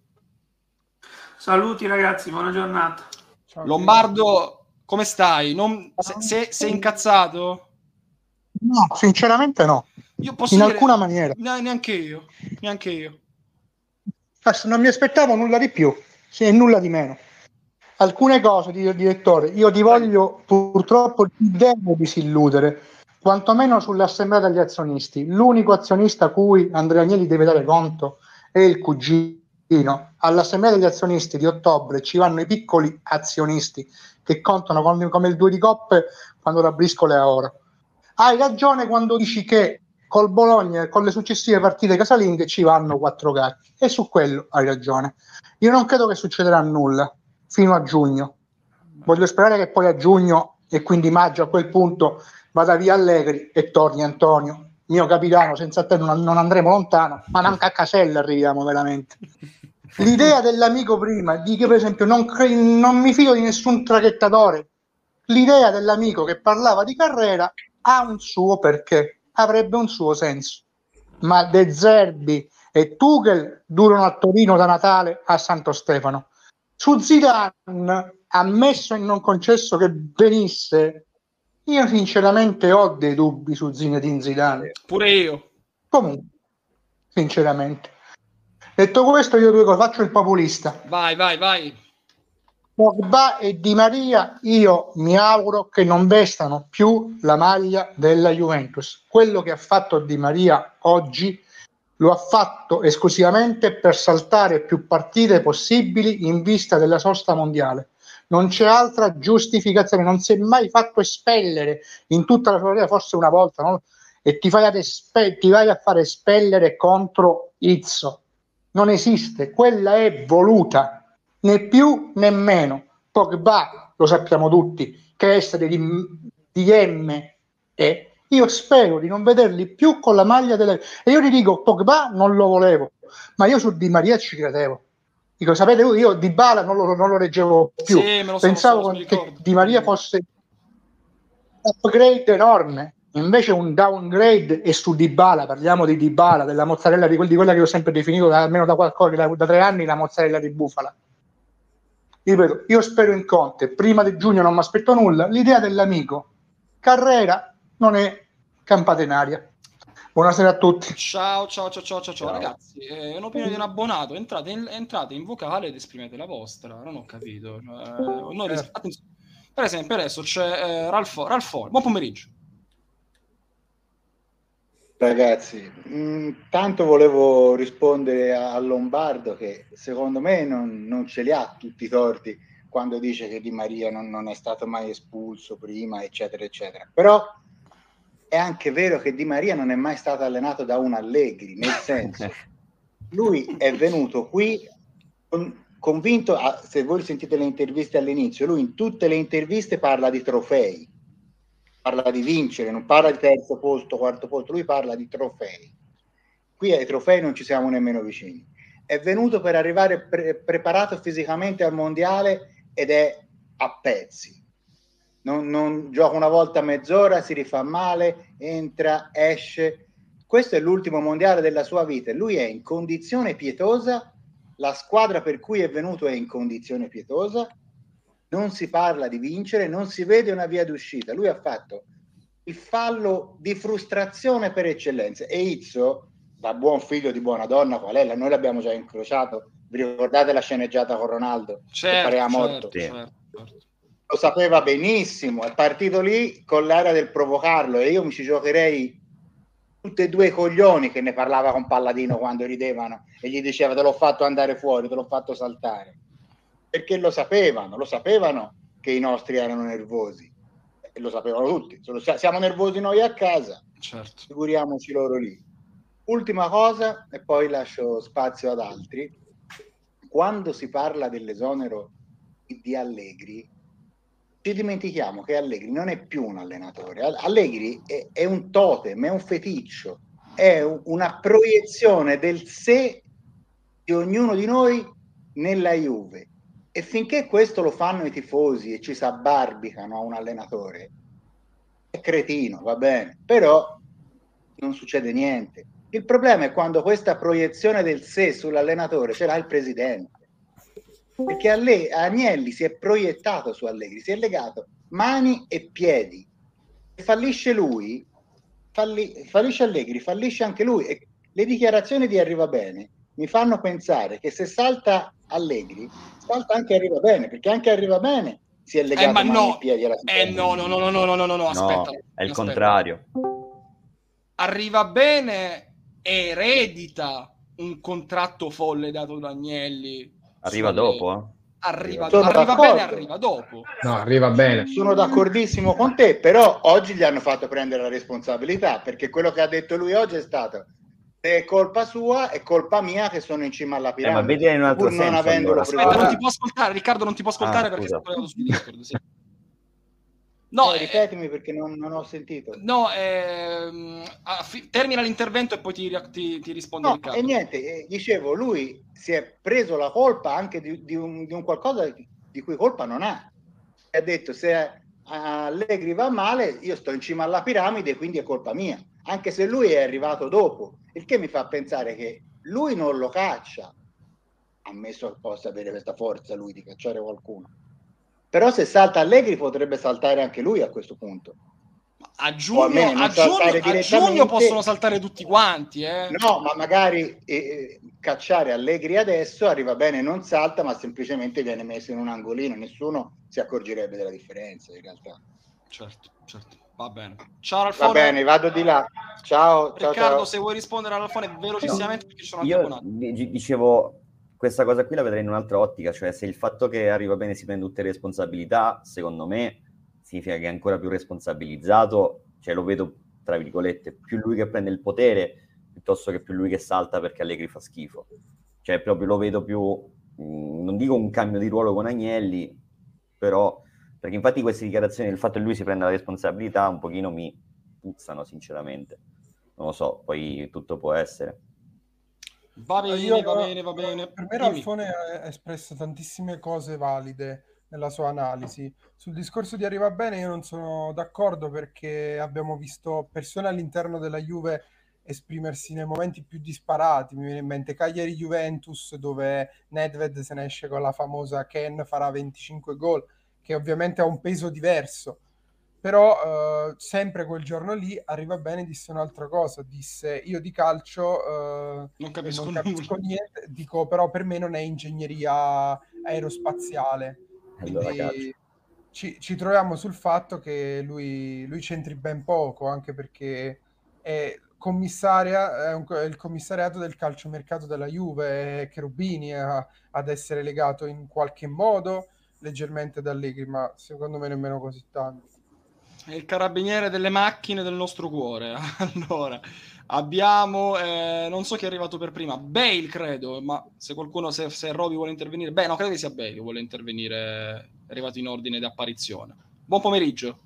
Saluti ragazzi, buona giornata. Lombardo, come stai? Non, se, se, sei incazzato? No, sinceramente no. Io posso in dire- alcuna maniera. No, neanche io, neanche io. Adesso non mi aspettavo nulla di più, sì, e nulla di meno. Alcune cose, di- direttore, io ti voglio, purtroppo ti devo disilludere, quantomeno sull'assemblea degli azionisti. L'unico azionista a cui Andrea Agnelli deve dare conto è il cugino. All'assemblea degli azionisti di ottobre ci vanno i piccoli azionisti che contano come, come il due di coppe quando la briscola è a oro. Hai ragione quando dici che col Bologna e con le successive partite casalinghe ci vanno quattro gatti, e su quello hai ragione. Io non credo che succederà nulla fino a giugno. Voglio sperare che poi a giugno e quindi maggio, a quel punto, vada via Allegri e torni Antonio, mio capitano. Senza te non, non andremo lontano, ma neanche a Casella arriviamo veramente. L'idea dell'amico prima di che per esempio non, cre- non mi fido di nessun traghettatore, l'idea dell'amico che parlava di Carrera ha un suo perché, avrebbe un suo senso, ma De Zerbi e Tuchel durano a Torino da Natale a Santo Stefano. Su Zidane, ammesso e non concesso che venisse, io sinceramente ho dei dubbi su Zinedine Zidane. Pure io. Comunque, sinceramente. Detto questo, io due cose, faccio il populista. Vai, vai, vai. Pogba e Di Maria, io mi auguro che non vestano più la maglia della Juventus. Quello che ha fatto Di Maria oggi lo ha fatto esclusivamente per saltare più partite possibili in vista della sosta mondiale. Non c'è altra giustificazione, non si è mai fatto espellere in tutta la sua carriera, forse una volta, no? E ti vai, ad espe- ti vai a fare espellere contro Izzo. Non esiste, quella è voluta, né più né meno. Pogba, lo sappiamo tutti, che essere di, di M e io spero di non vederli più con la maglia delle... E io gli dico, Pogba non lo volevo, ma io su Di Maria ci credevo. Dico, sapete, io Dybala non lo, non lo reggevo più. Sì, me lo so, Pensavo lo so, lo so, che Di Maria fosse un upgrade enorme, invece un downgrade è su Dybala. Parliamo di Dybala, della mozzarella, di, quel, di quella che ho sempre definito da, almeno da, qualcosa, da, da tre anni la mozzarella di bufala. Ripeto, io spero in Conte, prima di giugno non mi aspetto nulla. L'idea dell'amico Carrera non è campata in aria. Buonasera a tutti. Ciao, ciao, ciao, ciao, ciao, ciao. Ragazzi, è un'opinione di un abbonato. Entrate in, entrate in vocale ed esprimete la vostra. Non ho capito. Cioè, noi, Eh. per esempio, adesso c'è eh, Ralfo. Ralfo, buon pomeriggio. Ragazzi, mh, tanto volevo rispondere a, a Lombardo che secondo me non, non ce li ha tutti i torti quando dice che Di Maria non, non è stato mai espulso prima, eccetera, eccetera. Però è anche vero che Di Maria non è mai stato allenato da un Allegri, nel senso, lui è venuto qui con, convinto, a, se voi sentite le interviste all'inizio, lui in tutte le interviste parla di trofei, parla di vincere, non parla di terzo posto, quarto posto, lui parla di trofei. Qui ai trofei non ci siamo nemmeno vicini. È venuto per arrivare pre- preparato fisicamente al mondiale ed è a pezzi. Non, non gioca una volta a mezz'ora, si rifà male, entra, esce. Questo è l'ultimo mondiale della sua vita. Lui è in condizione pietosa, la squadra per cui è venuto è in condizione pietosa, non si parla di vincere, non si vede una via d'uscita. Lui ha fatto il fallo di frustrazione per eccellenza. E Izzo, da buon figlio di buona donna, qual è? Noi l'abbiamo già incrociato. Vi ricordate la sceneggiata con Ronaldo? Certo, che parea certo, morto? certo, certo. Lo sapeva benissimo, è partito lì con l'area del provocarlo e io mi ci giocherei tutti e due i coglioni, che ne parlava con Palladino quando ridevano e gli diceva te l'ho fatto andare fuori, te l'ho fatto saltare, perché lo sapevano, lo sapevano che i nostri erano nervosi e lo sapevano tutti. Siamo nervosi noi a casa, certo. Figuriamoci loro lì. Ultima cosa e poi lascio spazio ad altri. Quando si parla dell'esonero di Allegri ci dimentichiamo che Allegri non è più un allenatore. Allegri è, è un totem, è un feticcio, è un, una proiezione del sé di ognuno di noi nella Juve. E finché questo lo fanno i tifosi e ci s'abbarbicano a un allenatore, è cretino, va bene, però non succede niente. Il problema è quando questa proiezione del sé sull'allenatore ce l'ha il presidente. Perché Alle- Agnelli si è proiettato su Allegri, si è legato mani e piedi. E fallisce lui, falli- fallisce Allegri, fallisce anche lui. E le dichiarazioni di Arrivabene mi fanno pensare che se salta Allegri, salta anche Arrivabene, perché anche Arrivabene si è legato Eh, ma mani no, e piedi alla eh, no, no, no, no, no, no, no, no, no, aspetta. è il aspetta. contrario. Arriva bene, eredita un contratto folle dato da Agnelli. Arriva su dopo, Allegri. eh? Arriva, Sono arriva d'accordo. bene, arriva dopo. No, arriva bene. Sono d'accordissimo con te, però oggi gli hanno fatto prendere la responsabilità, perché quello che ha detto lui oggi è stato: se è colpa sua, è colpa mia che sono in cima alla Eh, ma piramide. vedi in un altro pur non senso, avendolo allora. Aspetta, non preparato. ti può ascoltare, Riccardo, non ti può ascoltare Ah, perché scusa. sta parlando su Discord. Sì. No, Eh, eh, ripetimi perché non, non ho sentito. no ehm, ah, fi- termina l'intervento e poi ti, ti, ti risponde No, Riccardo. e niente, eh, dicevo, lui si è preso la colpa anche di, di un, di un qualcosa di, di cui colpa non ha. Ha detto: se Allegri va male, io sto in cima alla piramide, quindi è colpa mia, anche se lui è arrivato dopo, il che mi fa pensare che lui non lo caccia, ammesso che possa avere questa forza lui di cacciare qualcuno. Però se salta Allegri potrebbe saltare anche lui a questo punto. A O giugno, almeno non a giugno, saltare a direttamente. giugno possono saltare tutti quanti, eh. No, ma magari eh, cacciare Allegri adesso arriva bene, non salta, ma semplicemente viene messo in un angolino, nessuno si accorgerebbe della differenza in realtà. Certo, certo. Va bene. Ciao Alfone. Va bene, vado di là. Ciao, ciao, Riccardo, ciao. se vuoi rispondere all'Alfone velocissimamente, perché ci sono Io anche abbonati. di- dicevo, questa cosa qui la vedrei in un'altra ottica, cioè se il fatto che arriva bene si prende tutte le responsabilità, secondo me significa che è ancora più responsabilizzato, cioè lo vedo, tra virgolette, più lui che prende il potere, piuttosto che più lui che salta perché Allegri fa schifo. Cioè proprio lo vedo più, mh, non dico un cambio di ruolo con Agnelli, però, perché infatti queste dichiarazioni del fatto che lui si prenda la responsabilità un pochino mi puzzano, sinceramente. Non lo so, poi tutto può essere. Va bene, Io- va bene, va bene. Per me Dimmi. Ralfone ha espresso tantissime cose valide nella sua analisi. Sul discorso di arriva bene io non sono d'accordo, perché abbiamo visto persone all'interno della Juve esprimersi nei momenti più disparati. Mi viene in mente Cagliari-Juventus, dove Nedved se ne esce con la famosa Ken farà venticinque gol, che ovviamente ha un peso diverso. Però eh, sempre quel giorno lì arriva bene, disse un'altra cosa, disse io di calcio eh, Non capisco non capisco niente, dico però per me non è ingegneria aerospaziale, Allora, calcio. quindi ci, ci troviamo sul fatto che lui, lui c'entri ben poco, anche perché è commissaria, è, un- è il commissariato del calciomercato della Juve, è Cherubini a- ad essere legato in qualche modo leggermente da Allegri, ma secondo me nemmeno così tanto. È il carabiniere delle macchine del nostro cuore. Allora, abbiamo, eh, non so chi è arrivato per prima, Bale credo, ma se qualcuno, se, se Roby vuole intervenire, beh no, credo che sia Bale che vuole intervenire, è arrivato in ordine di apparizione. Buon pomeriggio.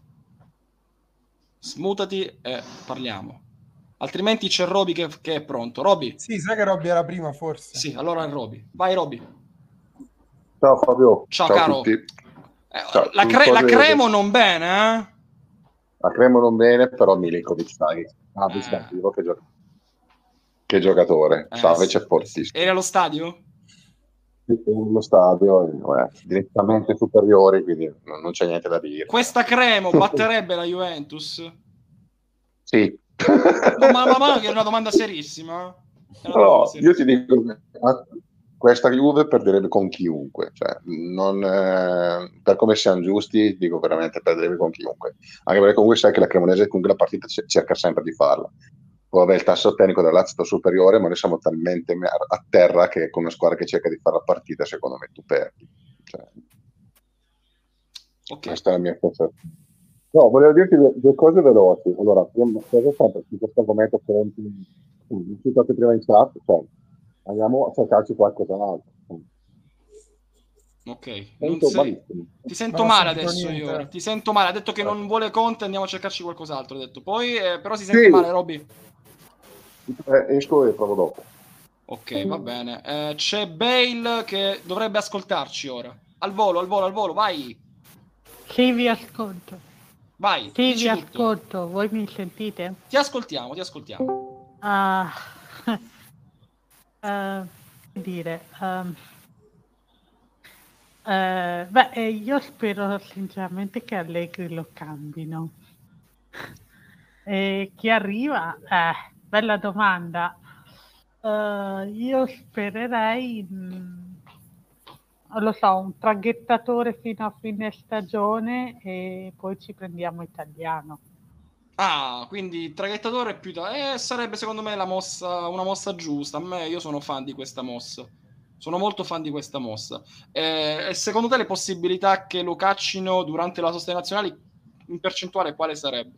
Smutati e parliamo. Altrimenti c'è Roby che, che è pronto. Roby? Sì, sai che Robby era prima forse? Sì, allora è Roby. Vai Roby. Ciao Fabio. Ciao, Ciao a caro. tutti. Eh, Ciao, la, tu cre- la cose- Cremo non bene, eh? La Cremo non bene, però Milinkovic sai, ah, vivo che, gio- che giocatore. Eh, Savic sì, è fortissimo. Eri allo stadio? Nello stadio, eh, direttamente superiori, quindi non, non c'è niente da dire. Questa Cremo batterebbe la Juventus? Sì. No, ma, ma, ma che è una domanda serissima. È una No, domanda serissima. io ti dico che ah, questa Juve perderebbe con chiunque, cioè, non, eh, per come siamo giusti, dico veramente perderebbe con chiunque, anche perché comunque sai che la Cremonese comunque la partita c- cerca sempre di farla. Poi vabbè, il tasso tecnico del Lazio è superiore, ma noi siamo talmente me- a terra che con una squadra che cerca di fare la partita, secondo me tu perdi. Cioè, questa è la mia concezione. No, volevo dirti due, due cose veloci. Allora, prima cosa sempre su questo argomento che ho citato prima in chat, cioè, andiamo a cercarci qualcos'altro. Ok, Sento non sei... malissimo. ti sento Non ho male sentito adesso niente. io. Ti sento male, ha detto che non vuole Conte, andiamo a cercarci qualcos'altro, ha detto. Poi eh, però si sente Sì. male, Roby. Eh, esco e provo dopo. Ok, va bene. Eh, c'è Bale che dovrebbe ascoltarci ora. Al volo, al volo, al volo, vai. Sì, vi ascolto. Vai, Sì, dici vi tutto. ascolto. Voi mi sentite? Ti ascoltiamo, ti ascoltiamo. Ah, eh, dire, ehm, eh, beh, eh, io spero sinceramente che Allegri lo cambino. E chi arriva? Eh, bella domanda. Eh, io spererei, mh, non lo so, un traghettatore fino a fine stagione e poi ci prendiamo Italiano. Ah, quindi il traghettatore è più da... eh, sarebbe secondo me la mossa, una mossa giusta. A me, io sono fan di questa mossa. Sono molto fan di questa mossa. Eh, e secondo te le possibilità che lo caccino durante la sosta nazionale in percentuale quale sarebbe?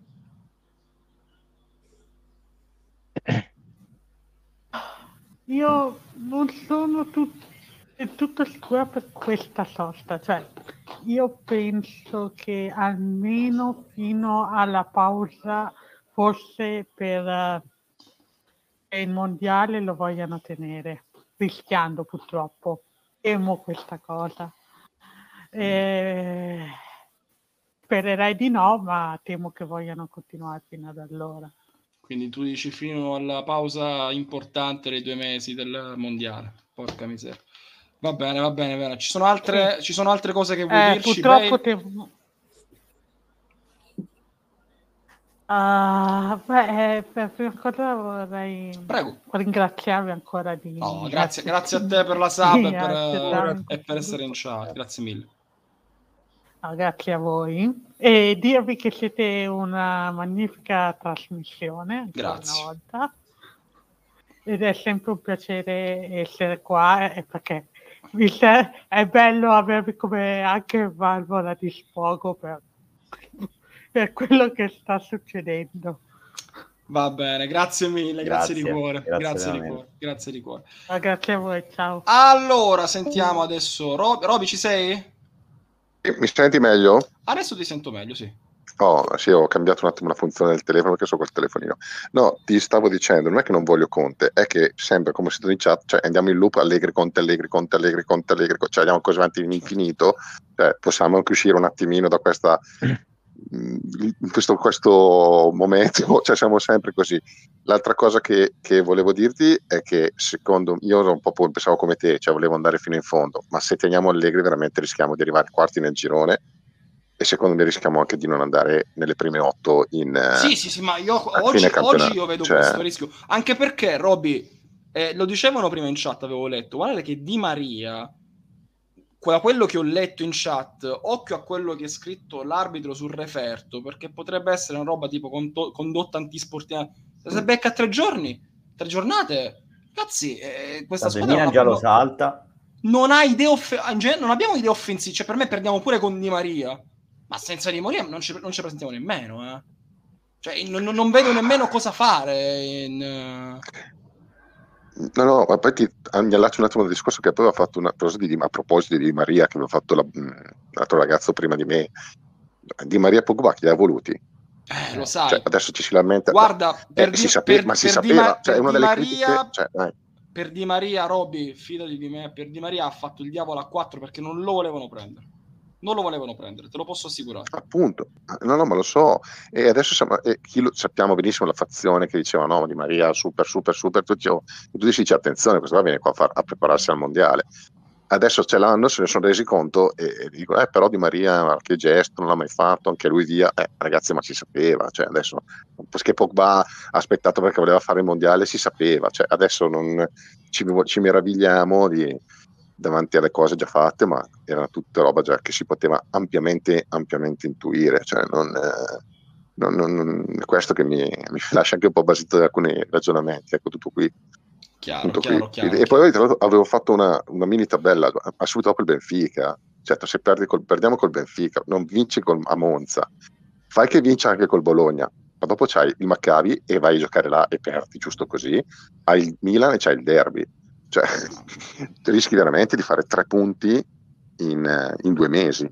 Io non sono tut- tutto sicura per questa sosta, cioè io penso che almeno fino alla pausa, forse per, eh, per il mondiale lo vogliano tenere, rischiando purtroppo. Temo questa cosa. Eh, spererei di no, ma temo che vogliano continuare fino ad allora. Quindi tu dici fino alla pausa importante dei due mesi del mondiale. Porca miseria. Va bene, va bene, va bene. Ci sono altre, ci sono altre cose che vuoi Eh, dirci? purtroppo Bale? temo... Ah, beh, eh, per prima cosa vorrei Prego. ringraziarvi ancora di... No, grazie, grazie a te per la sub Sì, e per, accettarmi e per con essere in tutto. chat. Grazie mille. Ah, grazie a voi e dirvi che siete una magnifica trasmissione ancora Grazie. una volta ed è sempre un piacere essere qua eh, perché vi se- è bello avervi come anche valvola di sfogo per, per quello che sta succedendo. Va bene, grazie mille, grazie, Grazie, di cuore, grazie grazie di veramente. cuore, grazie di cuore. Ah, grazie a voi, ciao. Allora, sentiamo adesso. Rob- Roby, ci sei? Mi senti meglio? Adesso ti sento meglio, sì. Oh, sì, ho cambiato un attimo la funzione del telefono perché so col telefonino. No, ti stavo dicendo, non è che non voglio Conte, è che sembra come se tu in chat, cioè andiamo in loop Allegri, Conte, Allegri, Conte, Allegri, Conte, Allegri, cioè andiamo così avanti in infinito, cioè, possiamo anche uscire un attimino da questa in questo, questo momento, cioè siamo sempre così. L'altra cosa che, che volevo dirti è che secondo io ero un po' pensavo come te, cioè volevo andare fino in fondo, ma se teniamo Allegri veramente rischiamo di arrivare quarti nel girone e secondo me rischiamo anche di non andare nelle prime otto in Sì, sì, sì, ma io a oggi, fine campionato. oggi io vedo Cioè- questo rischio, anche perché Roby, eh, lo dicevano prima in chat, avevo letto, guarda che Di Maria, da quello che ho letto in chat, occhio a quello che è scritto l'arbitro sul referto, perché potrebbe essere una roba tipo conto- condotta antisportiva. Se becca tre giorni, tre giornate, cazzi, eh, questa Tanto il squadra Milan non, già ha- lo no- salta. non ha idee off- in genere non abbiamo idee offensive, cioè per me perdiamo pure con Di Maria, ma senza Di Maria non ci, non ci presentiamo nemmeno, eh. Cioè, non, non vedo nemmeno cosa fare in, eh, No, no, ma poi ti mi allaccio un attimo al discorso che poi aveva fatto una cosa di, a proposito di Di Maria, che aveva fatto la- l'altro ragazzo prima di me. Di Maria Pogba chi li ha voluti? eh, lo sai. Cioè, adesso ci si lamenta. Guarda, Eh, per, si Di, sape- per- ma si per Di sapeva, Ma- cioè, per è una Di delle Maria, critiche. Cioè, dai. per Di Maria, Robby, fidati di me, per Di Maria ha fatto il diavolo a quattro perché non lo volevano prendere. Non lo volevano prendere, te lo posso assicurare. Appunto, no, no, ma lo so. E adesso siamo- e chi lo, sappiamo benissimo la fazione che diceva no, Di Maria super, super, super. Tu, dicevo, tu dici attenzione, questo va viene qua a, far- a prepararsi al mondiale. Adesso ce l'hanno, se ne sono resi conto e, e dicono, eh, però Di Maria, che gesto, non l'ha mai fatto, anche lui via. Eh, ragazzi, ma si sapeva, cioè adesso, perché Pogba ha aspettato perché voleva fare il mondiale, si sapeva, cioè adesso non ci, ci meravigliamo di davanti alle cose già fatte, ma era tutta roba già che si poteva ampiamente, ampiamente intuire. Cioè, non, eh, non, non, non- è questo che mi, mi lascia anche un po' basito da alcuni ragionamenti. Ecco, tutto qui. Chiaro, Tutto chiaro, qui. chiaro, E poi tra l'altro, avevo fatto una, una mini tabella, ma subito dopo il Benfica. Certo, se perdi col, perdiamo col Benfica, non vinci col, a Monza, fai che vinci anche col Bologna, ma dopo c'hai il Maccabi e vai a giocare là e perdi, giusto così. Hai il Milan e c'hai il derby. Cioè, rischi veramente di fare tre punti in, eh, in due mesi.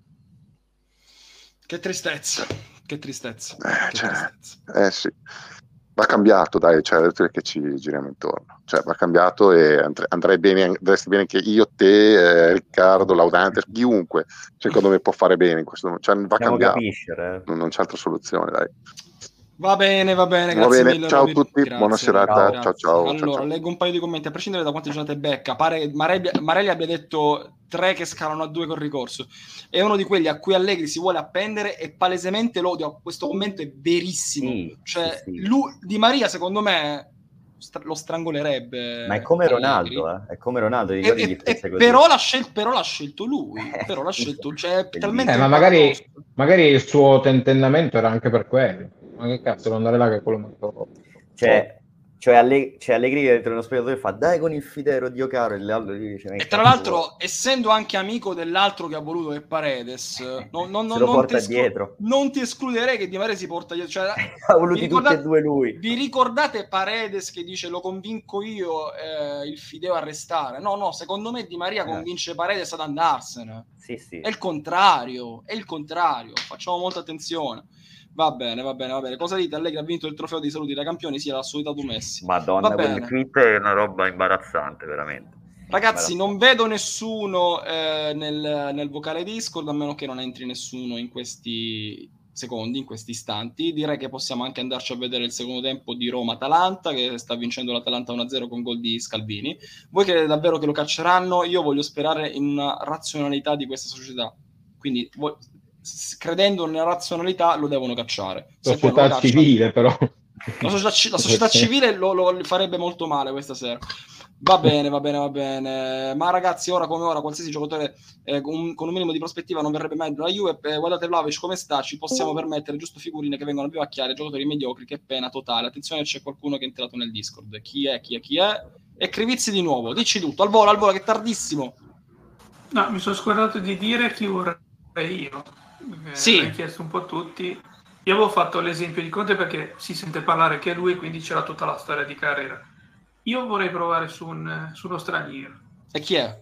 Che tristezza, che tristezza. Eh, che cioè, tristezza. eh sì, va cambiato, dai, cioè, adesso che ci giriamo intorno. Cioè, va cambiato e andre- andrei bene, andresti bene anche io, te, eh, Riccardo, Laudante, chiunque, secondo me può fare bene in questo momento. Cioè, va Possiamo cambiato, capiscere. non, non c'è altra soluzione, dai. Va bene, va bene, Va grazie bene, mille. ciao a Roby. tutti, Grazie, buona serata, Roby, ciao grazie. ciao. ciao, Allora, ciao. leggo un paio di commenti, a prescindere da quante giornate becca. Pare Marelli, Marelli abbia detto tre che scalano a due col ricorso. È uno di quelli a cui Allegri si vuole appendere e palesemente l'odio. Questo commento è verissimo. Sì, Cioè, sì, sì. lui, Di Maria, secondo me, stra- lo strangolerebbe. Ma è come Allegri. Ronaldo, eh? È come Ronaldo, E- ricordi e- gli e fece così. però, l'ha scel- però l'ha scelto lui. Però l'ha scelto, cioè, è talmente Eh, ma un magari, paradosso. magari il suo tentennamento era anche per quello. Ma che cazzo, non andare là che quello molto... Cioè, cioè, Alle- cioè Allegri che dentro uno spettatore fa dai con il Fidero, Dio caro, e l'altro gli dice, "Ma che E tra cazzo l'altro, vuoi?" essendo anche amico dell'altro che ha voluto che Paredes, non, non- Se non- lo non porta ti esclu- dietro. non ti escluderei che Di Maria si porta dietro. Cioè, Ha vi, voluti tutti ricordate, e due lui. vi ricordate Paredes che dice lo convinco io eh, il Fideo a restare? No, no, secondo me Di Maria Eh. convince Paredes ad andarsene. Sì, sì. È il contrario, è il contrario. Facciamo molta attenzione. Va bene, va bene, va bene. Cosa dite? Allegri ha vinto il trofeo dei saluti da campioni? Sì, l'ha assoluto Messi. Madonna, Va quel bene. tweet è una roba imbarazzante, veramente. Ragazzi, non vedo nessuno eh, nel, nel vocale Discord, a meno che non entri nessuno in questi secondi, in questi istanti. Direi che possiamo anche andarci a vedere il secondo tempo di Roma-Atalanta, che sta vincendo l'Atalanta uno a zero con gol di Scalvini. Voi credete davvero che lo cacceranno? Io voglio sperare in una razionalità di questa società. Quindi, voi, s- credendo nella razionalità, lo devono cacciare. Se poi non lo Società cacciano- civile, però. la società, ci- la società civile lo, lo farebbe molto male questa sera. Va bene, va bene, va bene. Ma ragazzi, ora come ora, qualsiasi giocatore eh, con, con un minimo di prospettiva non verrebbe mai dalla Juve. Eh, guardate Vlahovic come sta, ci possiamo permettere giusto figurine che vengono più vivacchiare, giocatori mediocri, che pena totale. Attenzione, c'è qualcuno che è entrato nel Discord. Chi è, chi è, chi è? E Crivizzi di nuovo, dici tutto, al volo, al volo, che è tardissimo. No, mi sono scordato di dire chi vorrei io. Eh, Sì. L'hai chiesto un po' tutti. Io avevo fatto l'esempio di Conte perché si sente parlare che è lui, quindi c'era tutta la storia di carriera. Io vorrei provare su, un, su uno straniero. E chi è?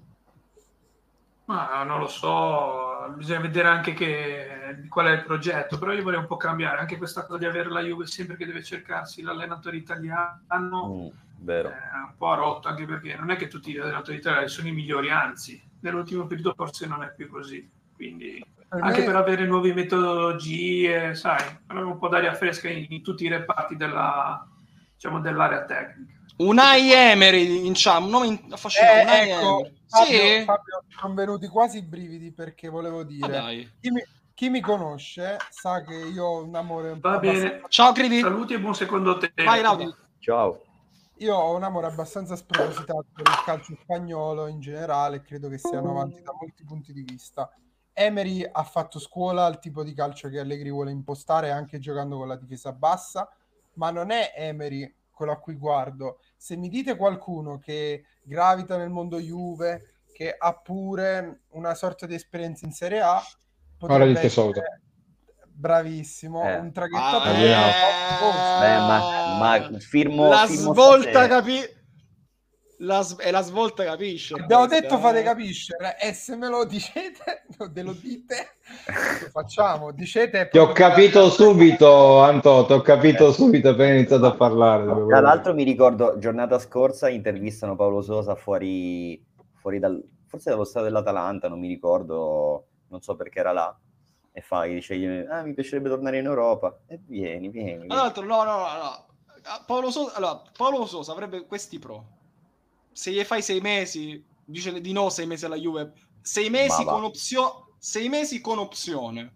Ma non lo so, bisogna vedere anche che, qual è il progetto, però io vorrei un po' cambiare anche questa cosa di avere la Juve sempre che deve cercarsi l'allenatore italiano. Mm, vero. È un po' rotto, anche perché non è che tutti gli allenatori italiani sono i migliori, anzi, nell'ultimo periodo forse non è più così. Quindi Per anche me- per avere nuove metodologie, sai, avere un po' d'aria fresca in, in tutti i reparti della, diciamo, dell'area tecnica. Unai Emery in chat, un nome in- affascinante. Eh, Unai ecco, Emery. Fabio, Sì? Fabio, sono venuti quasi i brividi perché volevo Ah, dire, dai. chi mi, chi mi conosce sa che io ho un amore un po' Va bene. abbastanza- Ciao Crivi. Saluti e buon secondo tempo. Vai Lauda. Ciao. io ho un amore abbastanza spropositato per il calcio spagnolo in generale e credo che siano avanti da molti punti di vista. Emery ha fatto scuola al tipo di calcio che Allegri vuole impostare anche giocando con la difesa bassa, ma non è Emery quello a cui guardo. Se mi dite qualcuno che gravita nel mondo Juve, che ha pure una sorta di esperienza in Serie A, Ora potrebbe dite essere Sousa. bravissimo, Eh. un traghettatore. Ah, Beh, ma, ma firmo, la firmo svolta stasera. capi la, s- e la svolta capisce Abbiamo questa, detto fate eh. capiscere e se me lo dicete, o te lo dite, lo facciamo. Dicete Ti ho capito subito, Anto, ti ho capito subito appena iniziato a parlare. Tra l'altro mi ricordo, giornata scorsa intervistano Paolo Sosa fuori, fuori dal, forse dallo stadio dell'Atalanta, non mi ricordo, non so perché era là, e fa, gli dice, ah, mi piacerebbe tornare in Europa, e vieni, vieni, vieni. Tra l'altro, no, no, no, no. Ah, Paolo Sosa, allora, Paolo Sosa avrebbe questi pro. Se gli fai sei mesi, dice di no sei mesi alla Juve, sei mesi Ma va. con opzione, sei mesi con opzione.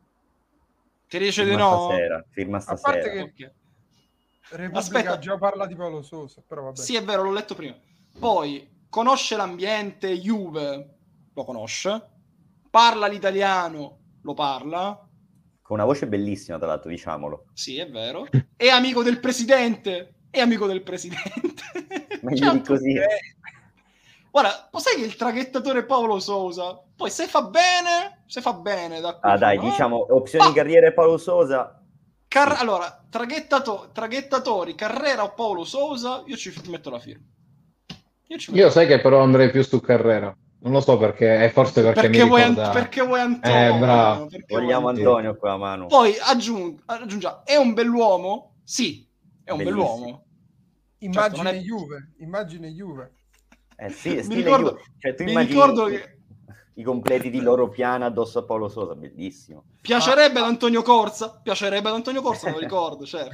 Ti dice di Firma no? stasera, firma A stasera. parte che Ok. Repubblica Aspetta. già parla di Paolo Sosa, però vabbè. Sì, è vero, l'ho letto prima. Poi conosce l'ambiente Juve, lo conosce. Parla l'italiano, lo parla. Con una voce bellissima, tra l'altro, diciamolo. Sì, è vero. È amico del presidente. È amico del presidente. Meglio di così. Guarda, sai che il traghettatore Paolo Sousa, poi se fa bene, se fa bene da qui Ah dai, fino a- diciamo, opzioni carriere Paolo Sosa. Car- allora, traghettato- traghettatori, Carrera o Paolo Sousa, io ci metto la firma. Io ci metto Io sai che però andrei più su Carrera. Non lo so perché, è forse perché, perché, mi vuoi, ricorda... An- perché vuoi Antonio? Eh, bravo. Perché vuoi Vogliamo Antonio. Antonio qua, Manu. Poi aggiung- aggiungiamo, è un bell'uomo? Sì, è un Bellissimo. bell'uomo. Immagine Certo, non è- Juve, immagine Juve. Eh sì, Mi stile ricordo- Juve. Cioè, tu mi immagini ricordo i, che- i completi di Loro Piana addosso a Paolo Sosa, bellissimo. Piacerebbe ad Antonio Corsa? Piacerebbe ad Antonio Corsa, me lo ricordo, certo.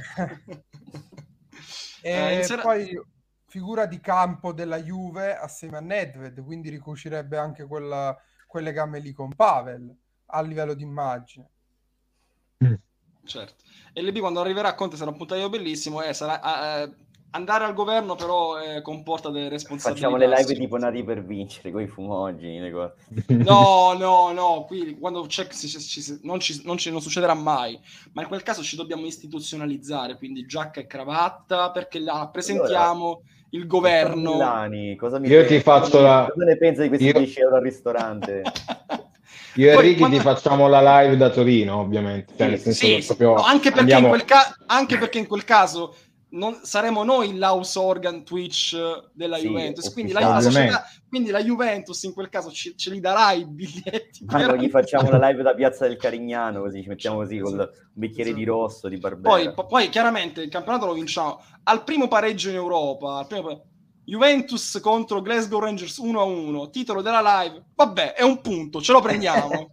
E Eh, in sera- poi figura di campo della Juve assieme a Nedved, quindi ricucirebbe anche quella, quel legame lì con Pavel a livello di immagine. Certo. E l'E B quando arriverà a Conte sarà un puntaio bellissimo e sarà eh, andare al governo però eh, comporta delle responsabilità. Facciamo le live sì. tipo nati per vincere, con i fumogeni, le cose. No, no, no, qui quando c'è ci- ci- ci- non, ci, non, ci, non succederà mai, ma in quel caso ci dobbiamo istituzionalizzare, quindi giacca e cravatta, perché là presentiamo il governo. Milani, cosa mi Io ti pensi? faccio la- Cosa ne pensi di questi Io- dieci euro al ristorante? Io e Poi Ricky quando- ti facciamo la live da Torino, ovviamente. Cioè, nel senso Sì, che sì. proprio No, anche, perché andiamo- in quel ca- anche perché in quel caso non, saremo noi il house organ Twitch della Sì, Juventus, quindi la, ufficiale. la società, Ovviamente. quindi la Juventus in quel caso ci- ce li darà i biglietti. Ma per non gli andare. facciamo la live da Piazza del Carignano, così ci mettiamo così Esatto, con un bicchiere esatto. di rosso, di Barbera. Poi, po- poi chiaramente il campionato lo vinciamo al primo pareggio in Europa, al primo pa- Juventus contro Glasgow Rangers uno a uno, titolo della live, vabbè, è un punto, ce lo prendiamo.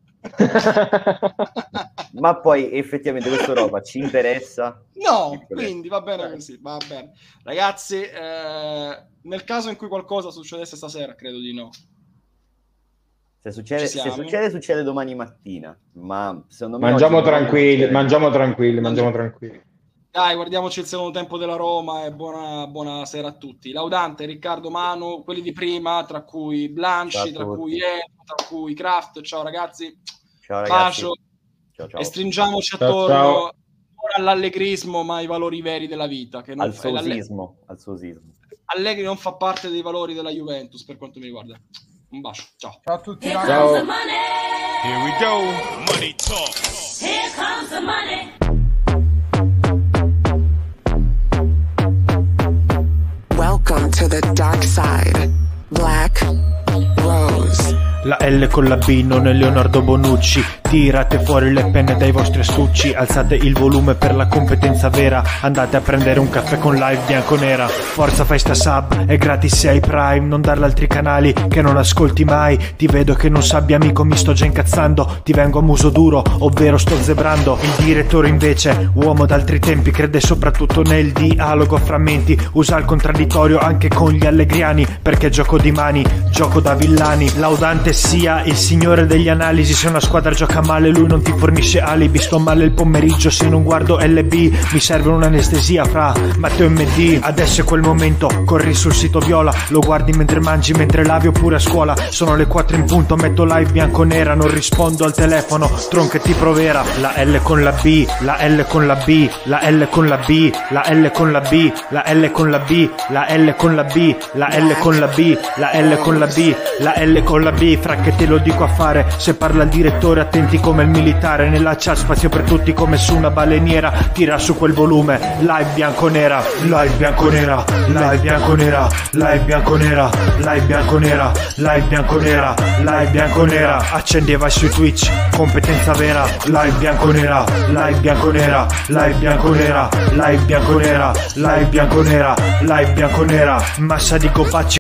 Ma poi effettivamente questa roba ci interessa? No, quindi va bene così, va bene. Ragazzi, eh, nel caso in cui qualcosa succedesse stasera, credo di no. Se succede, Ci se siamo? succede, succede domani mattina. Ma secondo me Mangiamo oggi- tranquilli, domani- mangiamo tranquilli, mangiamo tranquilli. Dai, guardiamoci il secondo tempo della Roma e buona, buona sera a tutti. Laudante, Riccardo, Manu, quelli di prima, tra cui Blanci, tra cui Eno, tra cui Kraft. Ciao ragazzi. Ciao ragazzi. Bacio. Ciao, ciao. E stringiamoci Ciao, attorno ciao. non all'allegrismo, ma ai valori veri della vita. Che non Al fa- l'alleg- sosismo, al sosismo. Allegri non fa parte dei valori della Juventus per quanto mi riguarda. Un bacio. Ciao. Ciao a tutti. Ciao. ragazzi. Here we go. Money talk. Here comes the money. Welcome to the dark side. Black Rose. La L con la B non è Leonardo Bonucci. Tirate fuori le penne dai vostri astucci. Alzate il volume per la competenza vera. Andate a prendere un caffè con Live bianconera. Forza, fai sta sub, è gratis se hai Prime. Non darla altri canali che non ascolti mai. Ti vedo che non sabbia amico, mi sto già incazzando. Ti vengo a muso duro, ovvero sto zebrando. Il direttore invece, uomo d'altri tempi, crede soprattutto nel dialogo a frammenti. Usa il contraddittorio anche con gli allegriani, perché gioco di mani, gioco da villani. Laudante sia il signore degli analisi. Se una squadra gioca male lui non ti fornisce alibi. Sto male il pomeriggio se non guardo L B. Mi serve un'anestesia fra Matteo e M D. Adesso è quel momento, corri sul sito Viola. Lo guardi mentre mangi, mentre lavi oppure a scuola. Sono le quattro in punto, metto Live bianconera. Non rispondo al telefono, tronche ti provera. La L con la B, la L con la B, la L con la B, la L con la B, la L con la B, la L con la B, la L con la B, la L con la B, la L con la B. Fra che te lo dico a fare, se parla il direttore attenti come il militare. Nella chat spazio per tutti come su una baleniera. Tira su quel volume, Live bianconera, Live bianconera, Live bianconera, Live bianconera, Live bianconera, Live bianconera, Live bianconera. Accendi e vai su Twitch, competenza vera. Live bianconera, Live bianconera, Live bianconera, Live bianconera, Live bianconera, Live bianconera. Massa di copacci